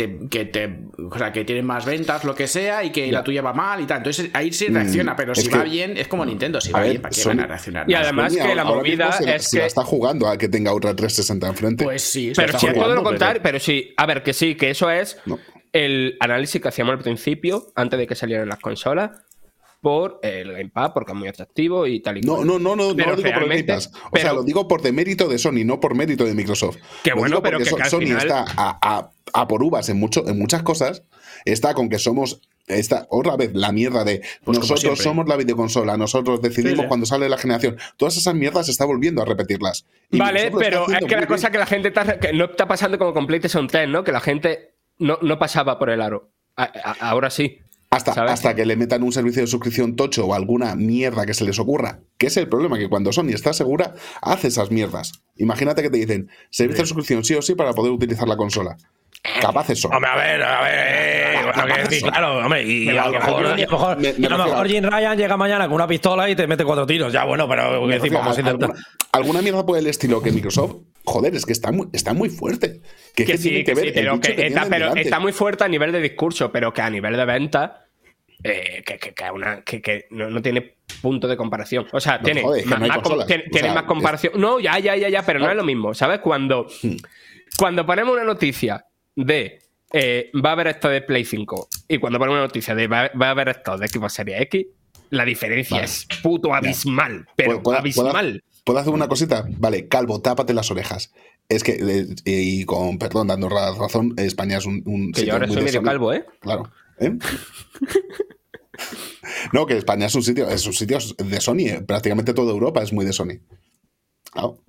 O sea, que tiene más ventas, lo que sea, y que la tuya va mal y tal. Entonces ahí sí reacciona, pero es si que- va bien, es como Nintendo. Si a va ver, bien, ¿para qué Sony- van a reaccionar? Y más? además Sony que la ahora movida mismo es se la que... está jugando a que tenga otra 360 enfrente. Pues sí, Pero está si es todo jugando, lo contrario, pero- pero sí, a ver, que sí, que eso es No. el análisis que hacíamos al principio, antes de que salieran las consolas, por el Game Pass, porque es muy atractivo y tal y No cual. lo digo por el Game realmente- Pass. O sea, lo digo por demérito de Sony, no por mérito de Microsoft. Que Lo bueno, digo pero porque que al Sony final- está a por uvas en muchas cosas. Está con que somos... otra vez la mierda de Pues como nosotros siempre. somos la videoconsola, nosotros decidimos Sí. cuando sale la generación. Todas esas mierdas se está volviendo a repetirlas. Y Vale, Microsoft lo está pero es haciendo que la muy cosa bien. que la gente que no está pasando como con PlayStation 3, ¿no? Que la gente no pasaba por el aro. Ahora sí. ¿sabes? Hasta que le metan un servicio de suscripción tocho o alguna mierda que se les ocurra. Que es el problema, que cuando Sony está segura, hace esas mierdas. Imagínate que te dicen, servicio de suscripción sí o sí para poder utilizar la consola. Capaces son. Hombre, a ver. Bueno, que decir, claro, hombre. Y a lo mejor Jim Ryan llega mañana con una pistola y te mete 4 tiros. Ya, bueno, pero ¿qué decir? Vamos a intentar. Alguna mierda por el estilo que Microsoft, joder, es que está muy fuerte. Que sí, pero está muy fuerte a nivel de discurso, pero que a nivel de venta. Que no tiene punto de comparación. O sea, tiene más comparación. No, ya, pero no es lo mismo. ¿Sabes? Cuando ponemos una noticia de va a haber esto de Play 5 y cuando ponemos una noticia de va a haber esto de Xbox Series X, la diferencia es puto abismal. Pero abismal. ¿Puedo hacer una cosita? Vale, Calvo, tápate las orejas. Es que, y con perdón, dando razón, España es un que yo ahora soy medio calvo, ¿eh? Claro. No, que España es un sitio de Sony. Prácticamente toda Europa es muy de Sony. Claro.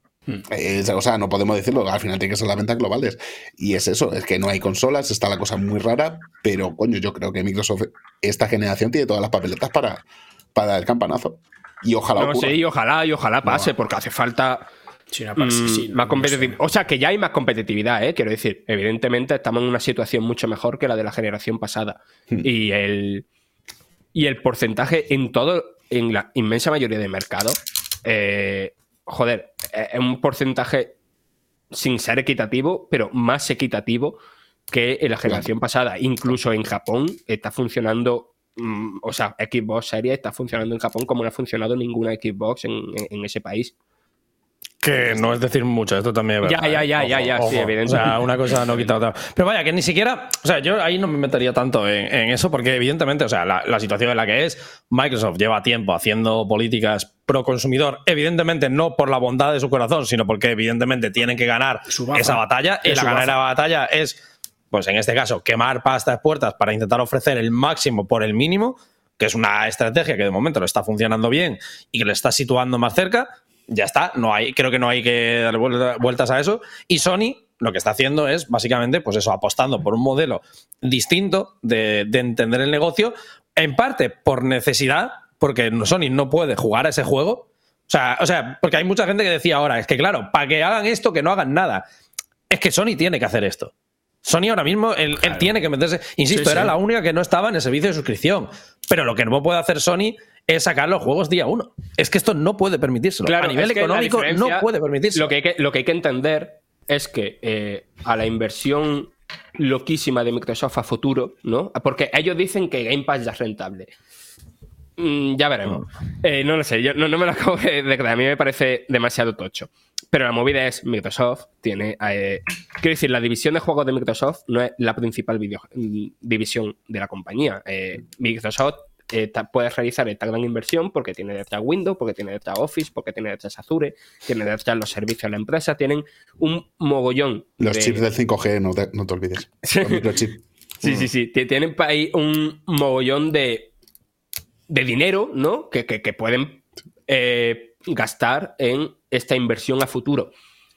O sea, no podemos decirlo, al final tiene que ser las ventas globales. Y es eso, es que no hay consolas, está la cosa muy rara, pero coño, yo creo que Microsoft esta generación tiene todas las papeletas para dar el campanazo. Y ojalá ocurra. Sí, ojalá pase, porque hace falta más competitividad. O sea, que ya hay más competitividad, quiero decir. Evidentemente estamos en una situación mucho mejor que la de la generación pasada. Y el porcentaje en la inmensa mayoría de mercados, joder, es un porcentaje sin ser equitativo, pero más equitativo que en la generación pasada. Incluso en Japón está funcionando, o sea, Xbox Series está funcionando en Japón como no ha funcionado ninguna Xbox en ese país. Que no es decir mucho, esto también es verdad. Ya, sí, evidentemente. O sea, una cosa no quita otra. Pero vaya, que ni siquiera... O sea, yo ahí no me metería tanto en eso, porque evidentemente, o sea, la situación en la que es, Microsoft lleva tiempo haciendo políticas pro consumidor, evidentemente no por la bondad de su corazón, sino porque evidentemente tienen que ganar esa batalla, y la ganar la batalla es, pues en este caso, quemar pastas puertas para intentar ofrecer el máximo por el mínimo, que es una estrategia que de momento lo está funcionando bien y que le está situando más cerca. Ya está, creo que no hay que dar vueltas a eso. Y Sony lo que está haciendo es básicamente, pues eso, apostando por un modelo distinto de entender el negocio, en parte por necesidad, porque Sony no puede jugar a ese juego. O sea, porque hay mucha gente que decía ahora, es que claro, para que hagan esto, que no hagan nada. Es que Sony tiene que hacer esto. Sony ahora mismo, él tiene que meterse. Insisto, era la única que no estaba en el servicio de suscripción. Pero lo que no puede hacer Sony es sacar los juegos día 1. Es que esto no puede permitírselo. Claro, a nivel económico no puede permitírselo. Lo que hay que entender es que a la inversión loquísima de Microsoft a futuro, ¿no? Porque ellos dicen que Game Pass ya es rentable. Ya veremos. No lo sé, yo no me lo acabo de creer. A mí me parece demasiado tocho. Pero la movida es, Microsoft tiene... quiero decir, la división de juegos de Microsoft no es la principal división de la compañía. Microsoft puede realizar esta gran inversión porque tiene detrás Windows, porque tiene detrás Office, porque tiene detrás Azure, tiene detrás los servicios de la empresa, tienen un mogollón. Los chips del 5G, no te olvides. Los microchips. Sí. Tienen ahí un mogollón de dinero, ¿no? Que pueden gastar en esta inversión a futuro.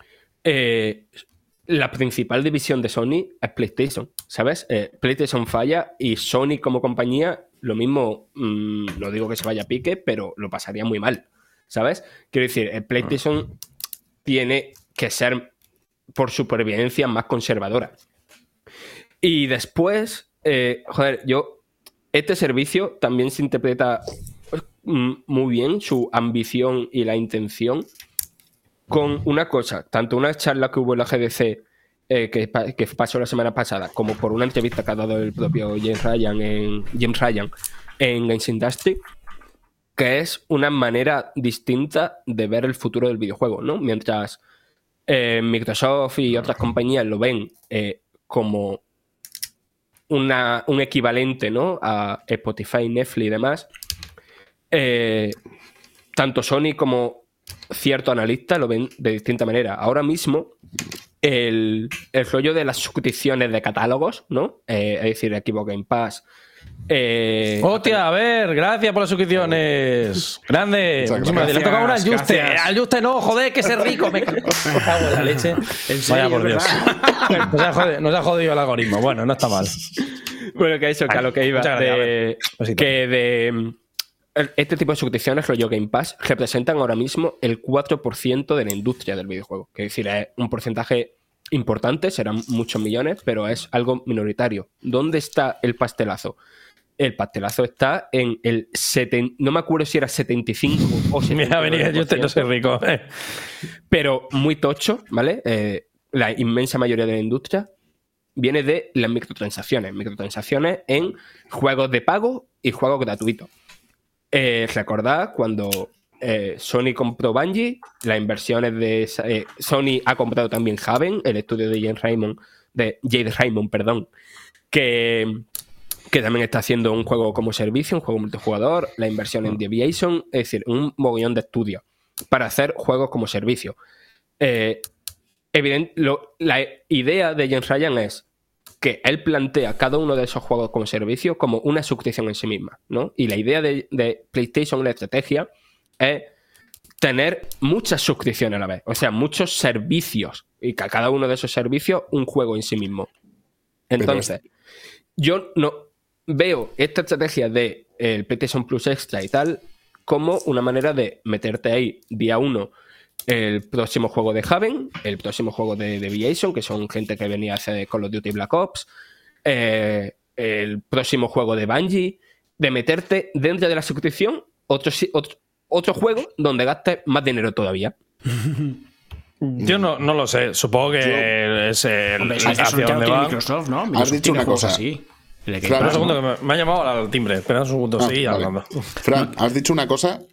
La principal división de Sony es PlayStation, ¿sabes? PlayStation falla y Sony como compañía, lo mismo, no digo que se vaya a pique, pero lo pasaría muy mal, ¿sabes? Quiero decir, PlayStation tiene que ser, por supervivencia, más conservadora. Y después, este servicio también se interpreta muy bien, su ambición y la intención, con una cosa, tanto una charla que hubo en la GDC que pasó la semana pasada, como por una entrevista que ha dado el propio James Ryan en Games Industry, que es una manera distinta de ver el futuro del videojuego, ¿no? Mientras Microsoft y otras compañías lo ven como un equivalente, ¿no? A Spotify, Netflix y demás, tanto Sony como ciertos analistas lo ven de distinta manera. Ahora mismo el rollo de las suscripciones de catálogos, ¿no? Es decir, Xbox Game Pass. Hostia, a ver, gracias por las suscripciones. Grande. Le ha tocado una al Juste. Al Juste no, joder, que ser rico. Me cago en la leche. Vaya por Dios. Nos ha jodido el algoritmo. Bueno, no está mal. Bueno, que eso, que a lo que iba. Este tipo de suscripciones, rollo Game Pass, representan ahora mismo el 4% de la industria del videojuego. Que es decir, es un porcentaje importante, serán muchos millones, pero es algo minoritario. ¿Dónde está el pastelazo? El pastelazo está en el no me acuerdo si era 75 o 70%. Mira, venía, yo no soy rico. Pero muy tocho, ¿vale? La inmensa mayoría de la industria viene de las microtransacciones. Microtransacciones en juegos de pago y juegos gratuitos. Recordad cuando Sony compró Bungie, las inversiones de Sony ha comprado también Haven, el estudio de Jade Raymond, que también está haciendo un juego como servicio, un juego multijugador, la inversión en Deviation, es decir, un mogollón de estudios para hacer juegos como servicio. La idea de James Ryan es que él plantea cada uno de esos juegos como servicio como una suscripción en sí misma, ¿no? Y la idea de PlayStation, la estrategia, es tener muchas suscripciones a la vez, o sea, muchos servicios, y que a cada uno de esos servicios un juego en sí mismo. Entonces, yo no veo esta estrategia de el PlayStation Plus Extra y tal como una manera de meterte ahí día 1 el próximo juego de Haven, el próximo juego de Deviation, que son gente que venía a hacer Call of Duty Black Ops, el próximo juego de Bungie, de meterte dentro de la suscripción otro juego donde gastes más dinero todavía. Yo no lo sé, supongo que es hacia donde va Microsoft, ¿no? Microsoft has dicho una cosa. Así. Espera un segundo, que me ha llamado al timbre. Espera un segundo, seguí hablando. Fran, has dicho una cosa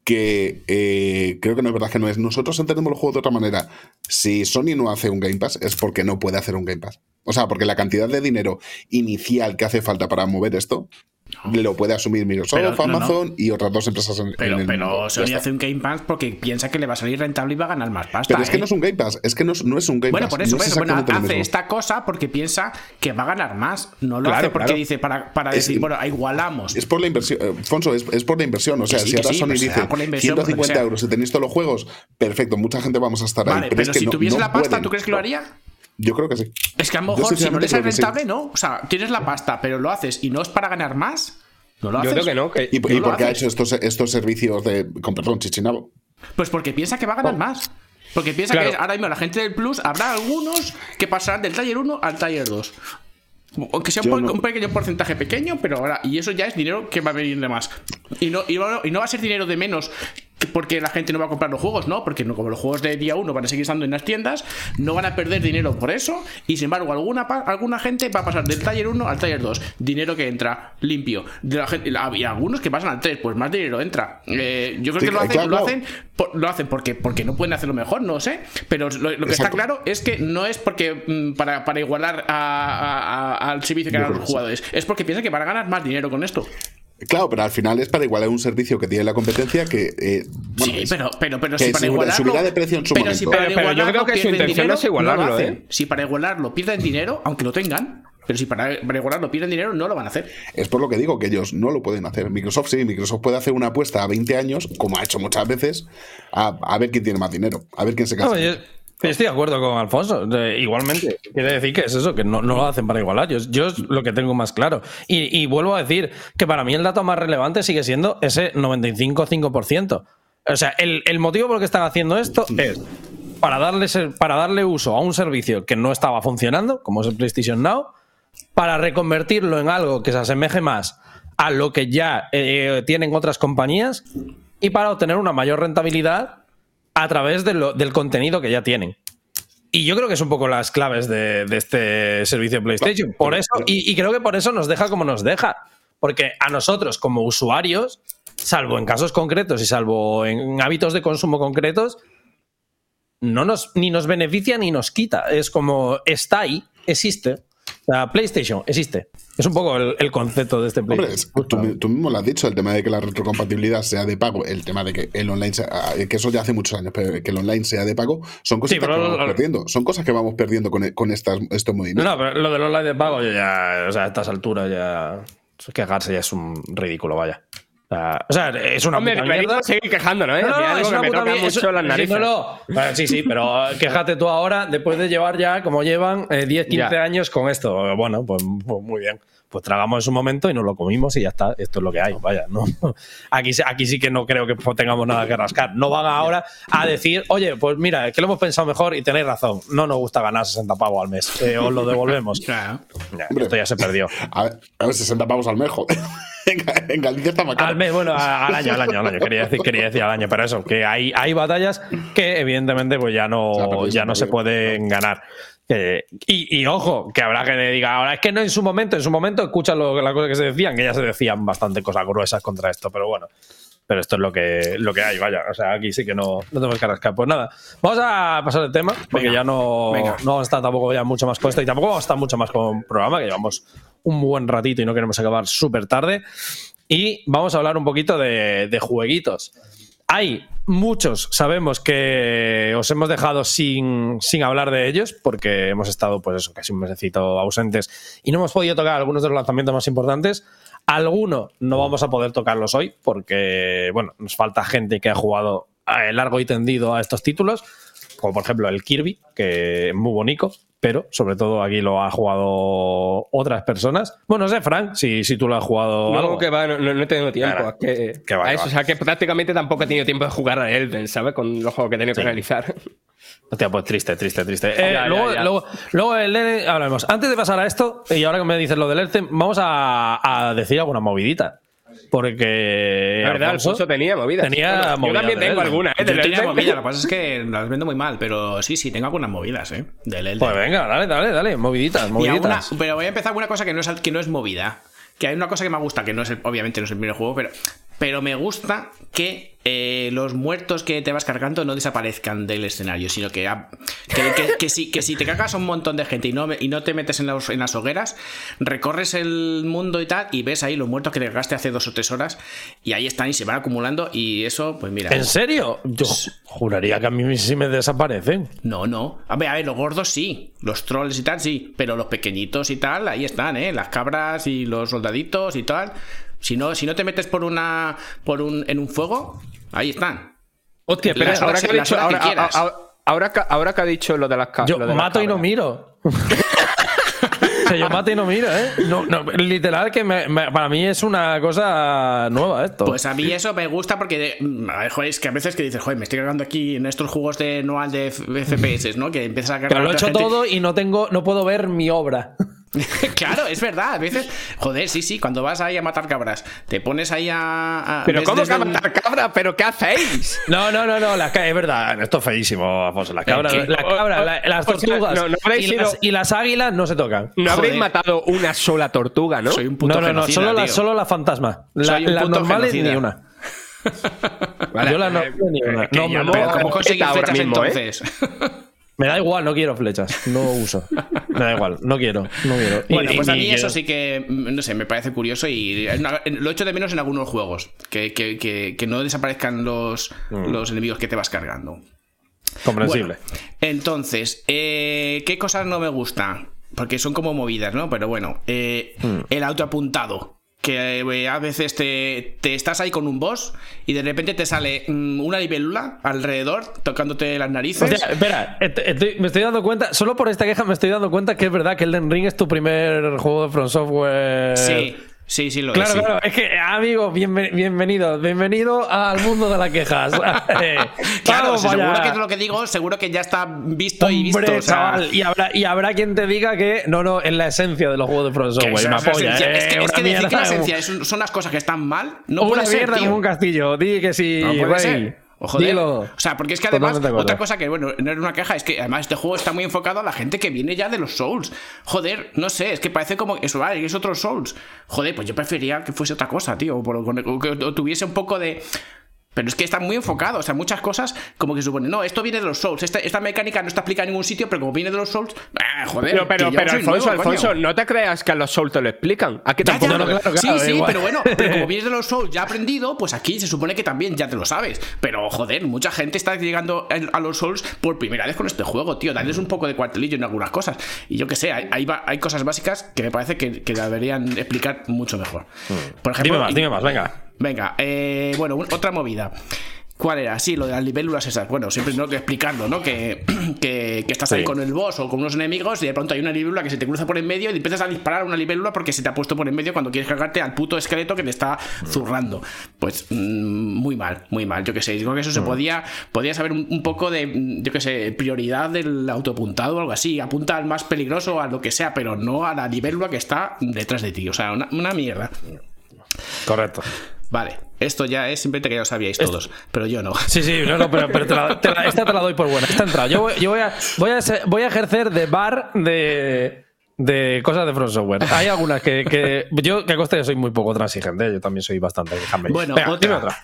que creo que no es verdad, que no es. Nosotros entendemos el juego de otra manera. Si Sony no hace un Game Pass, es porque no puede hacer un Game Pass. O sea, porque la cantidad de dinero inicial que hace falta para mover esto lo puede asumir Microsoft, Amazon y otras dos empresas pero Sony hace un Game Pass porque piensa que le va a salir rentable y va a ganar más pasta. Pero es que no es un Game Pass, es que no es un Game Pass. Por eso, hace esta cosa porque piensa que va a ganar más. No lo hace porque dice para decir, bueno, igualamos. Es por la inversión, Fonso, es por la inversión. O sea, si ahora Sony dice 150 euros y tenéis todos los juegos, perfecto, mucha gente vamos a estar ahí. Vale, pero es que si tuviese la pasta, ¿tú crees que lo haría? Yo creo que sí. Es que a lo mejor si no le sale rentable, no. O sea, tienes la pasta, pero lo haces y no es para ganar más. ¿No lo haces? Yo creo que no. ¿Y por qué ha hecho estos servicios con perdón, Chichinabo? Pues porque piensa que va a ganar más. Porque piensa que ahora mismo la gente del Plus habrá algunos que pasarán del Tier 1 al Tier 2. Aunque sea un pequeño porcentaje pequeño, pero ahora, y eso ya es dinero que va a venir de más. Y no va a ser dinero de menos porque la gente no va a comprar los juegos, ¿no? Porque como los juegos de día 1 van a seguir estando en las tiendas, no van a perder dinero por eso. Y sin embargo, alguna gente va a pasar del Tier 1 al Tier 2. Dinero que entra limpio. De la gente, y algunos que pasan al 3, pues más dinero entra. Yo creo que lo hacen porque no pueden hacerlo mejor, no sé. Pero lo que está claro es que no es porque para igualar al servicio que ganan los jugadores. Es porque piensan que van a ganar más dinero con esto. Claro, pero al final es para igualar un servicio que tiene la competencia que... sí, pero si para igualarlo... Subirá de precio en su momento. Si para pero yo creo que su intención es igualarlo, no lo Si para igualarlo pierden dinero, aunque lo tengan... Pero si para igualarlo pierden dinero, no lo van a hacer. Es por lo que digo, que ellos no lo pueden hacer. Microsoft sí, Microsoft puede hacer una apuesta a 20 años, como ha hecho muchas veces, a ver quién tiene más dinero, a ver quién se casa. Estoy de acuerdo con Alfonso. Igualmente, quiere decir que es eso, que no lo hacen para igualar. Yo es lo que tengo más claro. Y vuelvo a decir que para mí el dato más relevante sigue siendo ese 95,5%. O sea, el motivo por el que están haciendo esto es para darle uso a un servicio que no estaba funcionando, como es el PlayStation Now, para reconvertirlo en algo que se asemeje más a lo que ya tienen otras compañías y para obtener una mayor rentabilidad a través del contenido que ya tienen. Y yo creo que es un poco las claves de este servicio de PlayStation. Por eso, y creo que por eso nos deja como nos deja. Porque a nosotros, como usuarios, salvo en casos concretos y salvo en hábitos de consumo concretos, ni nos beneficia ni nos quita. Es como está ahí, existe. La PlayStation existe. Es un poco el concepto de este PlayStation. Hombre, tú mismo lo has dicho, el tema de que la retrocompatibilidad sea de pago, el tema de que el online que eso ya hace muchos años, pero que el online sea de pago, son cosas que vamos perdiendo. Son cosas que vamos perdiendo con estos movimientos. No, pero lo del online de pago ya, o sea, a estas alturas ya quejarse ya es un ridículo, vaya. O sea, es una puta mierda. Seguir quejándonos, ¿eh? No, es una me toca mucho las narices. Sí, pero quéjate tú ahora, después de llevar ya, como llevan, 10, 15 años con esto. Bueno, pues muy bien. pues tragamos en su momento y nos lo comimos y ya está. Esto es lo que hay, vaya, ¿no? Aquí sí que no creo que tengamos nada que rascar. No van ahora a decir, oye, pues mira, es que lo hemos pensado mejor y tenéis razón. No nos gusta ganar 60 pavos al mes. Os lo devolvemos. Claro. Ya, esto ya se perdió. A ver, 60 pavos al mes, joder. En Galicia está más caro. Al mes, bueno, al año. Quería decir al año, pero eso, que hay batallas que evidentemente pues ya no se pueden ganar. Y ojo, que habrá que diga ahora, es que no en su momento escuchan las cosas que se decían, que ya se decían bastante cosas gruesas contra esto, pero bueno. Pero esto es lo que hay, vaya. O sea, aquí sí que no tenemos que rascar. Pues nada, vamos a pasar el tema, porque ya no vamos a estar tampoco ya mucho más con esto y tampoco vamos a estar mucho más con el programa, que llevamos un buen ratito y no queremos acabar súper tarde. Y vamos a hablar un poquito de jueguitos. Hay muchos, sabemos que os hemos dejado sin hablar de ellos, porque hemos estado, pues eso, casi un mesecito ausentes y no hemos podido tocar algunos de los lanzamientos más importantes. Algunos no vamos a poder tocarlos hoy porque, bueno, nos falta gente que ha jugado largo y tendido a estos títulos, como por ejemplo el Kirby, que es muy bonito, pero sobre todo aquí lo ha jugado otras personas. Bueno, no sé, Frank, si tú lo has jugado no, algo. Que va, no he tenido tiempo. Claro. Que va. O sea, que prácticamente tampoco he tenido tiempo de jugar a Elden, ¿sabes? Con los juegos que he tenido que realizar. Hostia, pues triste. Luego el Elden, hablaremos. Antes de pasar a esto, y ahora que me dices lo del Elden, vamos a decir alguna movidita. Porque. La verdad, Alfonso tenía movidas. Yo también tengo alguna, Yo tenía movidas, lo que pasa es que las vendo muy mal, pero sí, tengo algunas movidas, del Elden. Pues venga, dale, moviditas. Pero voy a empezar con una cosa que no es movida. Que hay una cosa que me gusta, que no es obviamente no es el primer juego, pero me gusta que los muertos que te vas cargando no desaparezcan del escenario, sino que si te cargas a un montón de gente y no te metes en las hogueras, recorres el mundo y tal, y ves ahí los muertos que te cargaste hace 2 o 3 horas, y ahí están y se van acumulando, y eso, pues mira. ¿En serio? Yo juraría que a mí sí me desaparecen. No. A ver, los gordos sí, los trolls y tal sí, pero los pequeñitos y tal, ahí están, las cabras y los soldaditos y tal. Si no te metes en un fuego, ahí están. Hostia, pero ahora que ha dicho lo de las cabras. Yo mato y no miro. O sea, yo mato y no miro, No, literal, que para mí es una cosa nueva esto. Pues a mí eso me gusta porque, joder, es que a veces que dices, joder, me estoy cargando aquí en estos juegos de Noal de FPS, ¿no? Que empiezas a cargar. Pero lo he hecho todo y no puedo ver mi obra. Claro, es verdad. A veces, joder, sí, cuando vas ahí a matar cabras, te pones ahí a pero ¿cómo que a matar cabras? ¿Pero qué hacéis? No, es verdad, esto es feísimo, Afonso. Las cabras, las tortugas y las águilas no se tocan. No habréis matado una sola tortuga, ¿no? Soy un puto genocida, no, solo las fantasmas. Las normales ni una. Vale, yo las normales ni una. ¿Cómo conseguir flechas entonces? Me da igual, no quiero flechas, no uso. Me da igual, no quiero. Bueno, pues a mí eso sí que, no sé, me parece curioso y lo echo de menos en algunos juegos, que no desaparezcan los enemigos que te vas cargando. Comprensible. Bueno, entonces, ¿qué cosas no me gustan? Porque son como movidas, ¿no? Pero bueno, el autoapuntado. Que a veces te estás ahí con un boss y de repente te sale una libélula alrededor tocándote las narices. Hostia, espera, me estoy dando cuenta, solo por esta queja me estoy dando cuenta que es verdad que Elden Ring es tu primer juego de From Software. Sí, lo es. Claro, sí. Es que, amigo, bienvenido al mundo de las quejas. Claro, seguro que lo que digo, seguro que ya está visto. Hombre, y visto. O sea, chaval, y habrá quien te diga que no, es la esencia de los juegos de From Software. Me apoya. Es que decir que la esencia son las cosas que están mal, no puede ser, tío. Como un castillo, di que sí. No puede ser. Joder. Dilo. O sea, porque es que además, otra cosa que, bueno, no es una queja, es que además este juego está muy enfocado a la gente que viene ya de los Souls. Joder, no sé, es que parece como eso, vale, es otro Souls. Joder, pues yo preferiría que fuese otra cosa, tío, que tuviese un poco de... Pero es que está muy enfocado, o sea, muchas cosas como que supone, no, esto viene de los Souls, esta mecánica no está explicada en ningún sitio, pero como viene de los Souls, joder. Pero Alfonso, no te creas que a los Souls te lo explican. Aquí tampoco. Claro, sí, pero bueno, pero como vienes de los Souls ya aprendido, pues aquí se supone que también ya te lo sabes. Pero joder, mucha gente está llegando a los Souls por primera vez con este juego, tío. Darles un poco de cuartelillo en algunas cosas. Y yo que sé, hay cosas básicas que me parece que deberían explicar mucho mejor. Por ejemplo, dime más, venga. Venga, bueno, otra movida. ¿Cuál era? Sí, lo de las libélulas esas. Bueno, siempre tengo que explicarlo, ¿no? Que estás ahí con el boss o con unos enemigos y de pronto hay una libélula que se te cruza por en medio y empiezas a disparar a una libélula porque se te ha puesto por en medio cuando quieres cargarte al puto esqueleto que te está zurrando. Pues muy mal, muy mal. Yo qué sé, digo que eso se podía saber un poco de, yo qué sé, prioridad del autoapuntado o algo así. Apunta al más peligroso, a lo que sea, pero no a la libélula que está detrás de ti. O sea, una mierda. Correcto. Vale, esto ya es simplemente que ya lo sabíais todos, pero yo no. Sí, no, pero esta te la doy por buena. Esta entrada. Yo voy a ejercer de bar de cosas de From Software. Hay algunas que yo, que a costa, soy muy poco transigente. Yo también soy bastante. Bueno, venga, otra. dime otra.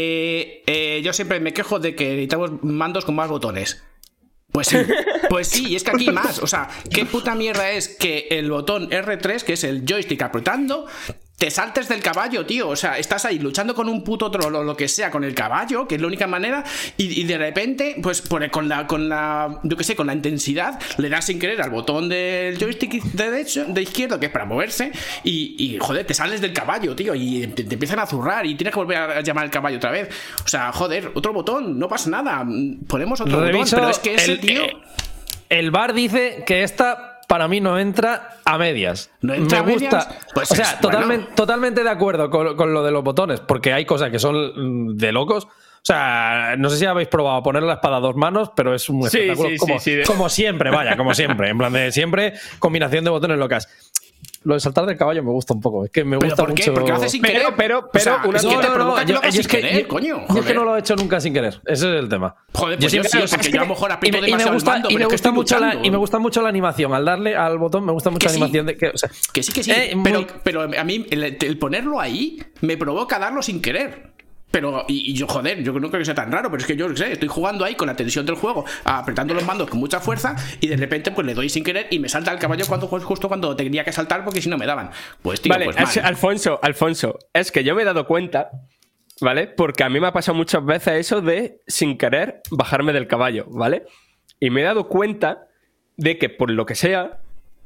Yo siempre me quejo de que necesitamos mandos con más botones. Pues sí, y es que aquí hay más. O sea, ¿qué puta mierda es que el botón R3, que es el joystick apretando, te saltes del caballo, tío? O sea, estás ahí luchando con un puto troll o lo que sea, con el caballo, que es la única manera, y de repente, pues con la yo qué sé, con la intensidad, le das sin querer al botón del joystick de izquierdo, que es para moverse, y joder, te sales del caballo, tío, y te empiezan a zurrar y tienes que volver a llamar al caballo otra vez. O sea, joder, otro botón, no pasa nada, ponemos otro botón, pero es que ese tío... El bar dice que esta para mí no entra a medias. ¿No entra me a medias? gusta. Pues o sea, totalmente de acuerdo con lo de los botones, porque hay cosas que son de locos. O sea, no sé si habéis probado poner la espada a 2 manos, pero es un espectáculo como siempre, vaya, como siempre. En plan de siempre, combinación de botones locas. Lo de saltar del caballo me gusta un poco. Es que me gusta ¿por qué? mucho. Porque lo haces sin querer. Pero o sea, una es que te provoca que lo hagas yo sin querer, coño. Yo es que no lo he hecho nunca sin querer. Ese es el tema. Joder, pues yo sí, o sea, que yo a lo mejor aprieto demasiado el mando, pero me gusta mucho la animación. Al darle al botón me gusta mucho la animación de que, o sea, que sí. Pero a mí el ponerlo ahí me provoca darlo sin querer. Pero, y yo, joder, yo no creo que sea tan raro, pero es que yo sé, estoy jugando ahí con la tensión del juego, apretando los mandos con mucha fuerza, y de repente pues le doy sin querer y me salta el caballo justo cuando tenía que saltar, porque si no me daban. Pues tío, vale, pues mal. Alfonso, es que yo me he dado cuenta, ¿vale? Porque a mí me ha pasado muchas veces eso de, sin querer, bajarme del caballo, ¿vale? Y me he dado cuenta de que, por lo que sea,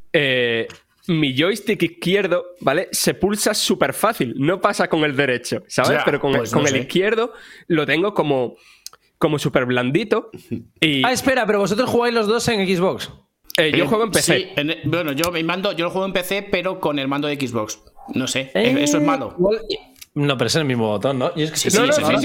mi joystick izquierdo, ¿vale? Se pulsa súper fácil. No pasa con el derecho, ¿sabes? Ya, pero con el izquierdo lo tengo como súper blandito. Y... espera, pero vosotros jugáis los dos en Xbox. Yo juego en PC. Sí, bueno, yo lo juego en PC, pero con el mando de Xbox. No sé, eso es malo. No, pero es el mismo botón, ¿no? Y es que Sí.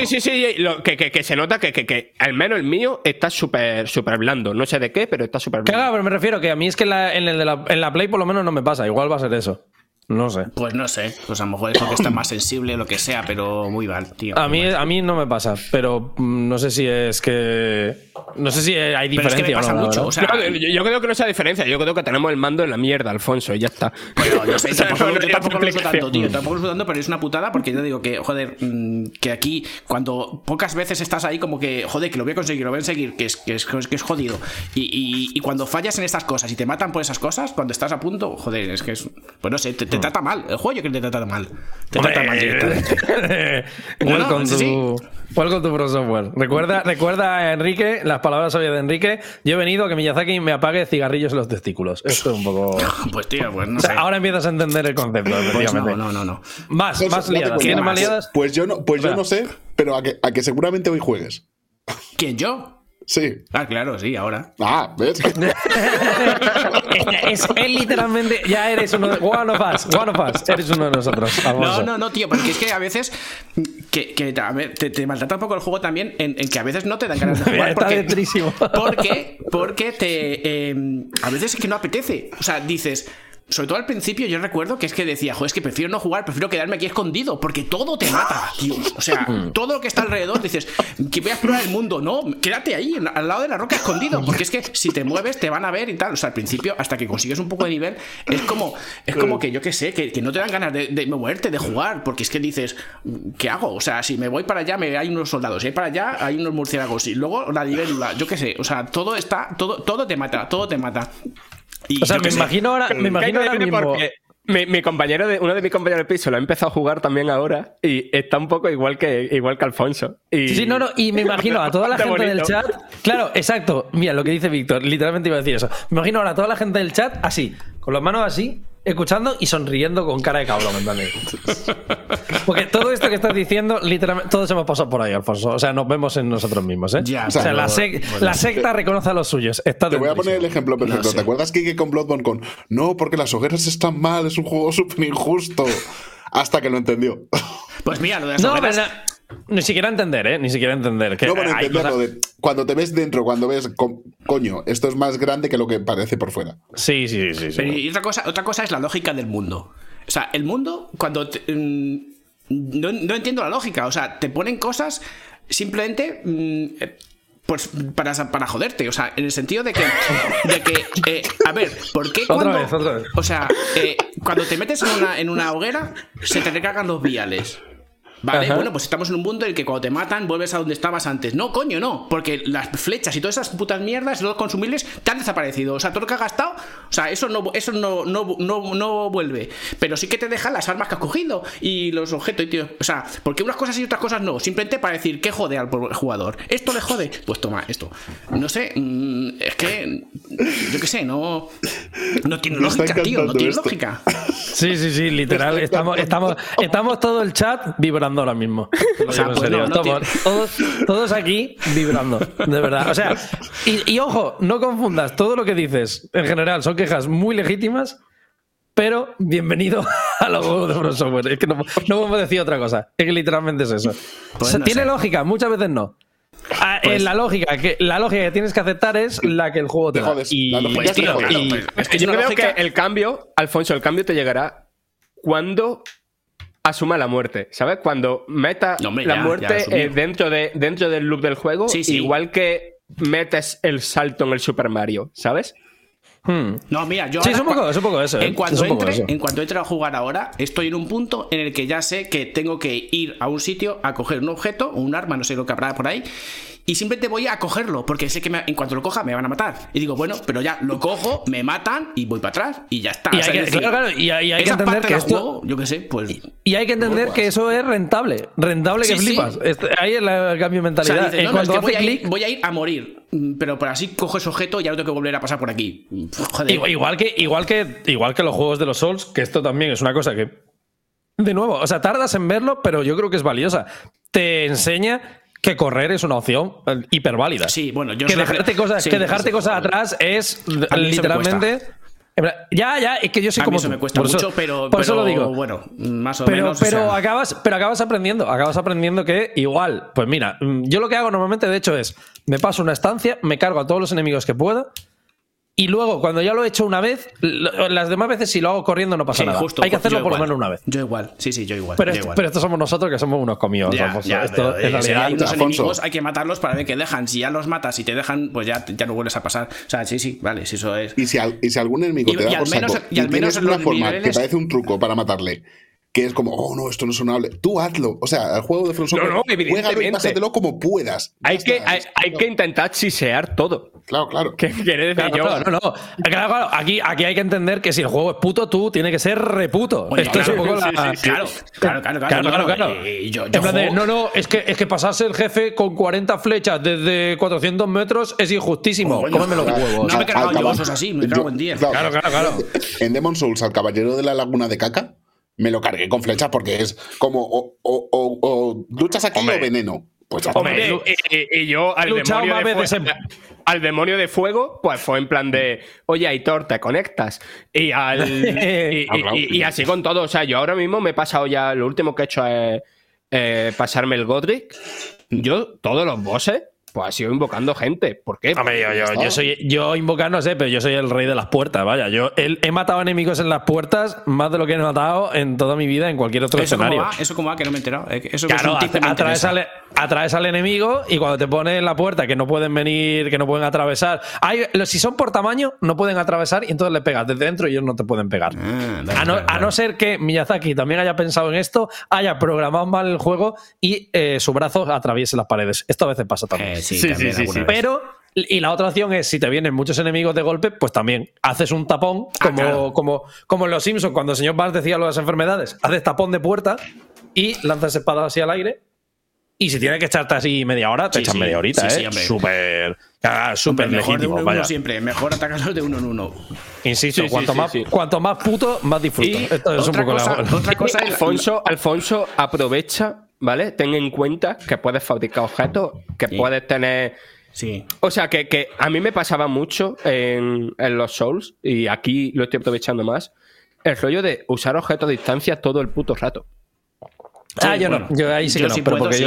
Que se nota que al menos el mío está súper blando. No sé de qué, pero está súper blando. Claro, pero me refiero que a mí es que en la Play por lo menos no me pasa. Igual va a ser eso. No sé. Pues no sé. Pues a lo mejor es porque está más sensible o lo que sea, pero muy mal, tío. A mí no me pasa, pero no sé si es que... No sé si hay diferencia. Pero es que me pasa mucho. O sea, yo creo que no sea diferencia. Yo creo que tenemos el mando en la mierda, Alfonso, y ya está. Pero yo sé, tampoco lo uso tanto, tío. Tampoco lo uso tanto, pero es una putada porque yo digo que, joder, que aquí, cuando pocas veces estás ahí como que, joder, que lo voy a conseguir, que es jodido. Y cuando fallas en estas cosas y te matan por esas cosas, cuando estás a punto, joder, es que es... Pues no sé, te trata mal. El juego yo creo que te trata mal. Te trata mal directamente. Welcome to From Software. Recuerda, Enrique, las palabras sabias de Enrique. Yo he venido a que Miyazaki me apague cigarrillos en los testículos. Esto es un poco... Pues tío, pues no sé. Ahora empiezas a entender el concepto, efectivamente. No. Más liadas. ¿Tienes más liadas? Pues yo no sé, pero a que seguramente hoy juegues. ¿Quién, yo? Sí. Claro, sí, ahora. ¿Ves? Él literalmente, ya eres uno de... One of us. Eres uno de nosotros, Alfonso. No, tío, porque es que a veces te maltrata un poco el juego también en que a veces no te dan ganas de jugar. Porque a veces es que no apetece. O sea, dices... Sobre todo al principio yo recuerdo que es que decía, joder, es que prefiero no jugar, prefiero quedarme aquí escondido, porque todo te mata, tío. O sea, todo lo que está alrededor, dices, que voy a explorar el mundo. No, quédate ahí, al lado de la roca escondido, porque es que si te mueves te van a ver y tal. O sea, al principio, hasta que consigues un poco de nivel, es como que yo qué sé, que no te dan ganas de moverte, de jugar, porque es que dices, ¿qué hago? O sea, si me voy para allá, hay unos soldados, si hay para allá, hay unos murciélagos, y luego la libélula, yo qué sé, o sea, todo te mata. Y o sea, me imagino ahora mismo... Uno de mis compañeros de piso lo ha empezado a jugar también ahora y está un poco igual que Alfonso. Y me imagino a toda la gente del chat... Claro, exacto. Mira, lo que dice Víctor, literalmente iba a decir eso. Me imagino ahora a toda la gente del chat así, con las manos así, escuchando y sonriendo con cara de cabrón, ¿entendés? Porque todo esto que estás diciendo, literalmente, todos hemos pasado por ahí, Alfonso. O sea, nos vemos en nosotros mismos, ¿eh? Ya, o sea, pero, la secta reconoce a los suyos. Está Te voy a poner el ejemplo perfecto. No sé. ¿Te acuerdas, Kike, con Bloodborne con no, porque las hogueras están mal, es un juego súper injusto? Hasta que lo entendió. Pues mira, lo de las No, hogueras- pero ni siquiera entender, ¿eh? Ni siquiera entender. Que No, bueno, hay entenderlo cosas- de cuando te ves dentro, cuando ves, coño, esto es más grande que lo que parece por fuera. Sí. Pero y otra cosa es la lógica del mundo. O sea, el mundo, cuando no entiendo la lógica. O sea, te ponen cosas simplemente pues para joderte. O sea, en el sentido de que a ver, ¿por qué Otra cuando vez. o sea, cuando te metes en una hoguera se te recargan los viales? Vale, Ajá. bueno, pues estamos en un mundo en el que cuando te matan vuelves a donde estabas antes. No, coño, no, porque las flechas y todas esas putas mierdas, los consumibles, te han desaparecido. O sea, todo lo que has gastado, o sea, eso no vuelve. Pero sí que te dejan las armas que has cogido y los objetos, y tío. O sea, porque unas cosas y otras cosas no. Simplemente para decir que jode al jugador. ¿Esto le jode? Pues toma, esto. No sé, es que yo qué sé, no tiene Me está lógica, tío, no encantando tiene esto. lógica. Sí, literal. Estamos todo el chat vibrando ahora mismo. O sea, En pues serio, no estamos todos aquí vibrando, de verdad. O sea, y ojo, no confundas, todo lo que dices en general son quejas muy legítimas, pero bienvenido a los juegos de From Software. Es que no podemos decir otra cosa. Es que literalmente es eso. Pues O sea, no tiene sé. lógica, muchas veces no. Pues- La lógica que tienes que aceptar es la que el juego te Te da. jodes. Y, La lógica Pues, es que tío, jodes. claro, y- pues, es que es Yo una creo lógica- que el cambio, Alfonso, el cambio te llegará cuando asuma la muerte, ¿sabes? Cuando meta No, hombre, la ya muerte asumió. dentro del loop del juego, Sí, sí. igual que metes el salto en el Super Mario, ¿sabes? No, mira, yo Sí, ahora es un poco eso. En cuanto, Es un poco eso. en cuanto entre a jugar ahora, estoy en un punto en el que ya sé que tengo que ir a un sitio a coger un objeto o un arma, no sé lo que habrá por ahí, y simplemente voy a cogerlo, porque sé que en cuanto lo coja me van a matar. Y digo, bueno, pero ya lo cojo, me matan y voy para atrás y ya está. Y O sea, hay que- es decir, claro, y hay que esa entender parte que del esto- juego, yo qué sé, pues... Y hay que entender que eso es rentable. Rentable que Sí, sí. flipas. Ahí es el cambio de O sea, mentalidad. dices, no, es Cuando que hace clic, voy a ir a morir, pero por así cojo ese objeto y ya no tengo que volver a pasar por aquí. Joder. igual que los juegos de los Souls, que esto también es una cosa que, de nuevo, o sea, tardas en verlo, pero yo creo que es valiosa. Te enseña que correr es una opción hiperválida. Sí, bueno, yo que soy- dejarte cosas, sí, que dejarte sí, cosas sí. atrás es A mí eso me literalmente. En plan, Ya, es que yo soy A mí como eso tú, me cuesta por eso- mucho, pero por eso lo digo. bueno, más o Pero menos. o sea, acabas aprendiendo que igual, pues mira, yo lo que hago normalmente de hecho es, me paso una estancia, me cargo a todos los enemigos que pueda y luego cuando ya lo he hecho una vez, las demás veces si lo hago corriendo no pasa sí, nada. justo, Hay que hacerlo yo por lo igual. menos una vez. Yo igual, sí, yo igual. Pero, yo igual. pero estos somos nosotros que somos unos comidos, Ya, Alfonso. ya, Esto pero, en si realidad. hay unos Alfonso. enemigos, hay que matarlos para ver que dejan. Si ya los matas y te dejan, pues ya no vuelves a pasar. O sea, sí, vale, si eso es. Y si algún enemigo Y- te y da al por menos- saco y al menos tienes en una los forma niveles- que parece un truco para matarle, que es como, oh no, esto no es sonable, tú hazlo. O sea, el juego de From Software, no, juégalo y evidentemente. pásatelo como puedas. Ya Hay está. que intentar chisear todo. Claro. ¿Qué quiere decir yo? Claro. Claro, aquí hay que entender que si el juego es puto, tú tienes que ser reputo. Oye, Esto es un poco la. Claro. Claro. Yo En plan de, juego- no, es que pasarse el jefe con 40 flechas desde 400 metros es injustísimo. Coño, Cómeme los Claro. huevos. No me he cargado Al yo caba- osos así, me cago en 10. Claro. En Demon's Souls, al caballero de la laguna de caca, me lo cargué con flechas porque es como o luchas aquí Hombre. o veneno. Pues ya está. Hombre, y yo he luchado más veces al demonio de fuego, pues fue en plan de, oye, Aitor, te conectas. Y y así con todo. O sea, yo ahora mismo me he pasado ya, lo último que he hecho es pasarme el Godric. Yo, todos los bosses, pues ha sido invocando gente. ¿Por qué? Hombre, yo invocar no sé, pero yo soy el rey de las puertas, vaya. Yo he matado enemigos en las puertas más de lo que he matado en toda mi vida en cualquier otro escenario. Eso como va, que no me he enterado. Eso que Claro, es un tip que me interesa. atraes al enemigo y cuando te pones en la puerta que no pueden venir, que no pueden atravesar. Si son por tamaño, no pueden atravesar y entonces le pegas desde dentro y ellos no te pueden pegar. A no ser que Miyazaki también haya pensado en esto, haya programado mal el juego y su brazo atraviese las paredes. Esto a veces pasa también. Sí, Sí, también sí, alguna vez. Pero, y la otra opción es, si te vienen muchos enemigos de golpe, pues también haces un tapón, claro. como en Los Simpsons, cuando el señor Barnes decía lo de las enfermedades, haces tapón de puerta y lanzas espadas así al aire Y si tienes que echarte así media hora, te echas media horita, sí, súper legítimo. Mejor de 1 en 1 siempre, mejor atacarlos de 1 en 1. Insisto, cuanto más puto, más disfruto. Y esto es otra cosa Alfonso aprovecha, ¿vale? Ten en cuenta que puedes fabricar objetos, que puedes tener... Sí. O sea, que a mí me pasaba mucho en los Souls, y aquí lo estoy aprovechando más, el rollo de usar objetos a distancia todo el puto rato. Yo ahí sí que no, pero porque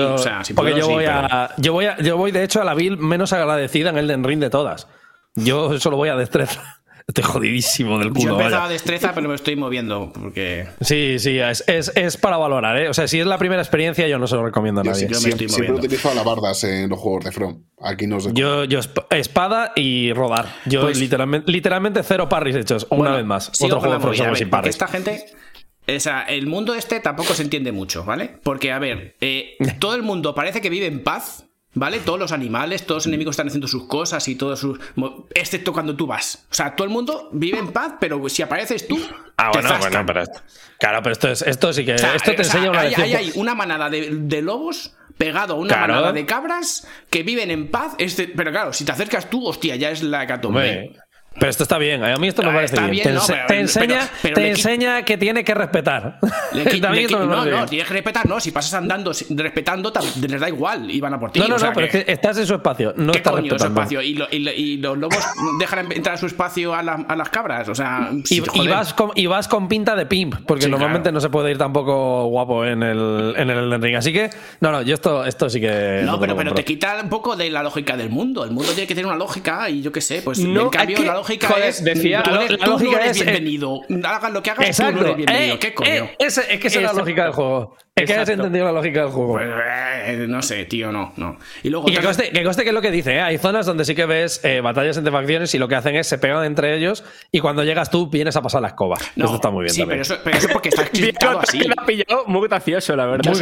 yo voy de hecho a la build menos agradecida en Elden Ring de todas. Yo solo voy a destreza. Estoy jodidísimo del culo. Yo he empezado a destreza, pero me estoy moviendo porque... Sí, es para valorar, ¿eh? O sea, si es la primera experiencia, yo no se lo recomiendo a nadie. Siempre utilizo alabardas en los juegos de From. Aquí no sé. Yo espada y rodar. Yo pues, literalmente 0 parries hechos. Una vez más. Otro juego de From solo sin parries. Esta gente... O sea, el mundo tampoco se entiende mucho, ¿vale? Porque, a ver, todo el mundo parece que vive en paz, ¿vale? Todos los animales, todos los enemigos están haciendo sus cosas y todos sus... Excepto cuando tú vas. O sea, todo el mundo vive en paz, pero si apareces tú, bueno, pero... Claro, pero esto sí que... O sea, esto te enseña una lección. Hay una manada de lobos pegado a una manada de cabras que viven en paz, pero claro, si te acercas tú, hostia, ya es la hecatombe. Pero esto está bien, a mí esto me parece bien. Te enseña que tiene que respetar. Tienes que respetar, no. Si pasas andando respetando, les da igual y van a por ti. No, pero es que estás en su espacio. No estás respetando. Su espacio? Y los lobos dejan entrar a su espacio a las cabras. O sea, y vas con pinta de pimp, porque normalmente no se puede ir tampoco guapo en el Elden Ring. Así que, yo esto sí que. No, pero te quita un poco de la lógica del mundo. El mundo tiene que tener una lógica y yo qué sé, pues en cambio la lógica es decía, tú no eres bienvenido. Hagas lo que hagas, exacto, tú no eres bienvenido. ¿Qué coño? Es que esa es la lógica del juego. Es que has entendido la lógica del juego. Pues, no sé, tío, no. Y luego que conste que es lo que dice, ¿eh? Hay zonas donde sí que ves batallas entre facciones y lo que hacen es se pegan entre ellos y cuando llegas tú vienes a pasar la escoba. Esto está muy bien también. Pero eso porque está scriptado así. Me ha pillado muy gracioso, la verdad.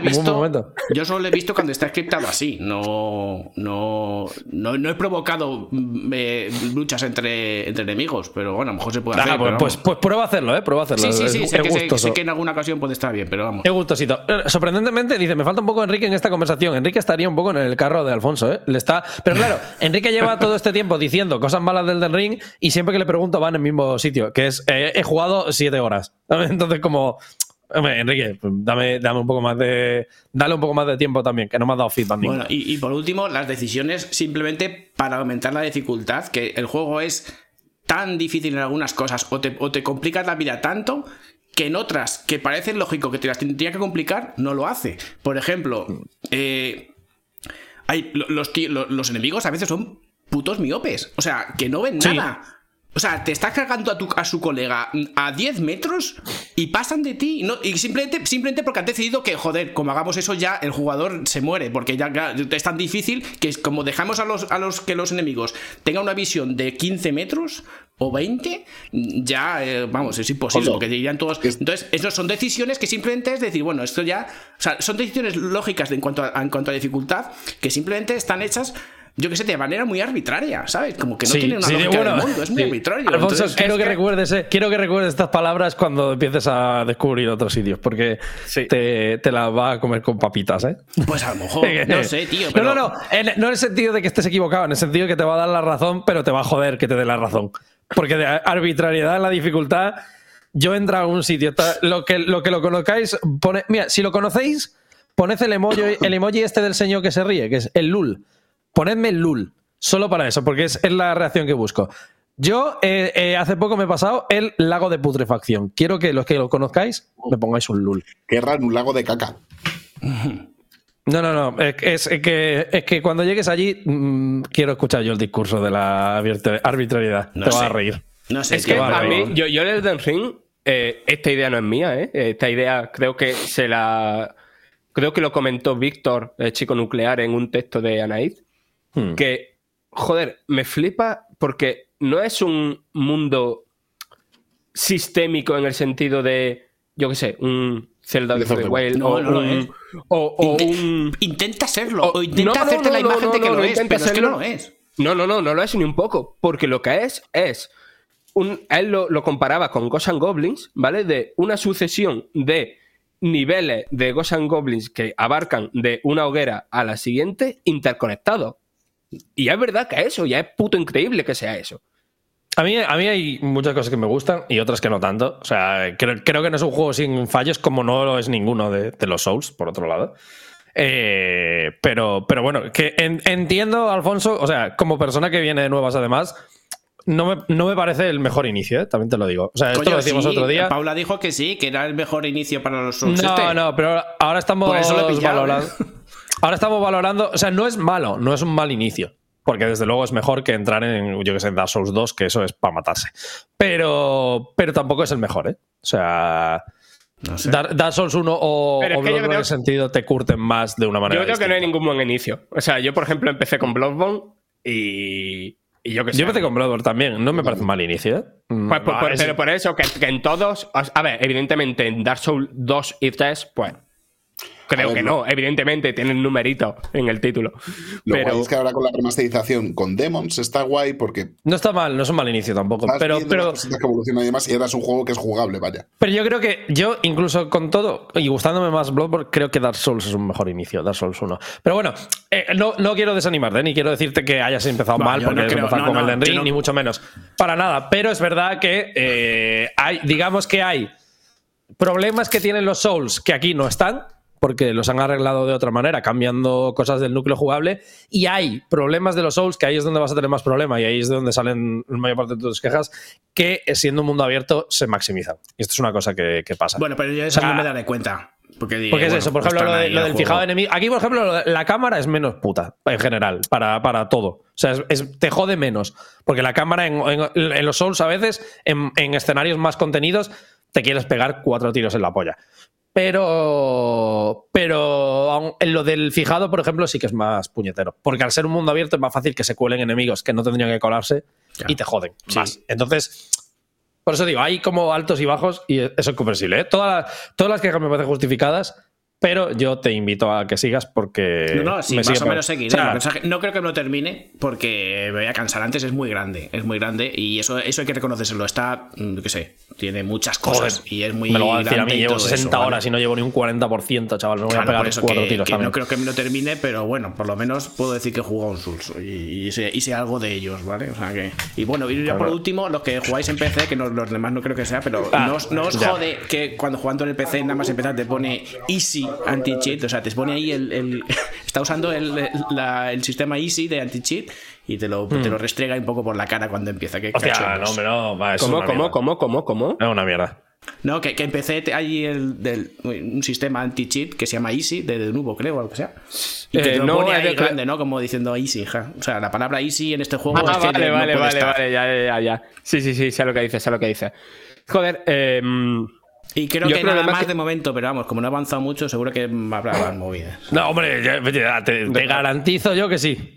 Yo solo lo he visto cuando está scriptado así. No he provocado luchas entre enemigos, pero bueno, a lo mejor se puede hacer. Pues prueba a hacerlo, Prueba a hacerlo. Sí, sé que en alguna ocasión puede estar bien, pero vamos. Es gustosito. Sorprendentemente, dice, me falta un poco Enrique en esta conversación. Enrique estaría un poco en el carro de Alfonso, ¿eh? Pero claro, Enrique lleva todo este tiempo diciendo cosas malas del Elden Ring y siempre que le pregunto va en el mismo sitio, que es, he jugado 7 horas. Entonces como... Hombre, Enrique, dale un poco más de tiempo también, que no me has dado feedback. Bueno, y por último, las decisiones simplemente para aumentar la dificultad, que el juego es tan difícil en algunas cosas o te complicas la vida tanto que en otras que parecen lógico que te las tendría que complicar, no lo hace. Por ejemplo, los enemigos a veces son putos miopes, o sea, que no ven nada. O sea, te estás cargando a su colega a 10 metros y pasan de ti. Y simplemente porque han decidido que, joder, como hagamos eso ya el jugador se muere. Porque ya es tan difícil que es como dejamos que los enemigos tengan una visión de 15 metros o 20, ya, es imposible. Porque dirían todos... Entonces, esas son decisiones que simplemente es decir, bueno, esto ya... O sea, son decisiones lógicas en cuanto a dificultad que simplemente están hechas... Yo que sé, de manera muy arbitraria, ¿sabes? Como que no tiene una lógica del mundo, es muy arbitrario. Alfonso, quiero que recuerdes estas palabras cuando empieces a descubrir otros sitios, porque te las va a comer con papitas, ¿eh? Pues a lo mejor, no sé, tío. Pero... No en el sentido de que estés equivocado, en el sentido de que te va a dar la razón, pero te va a joder que te dé la razón. Porque de arbitrariedad en la dificultad, yo he entrado a un sitio, lo que lo conozcáis, mira, si lo conocéis, poned el emoji este del señor que se ríe, que es el LUL. Ponedme el LUL, solo para eso, porque es la reacción que busco. Yo hace poco me he pasado el lago de putrefacción. Quiero que los que lo conozcáis me pongáis un LUL. Qué raro, un lago de caca. No. Es que cuando llegues allí quiero escuchar yo el discurso de la arbitrariedad. Te vas a reír. No sé. Es que a mí, yo el Elden Ring, esta idea no es mía, ¿eh? Esta idea creo que creo que lo comentó Víctor, el chico nuclear, en un texto de Anaid. Que, joder, me flipa porque no es un mundo sistémico en el sentido de, yo qué sé, un Zelda de the Wild intenta serlo, o intenta hacerte la imagen de que lo es, pero es que no lo es. No lo es ni un poco, porque lo que es él lo comparaba con Ghosts and Goblins, ¿vale? De una sucesión de niveles de Ghosts and Goblins que abarcan de una hoguera a la siguiente interconectados. Y es verdad que eso, ya es puto increíble que sea eso. A mí hay muchas cosas que me gustan y otras que no tanto. O sea, creo que no es un juego sin fallos, como no lo es ninguno de los Souls, por otro lado. Pero bueno, que entiendo, Alfonso, o sea, como persona que viene de nuevas además, no me parece el mejor inicio, también te lo digo. O sea, esto lo decimos otro día. Paula dijo que sí, que era el mejor inicio para los Souls. No, pero ahora estamos valorando. Ahora estamos valorando, o sea, no es malo, no es un mal inicio. Porque desde luego es mejor que entrar en, yo que sé, Dark Souls 2, que eso es para matarse. Pero tampoco es el mejor, ¿eh? O sea, no sé. Dark Souls 1 o Bloodborne en ese sentido te curten más de una manera Yo creo distinta. que no hay ningún buen inicio. O sea, yo, por ejemplo, empecé con Bloodborne y yo que sé. Yo empecé con Bloodborne también, no me parece un mal inicio, ¿eh? Pues, pero por eso, que en todos... A ver, evidentemente, en Dark Souls 2 y 3, pues... Creo que no, evidentemente tienen numerito en el título. Lo pero guay es que ahora con la remasterización con Demons está guay porque... No está mal, no es un mal inicio tampoco. Pero las cositas que evolucionan y demás, y ahora es un juego que es jugable, vaya. Pero yo creo que incluso con todo, y gustándome más Bloodborne, creo que Dark Souls es un mejor inicio, Dark Souls 1. Pero bueno, no quiero desanimarte, ni quiero decirte que hayas empezado mal porque has empezado con Elden Ring, ni mucho menos. Para nada. Pero es verdad que digamos que hay problemas que tienen los Souls que aquí no están, porque los han arreglado de otra manera, cambiando cosas del núcleo jugable, y hay problemas de los Souls, que ahí es donde vas a tener más problemas, y ahí es de donde salen la mayor parte de tus quejas, que siendo un mundo abierto se maximizan. Y esto es una cosa que pasa. Bueno, pero yo eso no me daré cuenta. Porque es eso, por ejemplo, lo del fijado de enemigo. Aquí, por ejemplo, la cámara es menos puta, en general, para todo. O sea, te jode menos. Porque la cámara en los Souls, a veces, en escenarios más contenidos, te quieres pegar 4 tiros en la polla. Pero en lo del fijado, por ejemplo, sí que es más puñetero. Porque al ser un mundo abierto es más fácil que se cuelen enemigos que no tendrían que colarse y te joden más. Entonces, por eso digo, hay como altos y bajos y eso es comprensible, ¿eh? Todas las quejas me parecen justificadas, pero yo te invito a que sigas porque... No, sí, más o menos seguiré. O sea, no creo que me lo termine porque me voy a cansar antes, es muy grande y eso hay que reconocérselo. Está, qué sé, tiene muchas cosas. Joder, y es muy... Me lo va a decir a mí, llevo 60 eso, horas y no llevo ni un 40%, chaval. Me voy a pegar 4 tiros también. No creo que me lo termine, pero bueno, por lo menos puedo decir que he jugado un Souls y sé algo de ellos, ¿vale? O sea que... Y bueno, y ya por último, los que jugáis en PC, que los demás no creo que sea, pero no os jode que cuando jugando en el PC nada más empezar te pone Easy anti-cheat, o sea, te pone ahí está usando el sistema Easy de anti-cheat y te lo restrega un poco por la cara cuando empieza. Hostia, no, va, ¿Cómo? Es una mierda. No, que en PC hay un sistema anti-cheat que se llama Easy, de nuevo, creo, o algo que sea. Y que te lo pone ahí grande, ¿no? Como diciendo Easy, o sea, la palabra Easy en este juego es que vale, ya. Sí, sé lo que dices. Joder, y creo que nada más de momento, pero vamos, como no he avanzado mucho, seguro que habrá más movidas. No, hombre, te garantizo yo que sí.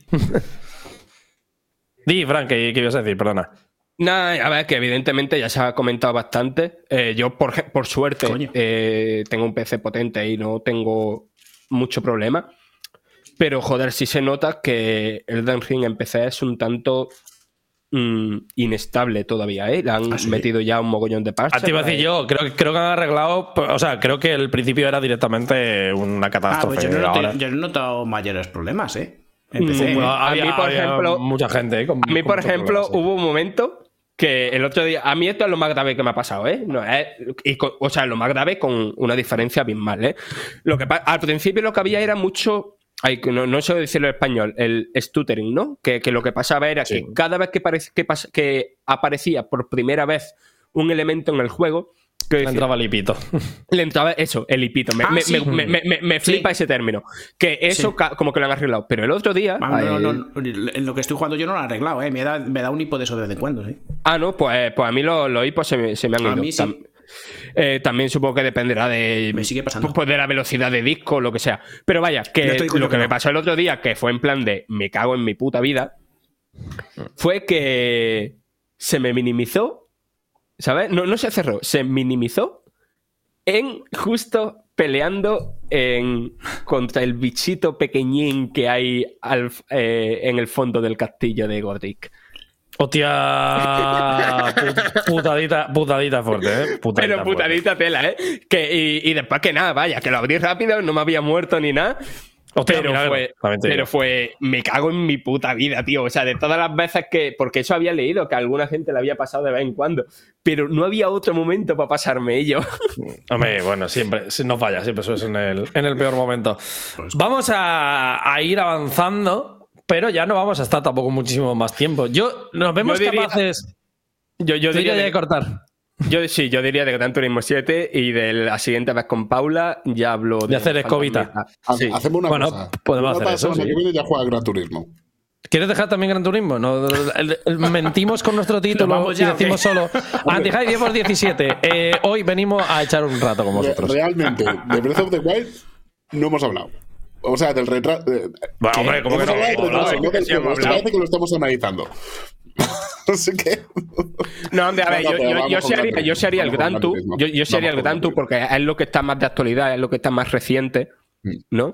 Di, Frank, ¿qué ibas a decir? Perdona. Nada, a ver, que evidentemente ya se ha comentado bastante. Yo, por suerte, tengo un PC potente y no tengo mucho problema. Pero, joder, sí se nota que Elden Ring en PC es un tanto... inestable todavía, ¿eh? Le han metido ya un mogollón de parches. Te iba a decir yo, creo que han arreglado, o sea, creo que el principio era directamente una catástrofe. Pues yo no he notado mayores problemas, ¿eh? A mí, por ejemplo, mucha gente, ¿eh? A mí, por ejemplo, hubo un momento que el otro día, a mí esto es lo más grave que me ha pasado, ¿eh? O sea, lo más grave con una diferencia abismal, ¿eh? Al principio lo que había era mucho... no sé decirlo en español, el stuttering, ¿no? Que lo que pasaba era que cada vez que aparecía por primera vez un elemento en el juego... Le entraba el hipito. Le entraba eso, el hipito. Me flipa ese término. Que eso como que lo han arreglado. Pero el otro día... en lo que estoy jugando yo no lo han arreglado, ¿eh? Me da un hipo de eso de vez en cuando, ¿sí? Pues a mí los hipos se me han ido. A mí sí. También supongo que dependerá me sigue pasando. Pues de la velocidad de disco o lo que sea. Pero vaya, que lo que me pasó el otro día, que fue en plan de me cago en mi puta vida, fue que se me minimizó, ¿sabes? No se cerró, se minimizó en justo peleando contra el bichito pequeñín que hay en el fondo del castillo de Godric. Hostia, putadita fuerte, ¿eh? Pero putadita fuerte. Tela, ¿eh? Y después que nada, vaya, que lo abrí rápido, no me había muerto ni nada. Hostia, pero fue, me cago en mi puta vida, tío. O sea, de todas las veces que... Porque eso había leído, que a alguna gente le había pasado de vez en cuando. Pero no había otro momento para pasarme ello. Hombre, bueno, siempre, no falla, siempre eso es en el peor momento. Vamos a ir avanzando, pero ya no vamos a estar tampoco muchísimo más tiempo. Nos vemos capaces... Yo diría de cortar. Yo diría de Gran Turismo 7 y de la siguiente vez con Paula ya hablo de hacer escobita. Sí. Hacemos una cosa. Podemos hacer eso. La semana que viene ya juega Gran Turismo. ¿Quieres dejar también Gran Turismo? No, mentimos con nuestro título y decimos solo Anti-Hype 10 por 17. Hoy venimos a echar un rato con vosotros. Realmente, de Breath of the Wild no hemos hablado. O sea, del retraso. Bueno, hombre, ¿cómo que no? Parece que lo estamos analizando. No sé qué. No, hombre, a ver, yo sí haría el Gran Tour. Yo sí haría el Gran Tour porque es lo que está más de actualidad, es lo que está más reciente, ¿no?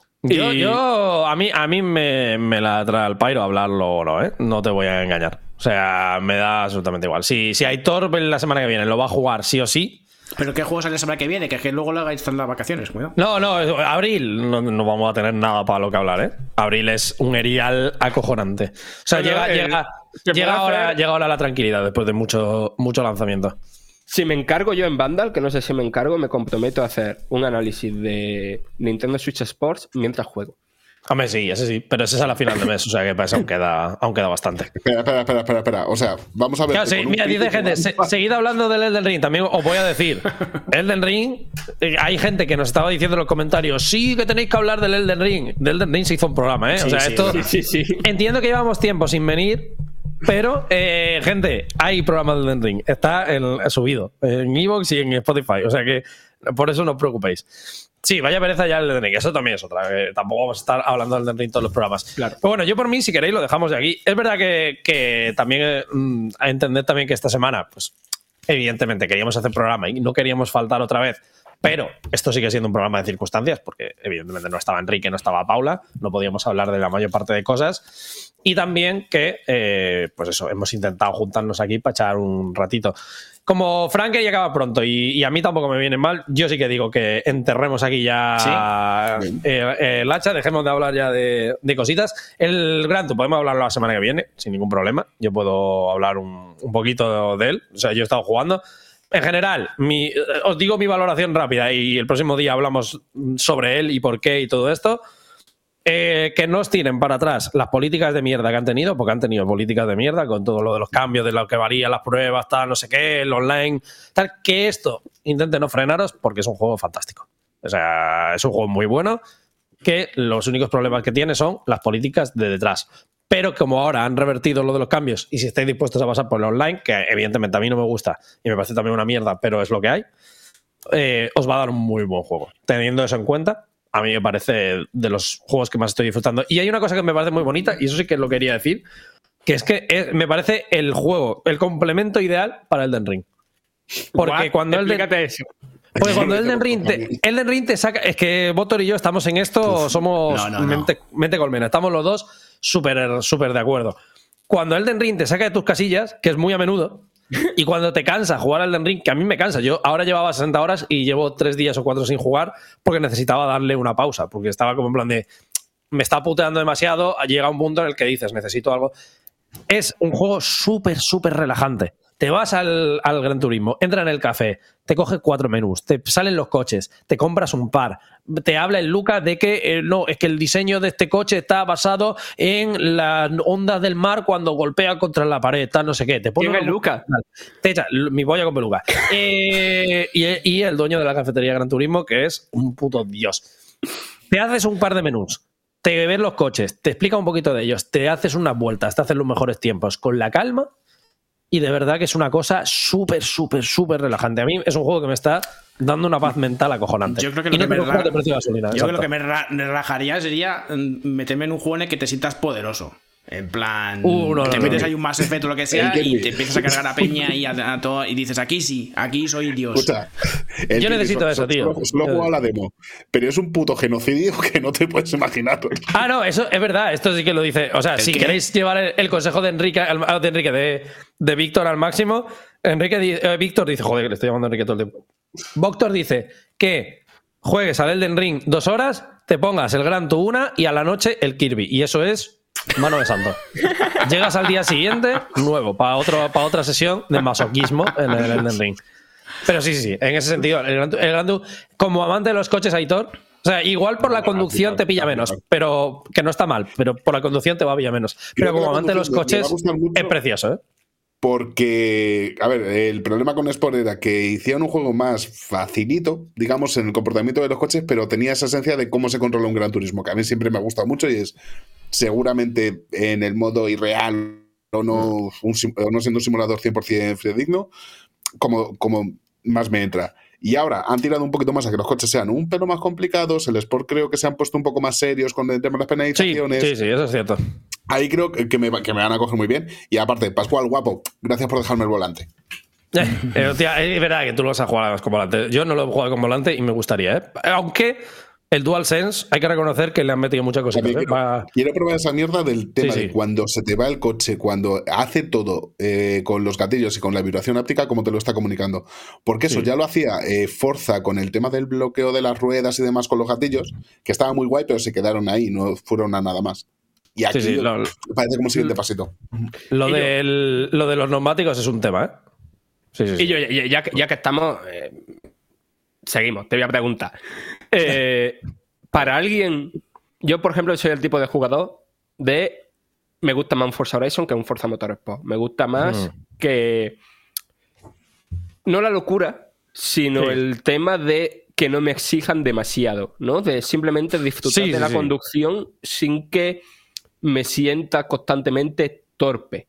A mí me la trae el pairo hablarlo o no, ¿eh? No te voy a engañar. O sea, me da absolutamente igual. Si Aitor la semana que viene lo va a jugar sí o sí. ¿Pero qué juegos sale la semana que viene? Que luego lo hagáis en las vacaciones, cuidado. No, abril no vamos a tener nada para lo que hablar, ¿eh? Abril es un erial acojonante. O sea, llega ahora la tranquilidad después de mucho lanzamiento. Si me encargo yo en Vandal, que no sé si me encargo, me comprometo a hacer un análisis de Nintendo Switch Sports mientras juego. Hombre, sí, ese sí, pero ese es a la final de mes, o sea que para eso aún queda bastante. Espera. O sea, vamos a ver. Claro, sí, mira, dice gente, seguid hablando del Elden Ring. También os voy a decir, Elden Ring, hay gente que nos estaba diciendo en los comentarios, sí, que tenéis que hablar del Elden Ring. Del Elden Ring se hizo un programa, ¿eh? Sí, o sea, sí. Entiendo que llevamos tiempo sin venir, pero, gente, hay programa del Elden Ring. Está subido en Evox y en Spotify, o sea que por eso no os preocupéis. Sí, vaya pereza ya el Elden Ring, eso también es otra. Tampoco vamos a estar hablando del Elden Ring en todos los programas. Claro. Pero bueno, yo por mí, si queréis, lo dejamos de aquí. Es verdad que también, a entender también que esta semana, pues, evidentemente queríamos hacer programa y no queríamos faltar otra vez. Pero esto sigue siendo un programa de circunstancias, porque evidentemente no estaba Enrique, no estaba Paula, no podíamos hablar de la mayor parte de cosas. Y también que, pues eso, hemos intentado juntarnos aquí para echar un ratito. Como Frank quería acabar pronto y a mí tampoco me viene mal, yo sí que digo que enterremos aquí ya el hacha, dejemos de hablar ya de cositas. El Gran Tour podemos hablarlo la semana que viene, sin ningún problema. Yo puedo hablar un poquito de él. O sea, yo he estado jugando. En general, os digo mi valoración rápida y el próximo día hablamos sobre él y por qué y todo esto. Que no os tiren para atrás las políticas de mierda que han tenido, porque han tenido políticas de mierda con todo lo de los cambios, de lo que varían las pruebas, tal, no sé qué, el online, tal, que esto intenten no frenaros porque es un juego fantástico. O sea, es un juego muy bueno, que los únicos problemas que tiene son las políticas de detrás. Pero como ahora han revertido lo de los cambios y si estáis dispuestos a pasar por el online, que evidentemente a mí no me gusta y me parece también una mierda, pero es lo que hay, os va a dar un muy buen juego. Teniendo eso en cuenta, a mí me parece de los juegos que más estoy disfrutando. Y hay una cosa que me parece muy bonita, y eso sí que lo quería decir, que es que me parece el juego, el complemento ideal para Elden Ring. Porque cuando Elden Ring te saca... Es que Botor y yo estamos en esto, somos mente colmena. Estamos los dos súper de acuerdo. Cuando Elden Ring te saca de tus casillas, que es muy a menudo, y cuando te cansa jugar al Elden Ring, que a mí me cansa, yo ahora llevaba 60 horas y llevo 3 días o 4 sin jugar porque necesitaba darle una pausa, porque estaba como en plan de me está puteando demasiado, llega un punto en el que dices necesito algo. Es un juego súper relajante. Te vas al Gran Turismo, entra en el café, te coges 4 menús, te salen los coches, te compras un par, te habla el Lucas de que no, es que el diseño de este coche está basado en las ondas del mar cuando golpea contra la pared, tal, no sé qué. Te pone el Lucas. Te echa mi polla con peluca. Y el dueño de la cafetería Gran Turismo, que es un puto dios. Te haces un par de menús, te ves los coches, te explica un poquito de ellos, te haces unas vueltas, te haces los mejores tiempos, con la calma. Y de verdad que es una cosa súper relajante. A mí es un juego que me está dando una paz mental acojonante. Yo creo que lo que me relajaría sería meterme en un juego en el que te sientas poderoso. En plan, no, te no, metes no. ahí un Mass Effect o lo que sea y te empiezas a cargar a peña y a todo, y dices, aquí sí, aquí soy Dios. Escucha, Yo necesito eso, tío. Solo he jugado la demo, pero es un puto genocidio que no te puedes imaginar. Ah, no, eso es verdad. Esto sí que lo dice. O sea, si queréis llevar el consejo de de Víctor al máximo, Víctor dice, joder, que le estoy llamando a Enrique todo el tiempo. Víctor dice que juegues al Elden Ring 2 horas, te pongas el Gran Turismo 1 y a la noche el Kirby. Y eso es mano de santo. Llegas al día siguiente, nuevo, para otra sesión de masoquismo en el Elden Ring. Pero sí, en ese sentido, el Gran Turismo, como amante de los coches, Aitor, o sea, igual por la conducción te pilla menos, pero que no está mal, pero por la conducción te va a pillar menos. Pero como amante de los coches, es precioso, ¿eh? Porque, a ver, el problema con Sport era que hicieron un juego más facilito, digamos, en el comportamiento de los coches, pero tenía esa esencia de cómo se controla un Gran Turismo, que a mí siempre me ha gustado mucho y es seguramente en el modo irreal o no siendo un simulador 100% fidedigno, como más me entra. Y ahora han tirado un poquito más a que los coches sean un pelo más complicados. El Sport creo que se han puesto un poco más serios con el tema de las penalizaciones. Sí, eso es cierto. Ahí creo que me van a coger muy bien. Y aparte, Pascual, guapo, gracias por dejarme el volante. Tía, es verdad que tú lo vas a jugar con volante. Yo no lo he jugado con volante y me gustaría, ¿eh? Aunque el DualSense hay que reconocer que le han metido muchas cosas. Quiero probar esa mierda del tema de cuando se te va el coche, cuando hace todo con los gatillos y con la vibración áptica, como te lo está comunicando. Porque eso ya lo hacía Forza con el tema del bloqueo de las ruedas y demás con los gatillos, que estaba muy guay, pero se quedaron ahí, no fueron a nada más. Y aquí parece como un siguiente pasito. Lo de los neumáticos es un tema, ¿eh? Sí. Y yo, ya que estamos, seguimos, te voy a preguntar. Para alguien, yo por ejemplo soy el tipo de jugador me gusta más un Forza Horizon que un Forza Motorsport. Me gusta más que no la locura, sino el tema de que no me exijan demasiado, ¿no? De simplemente disfrutar de la conducción sin que me sienta constantemente torpe.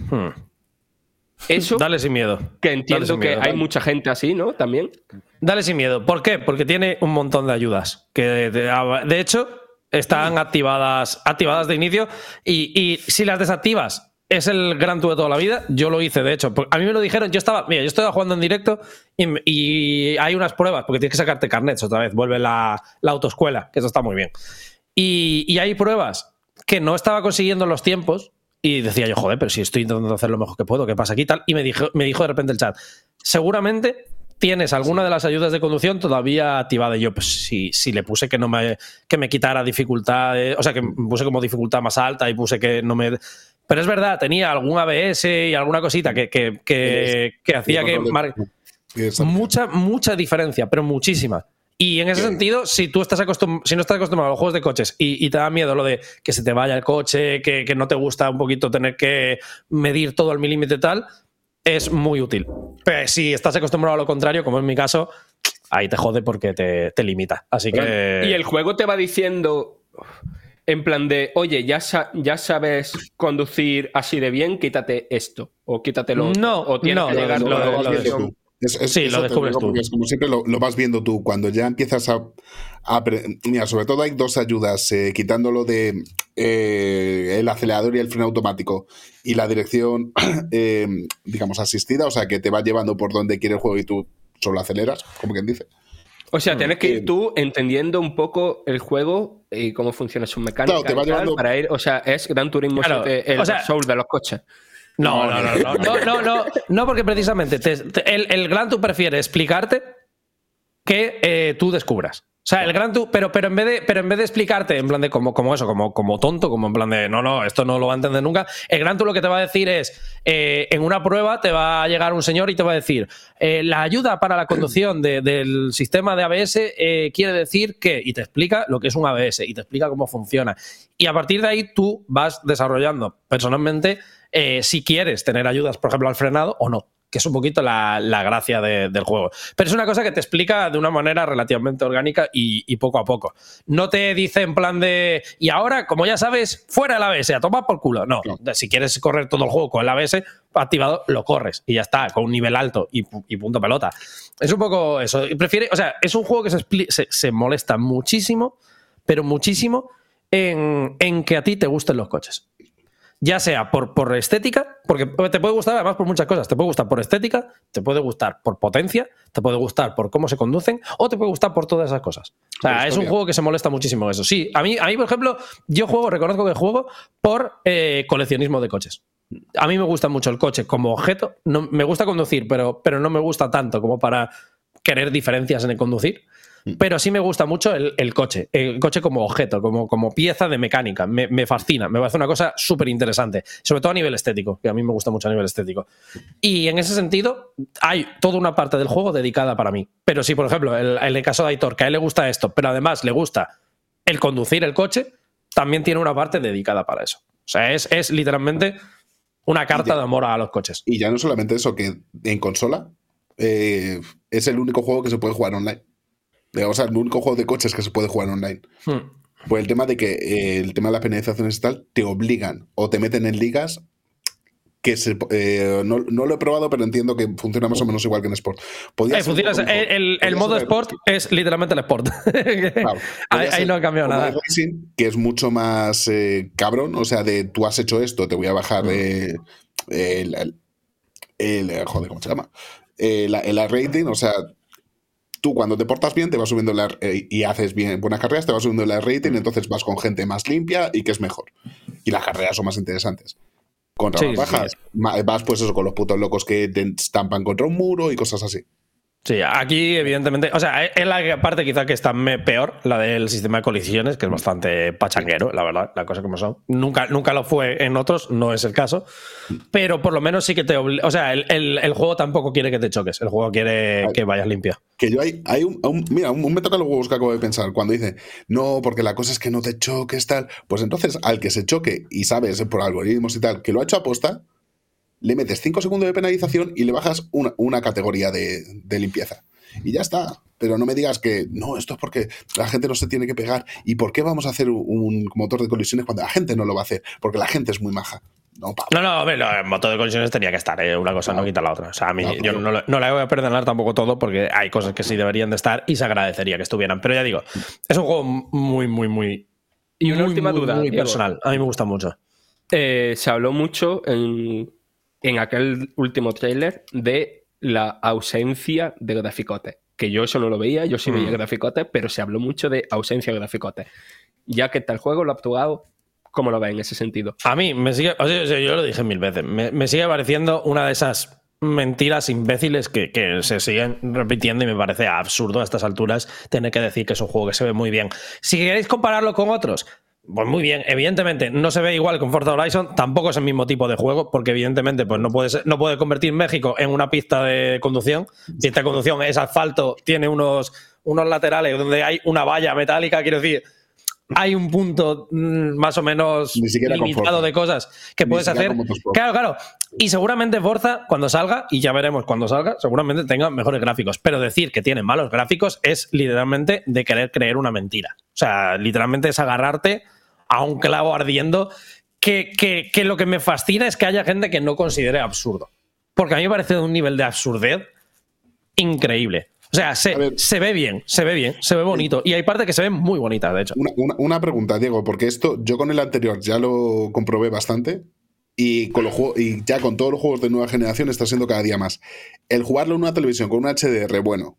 Eso. Dale sin miedo. Que entiendo que hay mucha gente así, ¿no? También. Dale sin miedo. ¿Por qué? Porque tiene un montón de ayudas. Que de hecho están activadas de inicio. Y si las desactivas, es el Gran Turismo de toda la vida. Yo lo hice, de hecho. A mí me lo dijeron. Yo estaba jugando en directo y hay unas pruebas, porque tienes que sacarte carnets otra vez. Vuelve la autoescuela, que eso está muy bien. Y hay pruebas que no estaba consiguiendo los tiempos. Y decía yo, joder, pero si estoy intentando hacer lo mejor que puedo, ¿qué pasa aquí? Tal. Y me dijo de repente el chat, seguramente tienes alguna de las ayudas de conducción todavía activada. Y yo, pues si le puse que me quitara dificultad, o sea, que me puse como dificultad más alta y puse que no me... Pero es verdad, tenía algún ABS y alguna cosita que hacía que... Mucha diferencia, pero muchísima. Y en ese sentido, si no estás acostumbrado a los juegos de coches y te da miedo lo de que se te vaya el coche, que no te gusta un poquito tener que medir todo al milímetro y tal, es muy útil. Pero si estás acostumbrado a lo contrario, como es mi caso, ahí te jode porque te limita. Así que... Y el juego te va diciendo, en plan de, oye, ya sabes conducir así de bien, quítate esto, o quítatelo. No, o tienes que llegar lo descubres tú. Es como siempre lo vas viendo tú. Cuando ya empiezas a mira, sobre todo hay dos ayudas, quitándolo de el acelerador y el freno automático y la dirección, digamos, asistida, o sea, que te va llevando por donde quiere el juego y tú solo aceleras, como quien dice. O sea, tienes que ir tú entendiendo un poco el juego y cómo funciona su mecánica. Claro, te va llevando... para ir, o sea, es Gran Turismo 7, el Soul de los coches. No, porque precisamente el Gran Turismo prefiere explicarte que tú descubras. O sea, el Gran Turismo, pero en vez de explicarte en plan de como tonto, como en plan de no, esto no lo va a entender nunca, el Gran Turismo lo que te va a decir es, en una prueba te va a llegar un señor y te va a decir, la ayuda para la conducción del sistema de ABS quiere decir que, y te explica lo que es un ABS y te explica cómo funciona. Y a partir de ahí tú vas desarrollando personalmente si quieres tener ayudas, por ejemplo, al frenado o no, que es un poquito la gracia del juego. Pero es una cosa que te explica de una manera relativamente orgánica y poco a poco. No te dice en plan de, y ahora, como ya sabes, fuera el ABS, a tomar por culo. No, si quieres correr todo el juego con el ABS activado, lo corres y ya está, con un nivel alto y punto pelota. Es un poco eso. Es un juego que se molesta muchísimo, pero muchísimo, en que a ti te gusten los coches. ya sea por estética, porque te puede gustar además por muchas cosas. Te puede gustar por estética, te puede gustar por potencia, te puede gustar por cómo se conducen, o te puede gustar por todas esas cosas. O sea, es un juego que se molesta muchísimo eso. Sí, a mí, por ejemplo, reconozco que juego por coleccionismo de coches. A mí me gusta mucho el coche como objeto. No, me gusta conducir, pero no me gusta tanto como para querer diferencias en el conducir. Pero sí me gusta mucho el coche como objeto, como pieza de mecánica. Me fascina, me parece una cosa súper interesante, sobre todo a nivel estético, que a mí me gusta mucho a nivel estético. Y en ese sentido, hay toda una parte del juego dedicada para mí. Pero si, por ejemplo, el caso de Aitor, que a él le gusta esto, pero además le gusta el conducir el coche, también tiene una parte dedicada para eso. O sea, es literalmente una carta de amor a los coches. Y ya no solamente eso, que en consola es el único juego que se puede jugar online. O sea, el único juego de coches que se puede jugar online. Por el tema de que el tema de las penalizaciones y tal te obligan o te meten en ligas que no lo he probado, pero entiendo que funciona más o menos igual que en Sport. El modo Sport es literalmente el Sport. Claro, ahí no ha cambiado nada. Racing, que es mucho más cabrón, o sea, de tú has hecho esto, te voy a bajar joder, ¿cómo se llama? El rating, o sea, tú cuando te portas bien te vas subiendo y haces bien buenas carreras, te vas subiendo el rating, entonces vas con gente más limpia y que es mejor. Y las carreras son más interesantes. Contra las bajas, vas pues eso con los putos locos que te estampan contra un muro y cosas así. Sí, aquí evidentemente, o sea, es la parte quizá que está peor, la del sistema de colisiones, que es bastante pachanguero, la verdad, las cosas como son. Nunca lo fue en otros, no es el caso, pero por lo menos sí que te obliga, o sea, el juego tampoco quiere que te choques, el juego quiere que vayas limpia. Que yo mira, me toca los huevos que acabo de pensar, cuando dice, no, porque la cosa es que no te choques, tal, pues entonces al que se choque y sabes por algoritmos y tal, que lo ha hecho aposta, le metes 5 segundos de penalización y le bajas una categoría de limpieza. Y ya está. Pero no me digas que no, esto es porque la gente no se tiene que pegar. ¿Y por qué vamos a hacer un motor de colisiones cuando la gente no lo va a hacer? Porque la gente es muy maja. No, a ver, el motor de colisiones tenía que estar, una cosa no quita la otra. O sea, a mí yo no la voy a perdonar tampoco todo porque hay cosas que sí deberían de estar y se agradecería que estuvieran. Pero ya digo, es un juego muy, muy, muy... Y una última duda. Muy personal. A mí me gusta mucho. Se habló mucho en aquel último tráiler de la ausencia de graficotes. Que yo eso no lo veía, yo sí veía graficotes, pero se habló mucho de ausencia de graficotes. Ya que está el juego, lo ha actuado, ¿cómo lo ves en ese sentido? A mí me sigue, o sea, yo lo dije 1000 veces, me sigue pareciendo una de esas mentiras imbéciles que se siguen repitiendo y me parece absurdo a estas alturas tener que decir que es un juego que se ve muy bien. Si queréis compararlo con otros, pues muy bien, evidentemente no se ve igual con Forza Horizon, tampoco es el mismo tipo de juego, porque evidentemente pues no puede convertir México en una pista de conducción. Pista de conducción es asfalto, tiene unos laterales donde hay una valla metálica, quiero decir, hay un punto más o menos limitado de cosas que puedes hacer. Claro. Y seguramente Forza, cuando salga, y ya veremos cuando salga, seguramente tenga mejores gráficos. Pero decir que tiene malos gráficos es literalmente de querer creer una mentira. O sea, literalmente es agarrarte a un clavo ardiendo que lo que me fascina es que haya gente que no considere absurdo. Porque a mí me parece de un nivel de absurdez increíble. O sea, se ve bien, se ve bonito. Y hay partes que se ven muy bonitas, de hecho. Una pregunta, Diego, porque esto yo con el anterior ya lo comprobé bastante y ya con todos los juegos de nueva generación está siendo cada día más. El jugarlo en una televisión con un HDR bueno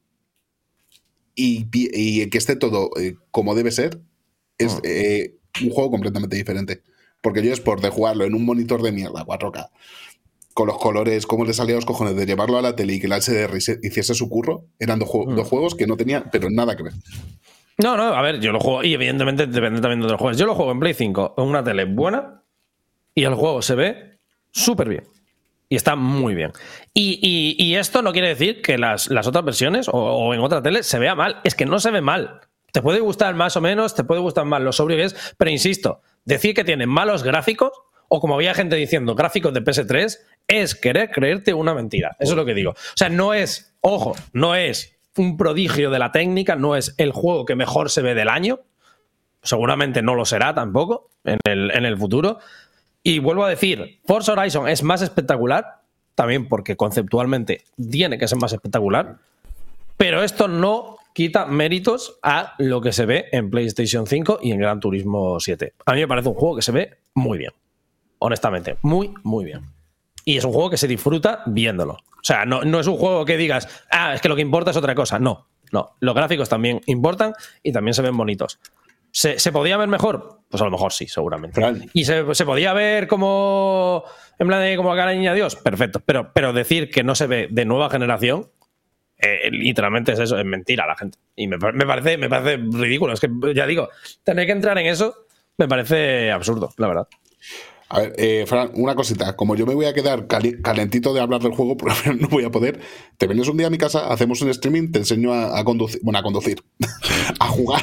y que esté todo como debe ser, es un juego completamente diferente. Porque yo es por de jugarlo en un monitor de mierda, 4K, con los colores, cómo le salía a los cojones de llevarlo a la tele y que el HDR hiciese su curro, eran dos juegos que no tenían, pero nada que ver. No, a ver, yo lo juego, y evidentemente depende también de los juegos. Yo lo juego en Play 5, en una tele buena, y el juego se ve súper bien. Y está muy bien. Y esto no quiere decir que las otras versiones o en otra tele se vea mal. Es que no se ve mal. Te puede gustar más o menos, te puede gustar más lo sobrio que es, pero insisto, decir que tiene malos gráficos, o como había gente diciendo, gráficos de PS3, es querer creerte una mentira. Eso es lo que digo. O sea, no es un prodigio de la técnica, no es el juego que mejor se ve del año. Seguramente no lo será tampoco en el futuro. Y vuelvo a decir, Forza Horizon es más espectacular, también porque conceptualmente tiene que ser más espectacular, pero esto no quita méritos a lo que se ve en PlayStation 5 y en Gran Turismo 7. A mí me parece un juego que se ve muy bien. honestamente. Muy, muy bien. Y es un juego que se disfruta viéndolo. O sea, no es un juego que digas, es que lo que importa es otra cosa. No. Los gráficos también importan y también se ven bonitos. ¿Se podía ver mejor? Pues a lo mejor sí, seguramente. Claro. ¿Y se podía ver como en plan de como acá la niña Dios? Perfecto. Pero decir que no se ve de nueva generación, literalmente es eso, es mentira a la gente. Y me parece ridículo. Es que, ya digo, tener que entrar en eso me parece absurdo, la verdad. A ver, Fran, una cosita. Como yo me voy a quedar calentito de hablar del juego, porque no voy a poder, te vienes un día a mi casa, hacemos un streaming, te enseño a conducir. Bueno, a conducir. A jugar.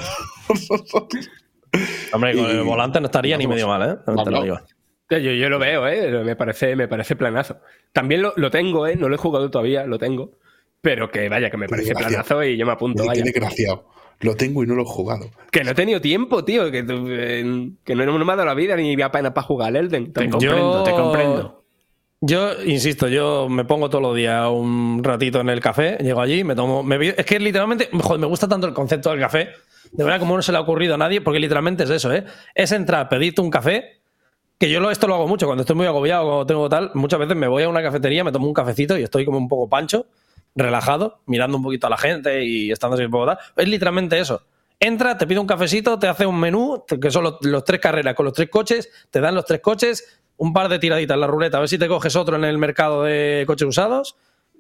Hombre, con el volante no estaría ni medio mal, ¿eh? Te lo digo. Yo lo veo, me parece planazo. También lo tengo, no lo he jugado todavía, lo tengo. Pero que vaya, que me parece planazo y yo me apunto. Qué desgraciado. Lo tengo y no lo he jugado. Que no he tenido tiempo, tío. Que no me ha dado la vida ni apenas para jugar al Elden. Te comprendo. Yo, insisto, yo me pongo todos los días un ratito en el café, llego allí, es que literalmente, joder, me gusta tanto el concepto del café. De verdad, como no se le ha ocurrido a nadie, porque literalmente es eso, es entrar, pedirte un café, que yo esto lo hago mucho, cuando estoy muy agobiado, cuando tengo tal, muchas veces me voy a una cafetería, me tomo un cafecito y estoy como un poco pancho, relajado, mirando un poquito a la gente y estando así un poco tal. Es literalmente eso. Entra, te pide un cafecito, te hace un menú, que son los 3 carreras con los 3 coches, te dan los 3 coches, un par de tiraditas en la ruleta, a ver si te coges otro en el mercado de coches usados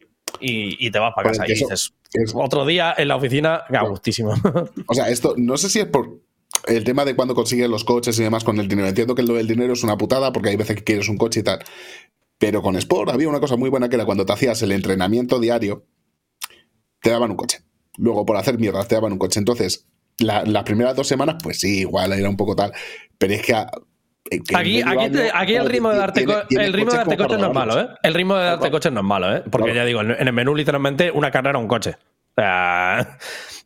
y te vas para casa. Y dices, otro día en la oficina, a gustísimo. O sea, esto no sé si es por el tema de cuando consigues los coches y demás con el dinero. Entiendo que lo del dinero es una putada porque hay veces que quieres un coche y tal. Pero con Sport había una cosa muy buena que era cuando te hacías el entrenamiento diario, te daban un coche. Luego, por hacer mierdas, te daban un coche. Entonces, las primeras 2 semanas, pues sí, igual era un poco tal. Pero es que aquí el ritmo de darte coches no es malo, ¿eh? El ritmo de darte coches no es malo, ¿eh? Porque ya digo, en el menú literalmente una carrera un coche. O sea,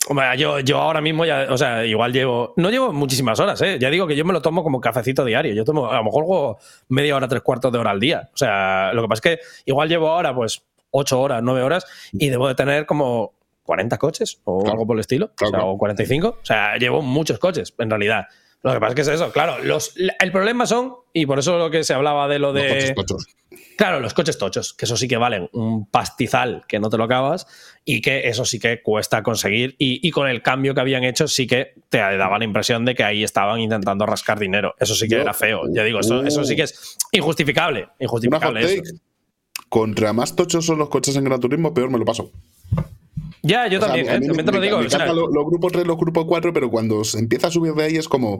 yo ahora mismo ya, o sea, igual no llevo muchísimas horas, ¿eh? Ya digo que yo me lo tomo como cafecito diario. Yo tomo, a lo mejor juego media hora, 3/4 de hora al día. O sea, lo que pasa es que igual llevo ahora, pues, 8 horas, 9 horas y debo de tener como 40 coches o algo por el estilo. O sea, o 45. O sea, llevo muchos coches, en realidad. Lo que pasa es que es eso, claro. El problema son, y por eso lo que se hablaba de lo de... Los coches tochos. Claro, los coches tochos, que eso sí que valen un pastizal que no te lo acabas y que eso sí que cuesta conseguir y con el cambio que habían hecho sí que te daba la impresión de que ahí estaban intentando rascar dinero. Eso sí que era feo. Ya digo, eso sí que es injustificable. Injustificable eso. Contra más tochos son los coches en Gran Turismo, peor me lo paso. Ya, yo también, también te lo digo. Me encantan los grupos 3, los grupos 4, pero cuando se empieza a subir de ahí es como...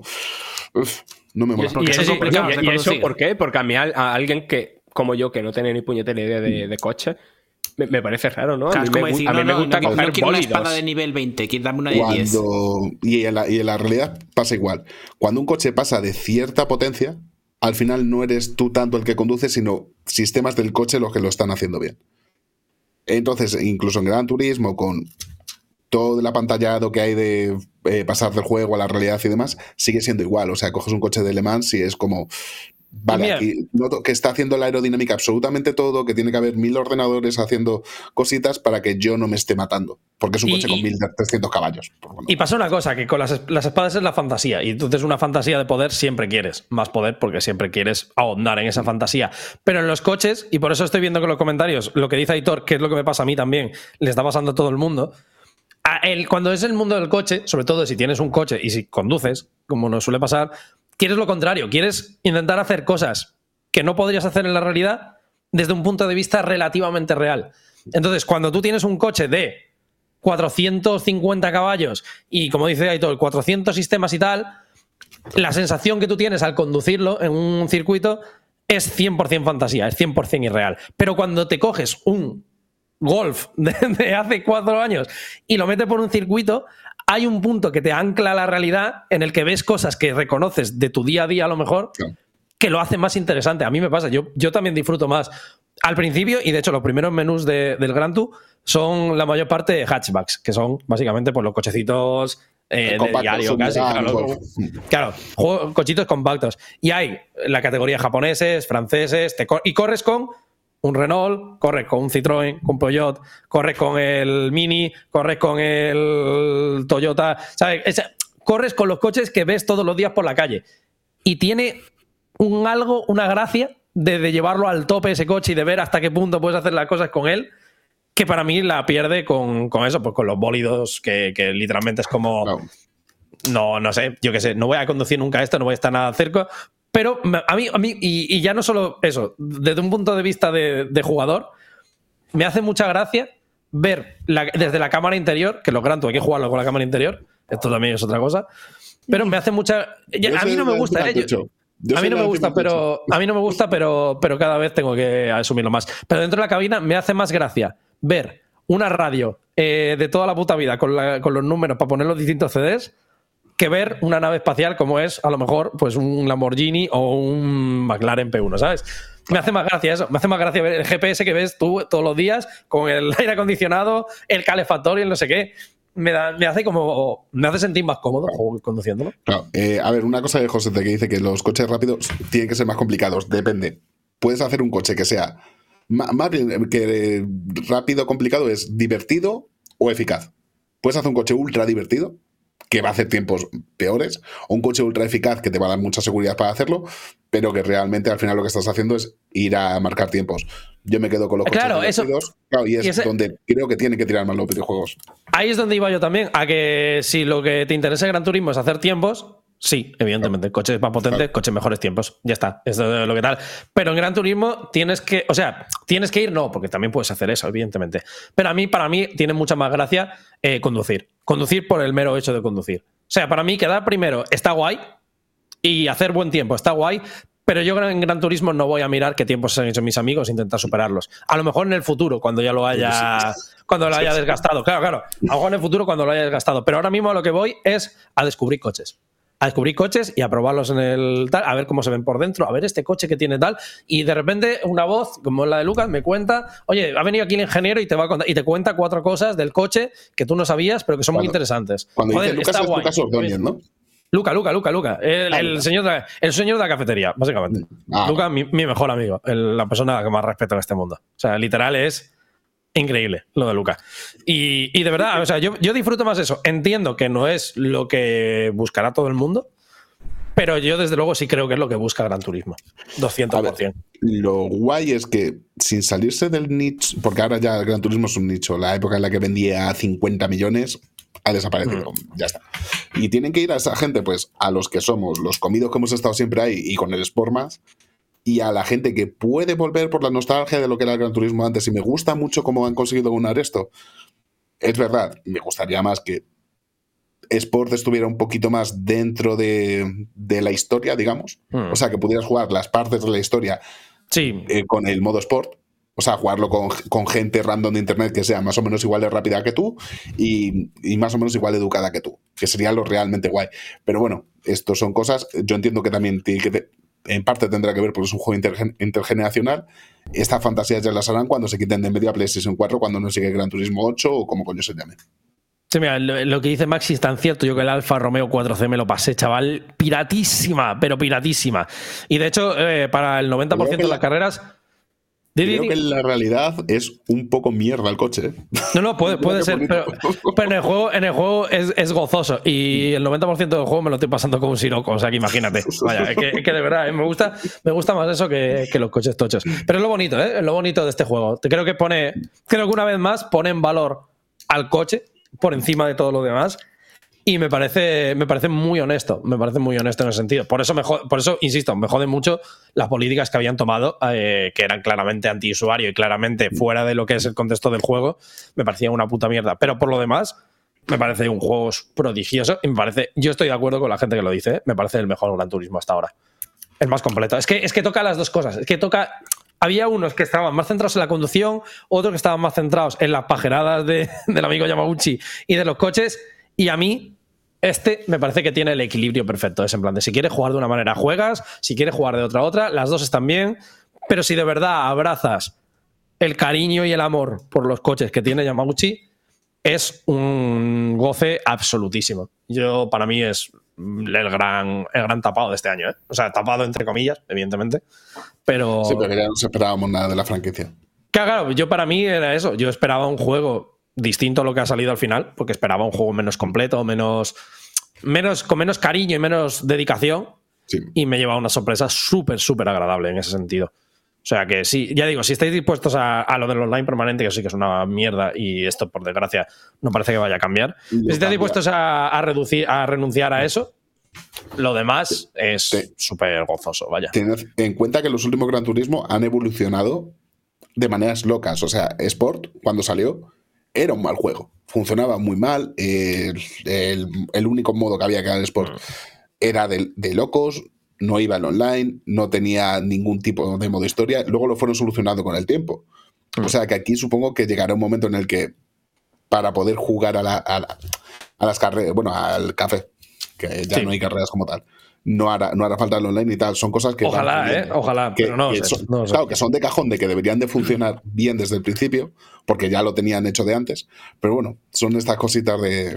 no me mola. ¿Y eso por qué? Porque a mí a alguien que, como yo, que no tiene ni puñetera idea de coche, me parece raro, ¿no? Claro, a mí me gusta coger quiero una espada de nivel 20, quiero darme una de 10. Y en la realidad pasa igual. Cuando un coche pasa de cierta potencia, al final no eres tú tanto el que conduce, sino sistemas del coche los que lo están haciendo bien. Entonces, incluso en Gran Turismo, con todo el apantallado que hay de pasar del juego a la realidad y demás, sigue siendo igual. O sea, coges un coche de Le Mans y es como... Vale, aquí noto que está haciendo la aerodinámica absolutamente todo, que tiene que haber 1000 ordenadores haciendo cositas para que yo no me esté matando, porque es un coche con 1300 caballos. Y pasa una cosa, que con las espadas es la fantasía, y entonces una fantasía de poder siempre quieres más poder porque siempre quieres ahondar en esa fantasía. Pero en los coches, y por eso estoy viendo que en los comentarios lo que dice Aitor, que es lo que me pasa a mí también, le está pasando a todo el mundo. Cuando es el mundo del coche, sobre todo si tienes un coche y si conduces, como nos suele pasar, quieres lo contrario, quieres intentar hacer cosas que no podrías hacer en la realidad desde un punto de vista relativamente real. Entonces, cuando tú tienes un coche de 450 caballos y, como dice Aitor, 400 sistemas y tal, la sensación que tú tienes al conducirlo en un circuito es 100% fantasía, es 100% irreal. Pero cuando te coges un Golf de hace 4 años y lo metes por un circuito, hay un punto que te ancla a la realidad en el que ves cosas que reconoces de tu día a día a lo mejor, que lo hace más interesante. A mí me pasa, yo también disfruto más al principio, y de hecho los primeros menús del Gran Tour son la mayor parte hatchbacks, que son básicamente pues, los cochecitos de diario casi. Claro, cochitos compactos. Y hay la categoría japoneses, franceses, y corres con un Renault, corres con un Citroën, con un Peugeot, corres con el Mini, corres con el Toyota, ¿sabes? Corres con los coches que ves todos los días por la calle. Y tiene una gracia de llevarlo al tope ese coche y de ver hasta qué punto puedes hacer las cosas con él, que para mí la pierde con eso, pues con los bólidos, que literalmente es como... No sé, yo qué sé, no voy a conducir nunca esto, no voy a estar nada cerca, pero a mí y ya no solo eso, desde un punto de vista de jugador, me hace mucha gracia ver desde la cámara interior, que los Gran Turismo hay que jugarlo con la cámara interior, esto también es otra cosa, pero me hace mucha... A mí no me gusta, a mí no me gusta, pero cada vez tengo que asumirlo más. Pero dentro de la cabina me hace más gracia ver una radio de toda la puta vida con los números para poner los distintos CDs que ver una nave espacial como es, a lo mejor, pues un Lamborghini o un McLaren P1, ¿sabes? Me hace más gracia eso. Me hace más gracia ver el GPS que ves tú todos los días con el aire acondicionado, el calefactor y el no sé qué. Me hace sentir más cómodo conduciéndolo. Claro. A ver, una cosa de José que dice que los coches rápidos tienen que ser más complicados. Depende. Puedes hacer un coche que sea más bien que rápido, complicado, es divertido o eficaz. Puedes hacer un coche ultra divertido que va a hacer tiempos peores, o un coche ultra eficaz que te va a dar mucha seguridad para hacerlo, pero que realmente al final lo que estás haciendo es ir a marcar tiempos. Yo me quedo con los coches divertidos, y es donde creo que tienen que tirar más los videojuegos. Ahí es donde iba yo también, a que si lo que te interesa en Gran Turismo es hacer tiempos, sí, evidentemente, coches más potentes, coches mejores tiempos, ya está, eso es lo que tal. Pero en Gran Turismo tienes que ir, no, porque también puedes hacer eso, evidentemente. Pero para mí tiene mucha más gracia conducir por el mero hecho de conducir. O sea, para mí quedar primero está guay y hacer buen tiempo está guay, pero yo en Gran Turismo no voy a mirar qué tiempos han hecho mis amigos e intentar superarlos. A lo mejor en el futuro, cuando ya lo haya desgastado. Claro. A lo mejor en el futuro cuando lo haya desgastado. Pero ahora mismo a lo que voy es a descubrir coches. Y a probarlos en el tal, a ver cómo se ven por dentro, a ver este coche que tiene tal, y de repente una voz, como la de Lucas, me cuenta, oye, ha venido aquí el ingeniero y te va a contar, y te cuenta 4 cosas del coche que tú no sabías, pero que son muy interesantes. Cuando dice Lucas es Lucas Ordóñez, ¿no? Luca. El señor de la cafetería, básicamente. Luca, mi mejor amigo, la persona que más respeto en este mundo. O sea, literal es increíble lo de Luca. Y de verdad, o sea, yo disfruto más eso. Entiendo que no es lo que buscará todo el mundo, pero yo desde luego sí creo que es lo que busca Gran Turismo. 200%. A ver, lo guay es que sin salirse del nicho, porque ahora ya Gran Turismo es un nicho, la época en la que vendía 50 millones ha desaparecido, ya está. Y tienen que ir a esa gente, pues a los que somos, los comidos que hemos estado siempre ahí y con el Sport más, y a la gente que puede volver por la nostalgia de lo que era el Gran Turismo antes. Y me gusta mucho cómo han conseguido unar esto. Es verdad, me gustaría más que Sport estuviera un poquito más dentro de la historia, digamos. O sea, que pudieras jugar las partes de la historia con el modo Sport. O sea, jugarlo con gente random de internet que sea más o menos igual de rápida que tú y más o menos igual de educada que tú. Que sería lo realmente guay. Pero bueno, esto son cosas... Yo entiendo que también tiene que... En parte tendrá que ver porque es un juego intergeneracional. Estas fantasías ya las harán cuando se quiten de en medio a PlayStation 4, cuando no sigue Gran Turismo 8 o como coño se llame. Sí, mira, lo que dice Maxi es tan cierto. Yo que el Alfa Romeo 4C me lo pasé, chaval, piratísima, pero piratísima. Y de hecho, para el 90% de las carreras... Creo que en la realidad es un poco mierda el coche. No, puede ser, pero en el juego es gozoso y el 90% del juego me lo estoy pasando como un siroco, o sea que imagínate. Vaya, es que de verdad, me gusta más eso que los coches tochos. Pero es lo bonito, es lo bonito de este juego. Creo que una vez más pone en valor al coche por encima de todo lo demás. Y me parece muy honesto. Me parece muy honesto en ese sentido. Por eso, insisto, me joden mucho las políticas que habían tomado, que eran claramente antiusuario y claramente fuera de lo que es el contexto del juego. Me parecía una puta mierda. Pero por lo demás, me parece un juego prodigioso. Y yo estoy de acuerdo con la gente que lo dice. Me parece el mejor Gran Turismo hasta ahora. El más completo. Es que toca las dos cosas. Había unos que estaban más centrados en la conducción, otros que estaban más centrados en las pajeradas del amigo Yamauchi y de los coches. Y a mí... me parece que tiene el equilibrio perfecto. Es en plan de si quieres jugar de una manera juegas, si quieres jugar de otra, las dos están bien, pero si de verdad abrazas el cariño y el amor por los coches que tiene Yamauchi, es un goce absolutísimo. Para mí es el gran tapado de este año, ¿eh? O sea, tapado entre comillas, evidentemente, pero... Sí, pero ya no esperábamos nada de la franquicia. Claro, para mí era eso. Yo esperaba un juego distinto a lo que ha salido al final, porque esperaba un juego menos completo, con menos cariño y menos dedicación, Sí. y me he llevado una sorpresa súper, súper agradable en ese sentido. O sea que sí, ya digo, si estáis dispuestos a lo del online permanente, que sí que es una mierda y esto, por desgracia, no parece que vaya a cambiar. Si estáis dispuestos a renunciar a eso, lo demás es súper gozoso, vaya. Tened en cuenta que los últimos Gran Turismo han evolucionado de maneras locas. O sea, Sport, cuando salió, era un mal juego. Funcionaba muy mal. El único modo que había que era el Sport era de locos. No iba al online, no tenía ningún tipo de modo historia. Luego lo fueron solucionando con el tiempo. O sea que aquí supongo que llegará un momento en el que para poder jugar a las carreras, bueno, al café, que ya no hay carreras como tal, no hará falta el online y tal. Son cosas que... Ojalá, que, pero no que sé. Claro, que son de cajón, de que deberían de funcionar bien desde el principio, porque ya lo tenían hecho de antes. Pero bueno, son estas cositas de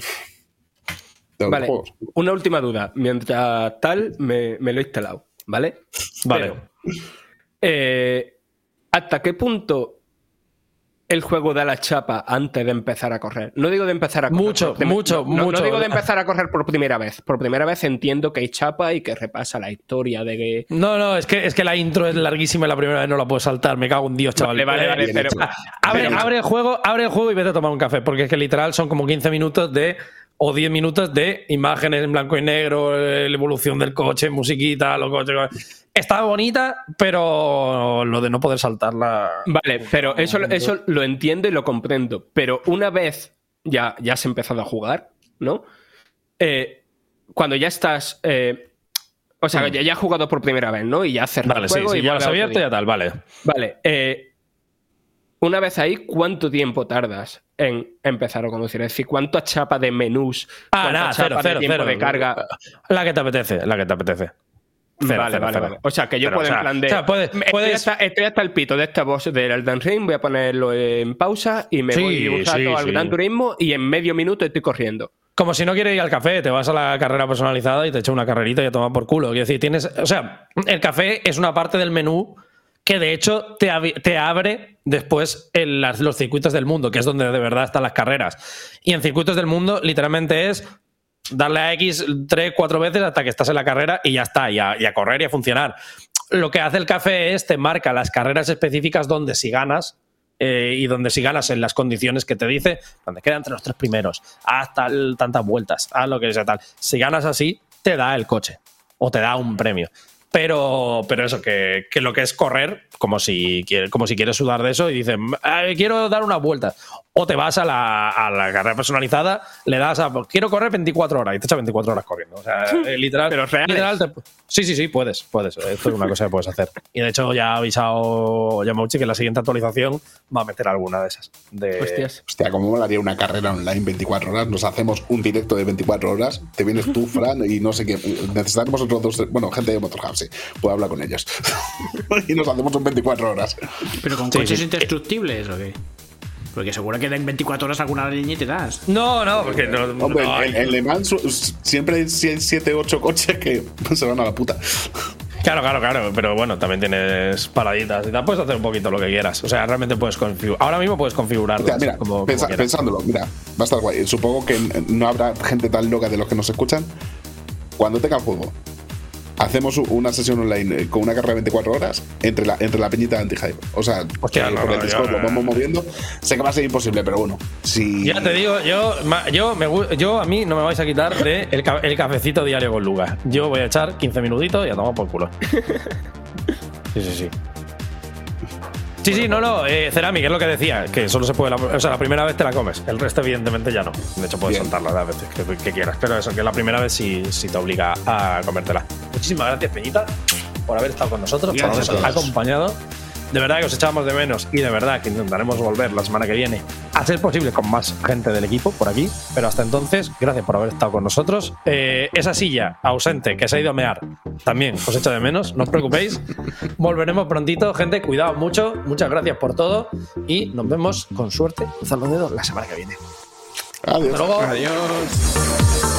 vale, juegos. Una última duda. Mientras tal, me lo he instalado, ¿vale? Vale. Pero, ¿hasta qué punto el juego da la chapa antes de empezar a correr? No digo de empezar a correr. Mucho. No digo de empezar a correr por primera vez. Por primera vez entiendo que hay chapa y que repasa la historia de que... No, es que la intro es larguísima y la primera vez no la puedo saltar. Me cago en Dios, chaval. Vale, pero... Abre el juego y vete a tomar un café, porque es que literal son como 15 minutos o 10 minutos de imágenes en blanco y negro, la evolución del coche, musiquita, los coches... Está bonita, pero lo de no poder saltarla... Vale, pero eso lo entiendo y lo comprendo. Pero una vez ya has empezado a jugar, ¿no? Cuando ya estás... o sea, ya has jugado por primera vez, ¿no? Y ya has cerrado el juego. Y ya lo has abierto y ya tal, vale. Vale, una vez ahí, ¿cuánto tiempo tardas en empezar a conducir? Es decir, ¿cuánta chapa de menús? Nada, chapa cero, de tiempo de carga? La que te apetece. Vale. O sea, que yo puedo en plan de... Estoy hasta el pito de esta voz del Elden Ring, voy a ponerlo en pausa y me voy un rato al Gran Turismo y en medio minuto estoy corriendo. Como si no quieres ir al café, te vas a la carrera personalizada y te echas una carrerita y a tomar por culo. Quiero decir, el café es una parte del menú que de hecho te abre después los circuitos del mundo, que es donde de verdad están las carreras. Y en circuitos del mundo literalmente es darle a X 3-4 veces hasta que estás en la carrera y ya está, y a correr y a funcionar. Lo que hace el café es te marca las carreras específicas donde si ganas, y donde si ganas en las condiciones que te dice, donde queda entre los 3 primeros, hasta tantas vueltas, haz lo que sea tal. Si ganas así, te da el coche o te da un premio. Pero eso, que lo que es correr, como si quieres sudar de eso y dices, quiero dar una vuelta. O te vas a la carrera personalizada, le das a quiero correr 24 horas y te echas 24 horas corriendo. O sea, literal. Pero literal sí, puedes. Esto es una cosa que puedes hacer. Y de hecho ya ha avisado Yamauchi que la siguiente actualización va a meter alguna de esas. Hostia, ¿cómo molaría una carrera online 24 horas? Nos hacemos un directo de 24 horas. Te vienes tú, Fran, y no sé qué. Necesitaremos otros 2... Bueno, gente de Motorhub, sí. Puedo hablar con ellos. Y nos hacemos un 24 horas. ¿Pero con coches indestructibles o qué? Porque seguro que en 24 horas alguna línea te das. No, porque no. Hombre, en Le Mans siempre hay 7 o 8 coches que se van a la puta. Claro, pero bueno, también tienes paraditas y tal. Puedes hacer un poquito lo que quieras. O sea, realmente puedes configurar. Ahora mismo puedes configurarlo. O sea, mira, como pensándolo, mira, va a estar guay. Supongo que no habrá gente tan loca de los que nos escuchan. Cuando tenga el juego, hacemos una sesión online con una carrera de 24 horas entre la peñita de Anti-Hype. O sea, por el Discord lo vamos moviendo. Sé que va a ser imposible, pero bueno. Si... Ya te digo, yo a mí no me vais a quitar de el cafecito diario con Lucas. Yo voy a echar 15 minutitos y a tomar por culo. Sí. Cerami, que es lo que decía, que solo se puede, o sea, la primera vez te la comes, el resto evidentemente ya no. De hecho puedes soltarla las veces que quieras, pero eso, que la primera vez sí te obliga a comértela. Muchísimas gracias, Peñita, por haber estado con nosotros, por habernos acompañado. De verdad que os echamos de menos y de verdad que intentaremos volver la semana que viene a ser posible con más gente del equipo por aquí, pero hasta entonces, gracias por haber estado con nosotros. Esa silla ausente que se ha ido a mear, también os echo de menos, no os preocupéis. Volveremos prontito, gente, cuidaos mucho, muchas gracias por todo y nos vemos con suerte, cruzad los dedos, la semana que viene. Adiós. Hasta luego. Adiós.